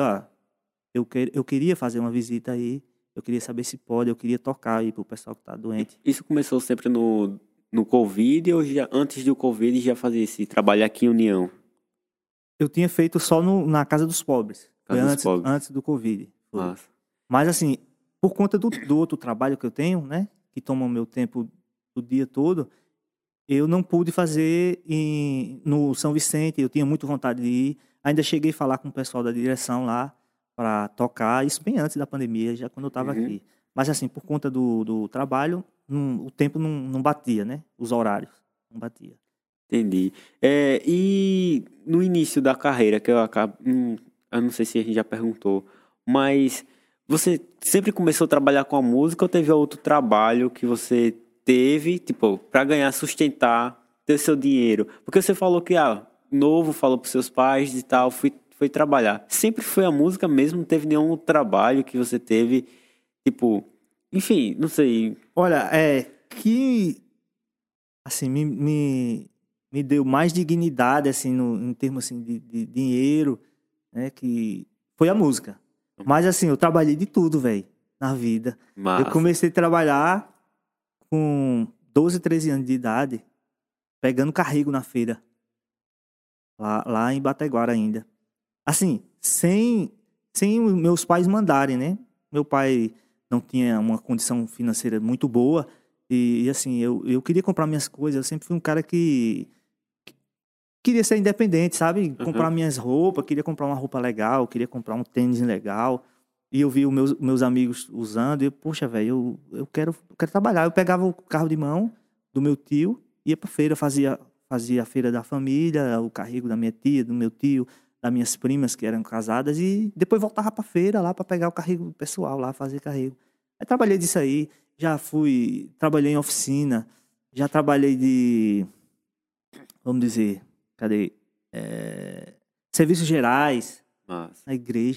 eu queria fazer uma visita aí, eu queria saber se pode, eu queria tocar aí pro pessoal que tá doente. Isso começou sempre no Covid ou antes do Covid já fazia esse trabalho aqui em União? Eu tinha feito só na Casa dos Pobres. Foi antes do Covid. Mas assim, por conta do outro trabalho que eu tenho, né, que toma o meu tempo do dia todo, eu não pude fazer no São Vicente, eu tinha muita vontade de ir. Ainda cheguei a falar com o pessoal da direção lá para tocar, isso bem antes da pandemia, já quando eu estava aqui. Mas assim, por conta do trabalho, o tempo não batia, né? Os horários não batia. Entendi. E no início da carreira, que eu não sei se a gente já perguntou, mas você sempre começou a trabalhar com a música ou teve outro trabalho que você teve, tipo, para ganhar, sustentar, ter seu dinheiro? Porque você falou que, novo, falou pros seus pais e tal, foi trabalhar. Sempre foi a música mesmo? Não teve nenhum trabalho que você teve, tipo, enfim, não sei. Olha, que, assim, me deu mais dignidade, assim, em termos, assim, de dinheiro, né, que foi a música. Mas, assim, eu trabalhei de tudo, velho, na vida. Eu comecei a trabalhar com 12, 13 anos de idade, pegando carrego na feira. Lá em Bateguara ainda. Assim, sem meus pais mandarem, né? Meu pai não tinha uma condição financeira muito boa. E assim, eu queria comprar minhas coisas. Eu sempre fui um cara que queria ser independente, sabe? Comprar minhas roupas, queria comprar uma roupa legal, queria comprar um tênis legal. E eu vi os meus amigos usando, e eu, poxa, velho, eu quero trabalhar. Eu pegava o carro de mão do meu tio, ia pra feira, fazia a feira da família, o carrego da minha tia, do meu tio, das minhas primas que eram casadas, e depois voltava pra feira lá pra pegar o carrego pessoal lá, fazer carrego. Aí trabalhei disso aí, trabalhei em oficina, já trabalhei vamos dizer, serviços gerais, na igreja.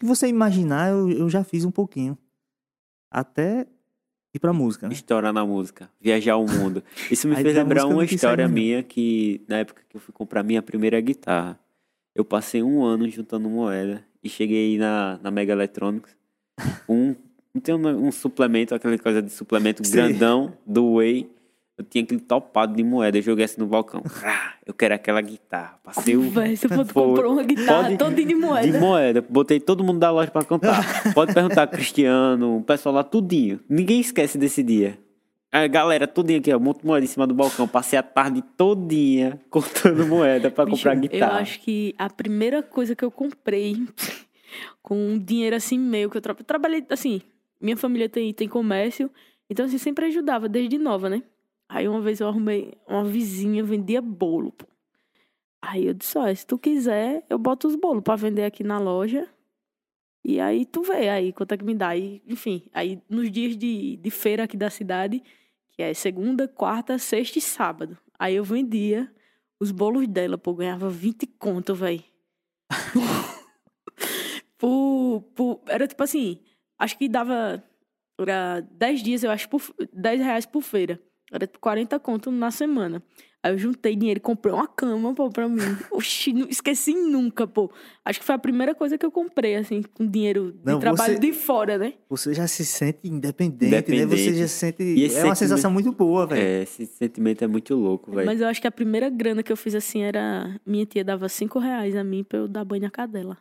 que você imaginar, eu já fiz um pouquinho. Até ir pra música, né? Estourar na música, viajar o mundo. Isso me fez lembrar uma história minha que, na época que eu fui comprar minha primeira guitarra, eu passei 1 ano juntando moeda e cheguei na Mega Electronics. Tem um suplemento, aquela coisa de suplemento grandão do Whey. Eu tinha aquele topado de moeda, eu joguei assim no balcão. Eu quero aquela guitarra. Passei o... Você comprou uma guitarra toda de moeda. De moeda. Botei todo mundo da loja pra cantar. Pode perguntar, Cristiano, o pessoal lá, tudinho. Ninguém esquece desse dia. A galera, tudinho aqui, ó, monte moeda em cima do balcão. Passei a tarde todinha contando moeda pra comprar guitarra. Eu acho que a primeira coisa que eu comprei com um dinheiro assim meu, que eu trabalhei, assim, minha família tem comércio, então assim, sempre ajudava, desde nova, né? Aí uma vez eu arrumei uma vizinha, vendia bolo, pô. Aí eu disse, se tu quiser, eu boto os bolos pra vender aqui na loja. E aí tu vê aí quanto é que me dá. E, enfim, aí nos dias de feira aqui da cidade, que é segunda, quarta, sexta e sábado. Aí eu vendia os bolos dela, pô, ganhava 20 conto, velho. Era tipo assim, acho que dava... Era 10 dias, eu acho, por 10 reais por feira. Era 40 conto na semana. Aí eu juntei dinheiro e comprei uma cama, pô, pra mim. Oxi, não esqueci nunca, pô. Acho que foi a primeira coisa que eu comprei, assim, com dinheiro de trabalho de fora, né? Você já se sente independente, né? Você já se sente... É uma sensação muito boa, velho. Esse sentimento é muito louco, velho. Mas eu acho que a primeira grana que eu fiz, assim, era... Minha tia dava 5 reais a mim pra eu dar banho na cadela.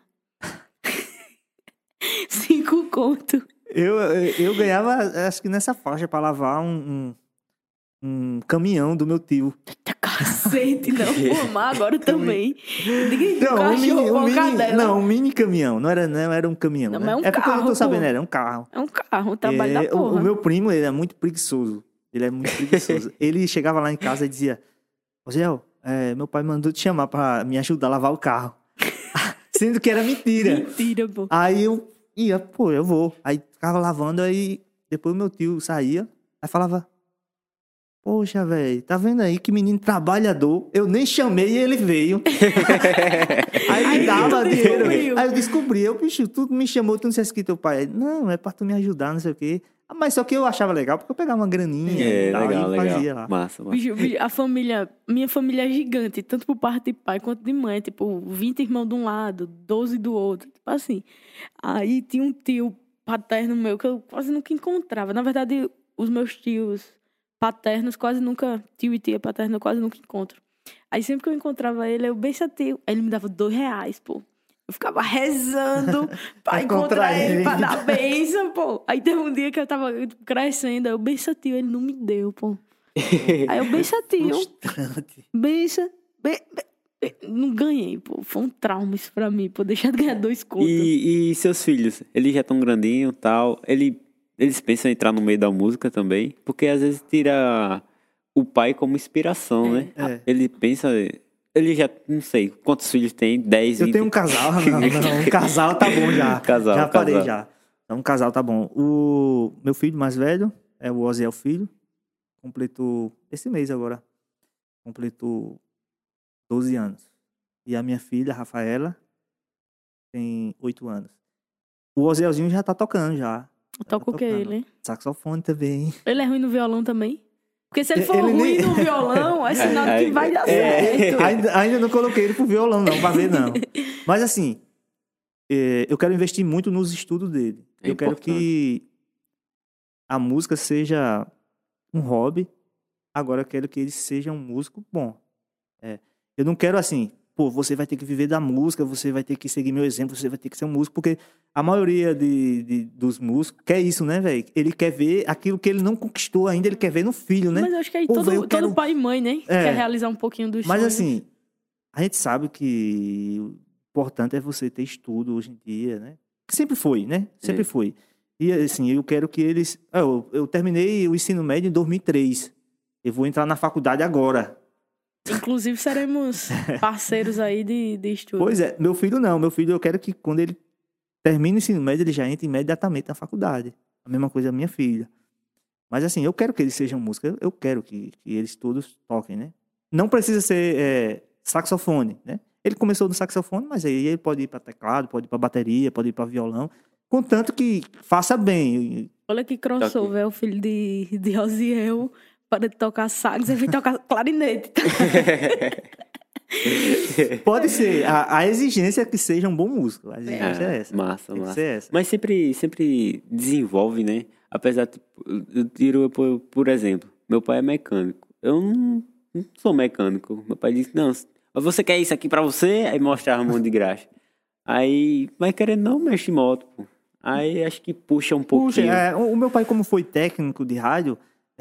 5 conto. Eu ganhava, acho que nessa faixa, pra lavar um caminhão do meu tio. Cacete, não, formar agora também. Um mini caminhão. Não era um caminhão, né? É um porque carro, eu não tô sabendo, era um carro. É um carro, um trabalho da porra. O meu primo, ele é muito preguiçoso. Ele chegava lá em casa e dizia, Zé, meu pai mandou te chamar pra me ajudar a lavar o carro. Sendo que era mentira. Mentira, pô. Aí eu ia, eu vou. Aí ficava lavando, aí depois o meu tio saía, aí falava, poxa, velho, tá vendo aí que menino trabalhador? Eu nem chamei e ele veio. Aí me dava dinheiro. Aí eu descobri, bicho, tu me chamou, tu não sei se que teu pai. Não, é pra tu me ajudar, não sei o quê. Mas só que eu achava legal, porque eu pegava uma graninha e tal, legal, e fazia lá. Massa. Bicho, minha família é gigante, tanto por parte de pai quanto de mãe. Tipo, 20 irmãos de um lado, 12 do outro. Tipo assim. Aí tinha um tio paterno meu que eu quase nunca encontrava. Na verdade, os meus tios paternos quase nunca... Tio e tia paterno eu quase nunca encontro. Aí sempre que eu encontrava ele, eu bem tio. Aí ele me dava 2 reais, pô. Eu ficava rezando pra encontrar ele, pra dar bênção, pô. Aí teve um dia que eu tava crescendo, aí eu benção, tio, ele não me deu, pô. Aí eu benção, tio. Benção. Não ganhei, pô. Foi um trauma isso pra mim, pô. Deixar de ganhar 2 contos. E seus filhos? Eles já estão grandinhos e tal. Eles pensam em entrar no meio da música também? Porque às vezes tira o pai como inspiração, né? Ele pensa... Ele já, não sei, quantos filhos tem? 10, 20? Eu tenho um casal, não. Um casal tá bom já. Já parei já. Então, um casal tá bom. O meu filho mais velho é o Oziel Filho. Completou, esse mês agora, completou 12 anos. E a minha filha, Rafaela, tem 8 anos. O Ozielzinho já tá tocando já. Toca o que ele? Saxofone também. Ele é ruim no violão também? Porque se ele for ruim no violão, é sinal que vai dar certo. Ainda não coloquei ele pro violão, não, pra ver, não. Mas assim, eu quero investir muito nos estudos dele. Eu quero que a música seja um hobby. Agora eu quero que ele seja um músico bom. Eu não quero assim, você vai ter que viver da música, você vai ter que seguir meu exemplo, você vai ter que ser um músico, porque a maioria dos músicos quer isso, né, velho? Ele quer ver aquilo que ele não conquistou ainda, ele quer ver no filho, né? Mas eu acho que aí todo pai e mãe, né? Quer realizar um pouquinho dos sonhos. Mas assim, a gente sabe que o importante é você ter estudo hoje em dia, né? Sempre foi, né? Sempre foi. E assim, eu quero que eles... Eu terminei o ensino médio em 2003. Eu vou entrar na faculdade agora. Inclusive, seremos parceiros aí de estudo. Pois é, meu filho não. Meu filho, eu quero que quando ele termine o ensino médio, ele já entre imediatamente na faculdade. A mesma coisa a minha filha. Mas assim, eu quero que eles sejam músicos. Eu quero que eles todos toquem, né? Não precisa ser saxofone, né? Ele começou no saxofone, mas aí ele pode ir para teclado, pode ir para bateria, pode ir para violão, contanto que faça bem. Olha que crossover, é o filho de Osiel, para de tocar sax, ele vem tocar clarinete. Pode ser. A exigência é que seja um bom músico. A exigência é essa. Massa. Essa. Mas sempre desenvolve, né? Apesar, eu tiro, por exemplo, meu pai é mecânico. Eu não sou mecânico. Meu pai disse, não, você quer isso aqui pra você? Aí mostrava a mão de graxa. Aí, mas querendo não, mexe em moto, pô. Aí acho que puxa um pouquinho. O meu pai, como foi técnico de rádio,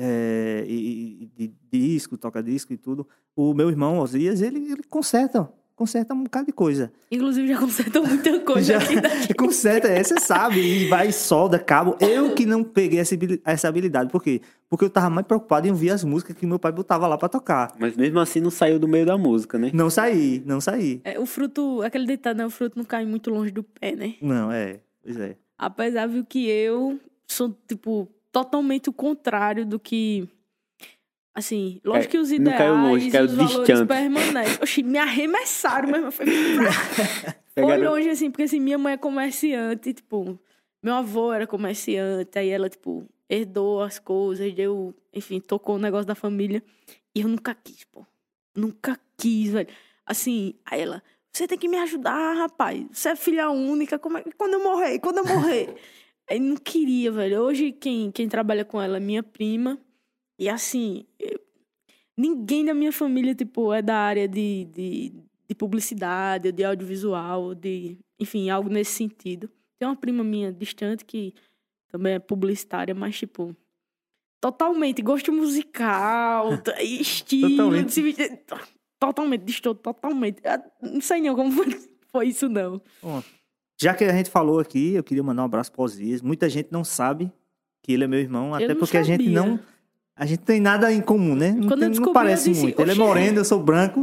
e de disco, toca disco e tudo, o meu irmão, Osias, ele conserta um bocado de coisa. Inclusive já consertou muita coisa aqui daqui. Conserta, você sabe, e vai, solda, cabo. Eu que não peguei essa habilidade. Por quê? Porque eu tava mais preocupado em ouvir as músicas que meu pai botava lá pra tocar. Mas mesmo assim não saiu do meio da música, né? Não saí. O fruto, aquele ditado, né? O fruto não cai muito longe do pé, né? Não, pois é. Apesar de que eu sou, tipo, totalmente o contrário do que... Assim, lógico que os ideais, caiu longe, caiu os valores distante. Permanecem. Oxi, me arremessaram mesmo. Foi longe, assim, porque assim, minha mãe é comerciante, tipo... Meu avô era comerciante, aí ela, tipo, herdou as coisas, enfim, tocou o negócio da família. E eu nunca quis, pô. Nunca quis, velho. Assim, aí ela... Você tem que me ajudar, rapaz. Você é filha única. Quando eu morrer. Aí não queria, velho. Hoje quem trabalha com ela é minha prima. E assim, ninguém da minha família, tipo, é da área de publicidade, de audiovisual, enfim, algo nesse sentido. Tem uma prima minha distante que também é publicitária, mas, tipo, totalmente gosto musical, estilo, totalmente, distou totalmente. Não sei não como foi isso, não. Bom, já que a gente falou aqui, eu queria mandar um abraço para o Osias. Muita gente não sabe que ele é meu irmão, até porque a gente não tem nada em comum, né? Não parece muito. Ele é moreno, eu sou branco.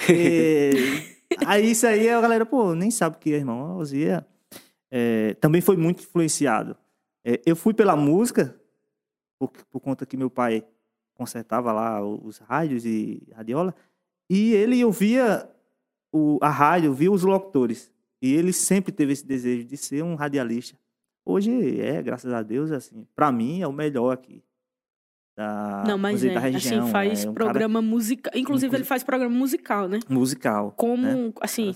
Aí isso aí a galera, nem sabe que é irmão. O Osias também foi muito influenciado. Eu fui pela música, por conta que meu pai consertava lá os rádios e radiola. E ele ouvia a rádio, via os locutores. E ele sempre teve esse desejo de ser um radialista. Hoje graças a Deus, assim, pra mim é o melhor aqui. Da região. Assim, faz programa musical. Inclusive, ele faz programa musical, né? Musical. Como, né? Assim,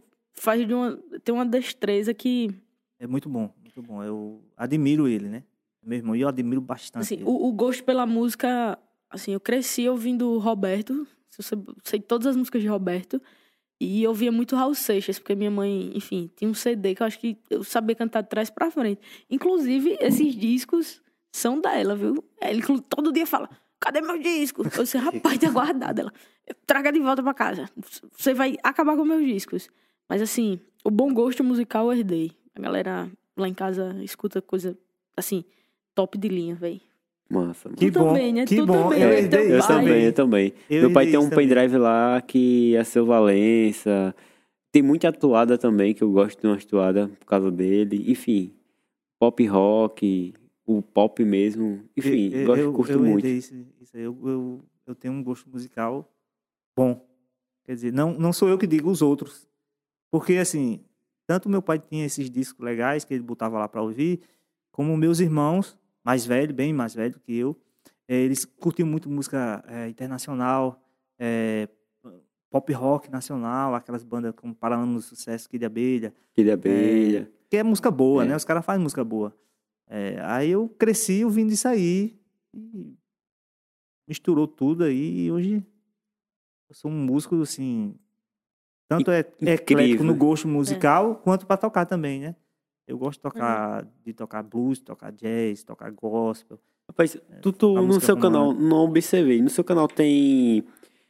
tem uma destreza que... É muito bom. Eu admiro ele, né? Meu irmão, e eu admiro bastante assim, ele. O gosto pela música, assim, eu cresci ouvindo o Roberto. Sei todas as músicas de Roberto. E eu ouvia muito Raul Seixas, porque minha mãe, enfim, tinha um CD que eu acho que eu sabia cantar de trás pra frente. Inclusive, esses discos são dela, viu? Ela todo dia fala, cadê meu disco? Eu disse, rapaz, tá guardado. Ela, traga de volta pra casa. Você vai acabar com meus discos. Mas assim, o bom gosto musical eu herdei. A galera lá em casa escuta coisa, assim, top de linha, velho. Massa. Que bom, também, né? Que bom. Eu também. Meu pai tem um pendrive lá que é Seu Valença. Tem muita atuada também, que eu gosto de uma atuada por causa dele. Enfim, pop rock, o pop mesmo. Enfim, curto muito. Isso aí, eu tenho um gosto musical bom. Quer dizer, não sou eu que digo, os outros. Porque, assim, tanto meu pai tinha esses discos legais que ele botava lá pra ouvir, como meus irmãos... bem mais velho que eu, eles curtiam muito música internacional, pop rock nacional, aquelas bandas como Paralamas do Sucesso, Kid Abelha. Que é música boa, né? Os caras fazem música boa. Aí eu cresci ouvindo isso aí, e misturou tudo aí, e hoje eu sou um músico, assim, tanto eclético no gosto musical, quanto para tocar também, né? Eu gosto de tocar blues, tocar jazz, tocar gospel. Rapaz, no seu canal, não observei. No seu canal tem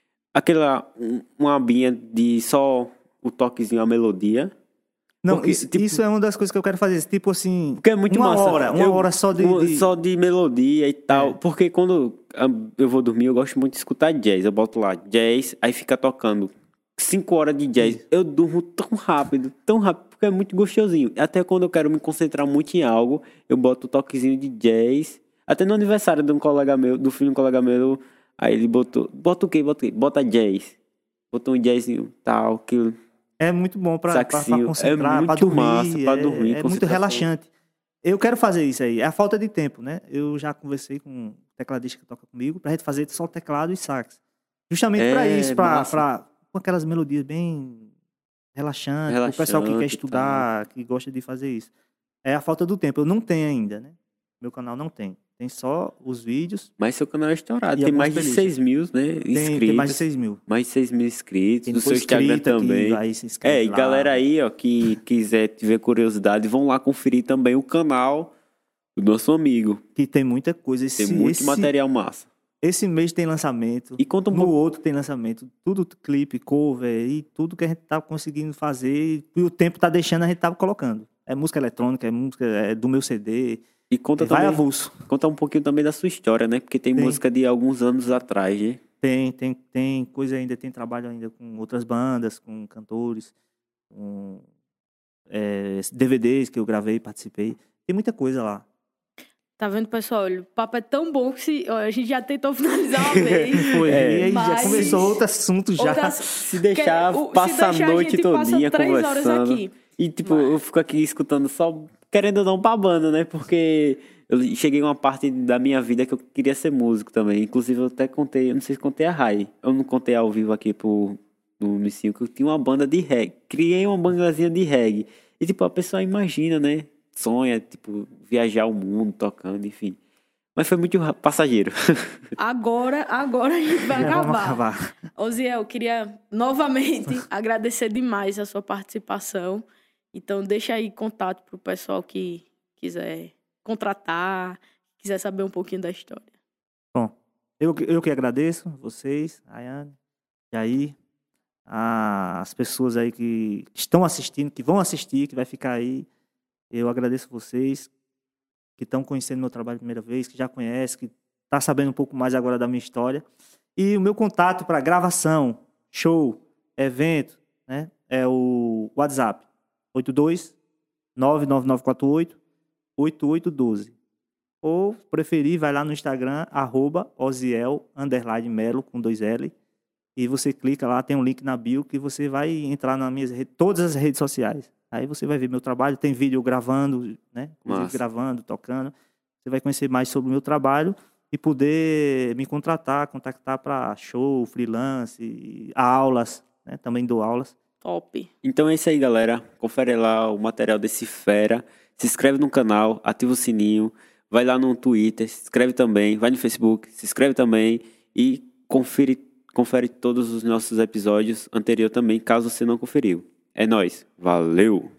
uma abinha de só o toquezinho, a melodia. Não, porque, isso é uma das coisas que eu quero fazer. Tipo assim, porque é muito uma massa. hora só Só de melodia e tal. Porque quando eu vou dormir, eu gosto muito de escutar jazz. Eu boto lá jazz, aí fica tocando 5 horas de jazz. Eu durmo tão rápido, porque é muito gostosinho. Até quando eu quero me concentrar muito em algo, eu boto um toquezinho de jazz. Até no aniversário de um colega meu, do filho de um colega meu, aí ele bota o quê? Bota jazz. Botou um jazzinho, tal, que É muito bom pra concentrar, pra dormir. É muito relaxante. Eu quero fazer isso aí. É a falta de tempo, né? Eu já conversei com o tecladista que toca comigo pra gente fazer só teclado e sax. Justamente pra isso, com aquelas melodias bem relaxantes. O pessoal que quer estudar, que gosta de fazer isso. É a falta do tempo. Eu não tenho ainda, né? Meu canal não tem. Tem só os vídeos. Mas seu canal é estourado. Tem mais de 6 mil, né? Inscritos. Tem mais de 6 mil. Mais de 6 mil inscritos. No seu Instagram também. E galera aí, ó, que quiser tiver curiosidade, vão lá conferir também o canal do nosso amigo. Que tem muita coisa. Tem muito material massa. Esse mês tem lançamento. E conta no outro tem lançamento. Tudo clipe, cover e tudo que a gente tá conseguindo fazer. E o tempo tá deixando, a gente tá colocando. É música eletrônica, é do meu CD. E conta vai também, avulso. Conta um pouquinho também da sua história, né? Porque tem música de alguns anos atrás, né? Tem coisa ainda, tem trabalho ainda com outras bandas, com cantores, com DVDs que eu gravei e participei. Tem muita coisa lá. Tá vendo, pessoal? Olha, o papo é tão bom que a gente já tentou finalizar uma vez. E aí já começou outro assunto já. Se deixar, passa a noite todinha conversando. Aqui. E tipo, eu fico aqui escutando só, querendo ou não, babando, né? Porque eu cheguei a uma parte da minha vida que eu queria ser músico também. Inclusive, eu até contei, eu não sei se contei a Rai. Eu não contei ao vivo aqui no Missinho, que eu tinha uma banda de reggae. Criei uma bandazinha de reggae. E tipo, a pessoa imagina, né? Sonha, tipo, viajar o mundo tocando, enfim. Mas foi muito passageiro. Agora a gente vai acabar. Osiel, eu queria novamente agradecer demais a sua participação. Então, deixa aí contato pro pessoal que quiser contratar, quiser saber um pouquinho da história. Bom, eu que agradeço vocês, Ayane, Jair, as pessoas aí que estão assistindo, que vão assistir, que vai ficar aí. Eu agradeço vocês que estão conhecendo meu trabalho pela primeira vez, que já conhecem, que está sabendo um pouco mais agora da minha história. E o meu contato para gravação, show, evento, né, é o WhatsApp 82-99948-8812. Ou preferir, vai lá no Instagram, @Osiel_Melo, com 2L. E você clica lá, tem um link na bio que você vai entrar nas minhas todas as redes sociais. Aí você vai ver meu trabalho, tem vídeo gravando, né? Gravando, tocando. Você vai conhecer mais sobre o meu trabalho e poder me contactar para show, freelance, aulas, né? Também dou aulas. Top. Então é isso aí, galera. Confere lá o material desse fera. Se inscreve no canal, ativa o sininho. Vai lá no Twitter, se inscreve também. Vai no Facebook, se inscreve também. E confere todos os nossos episódios anteriores também, caso você não conferiu. É nóis. Valeu!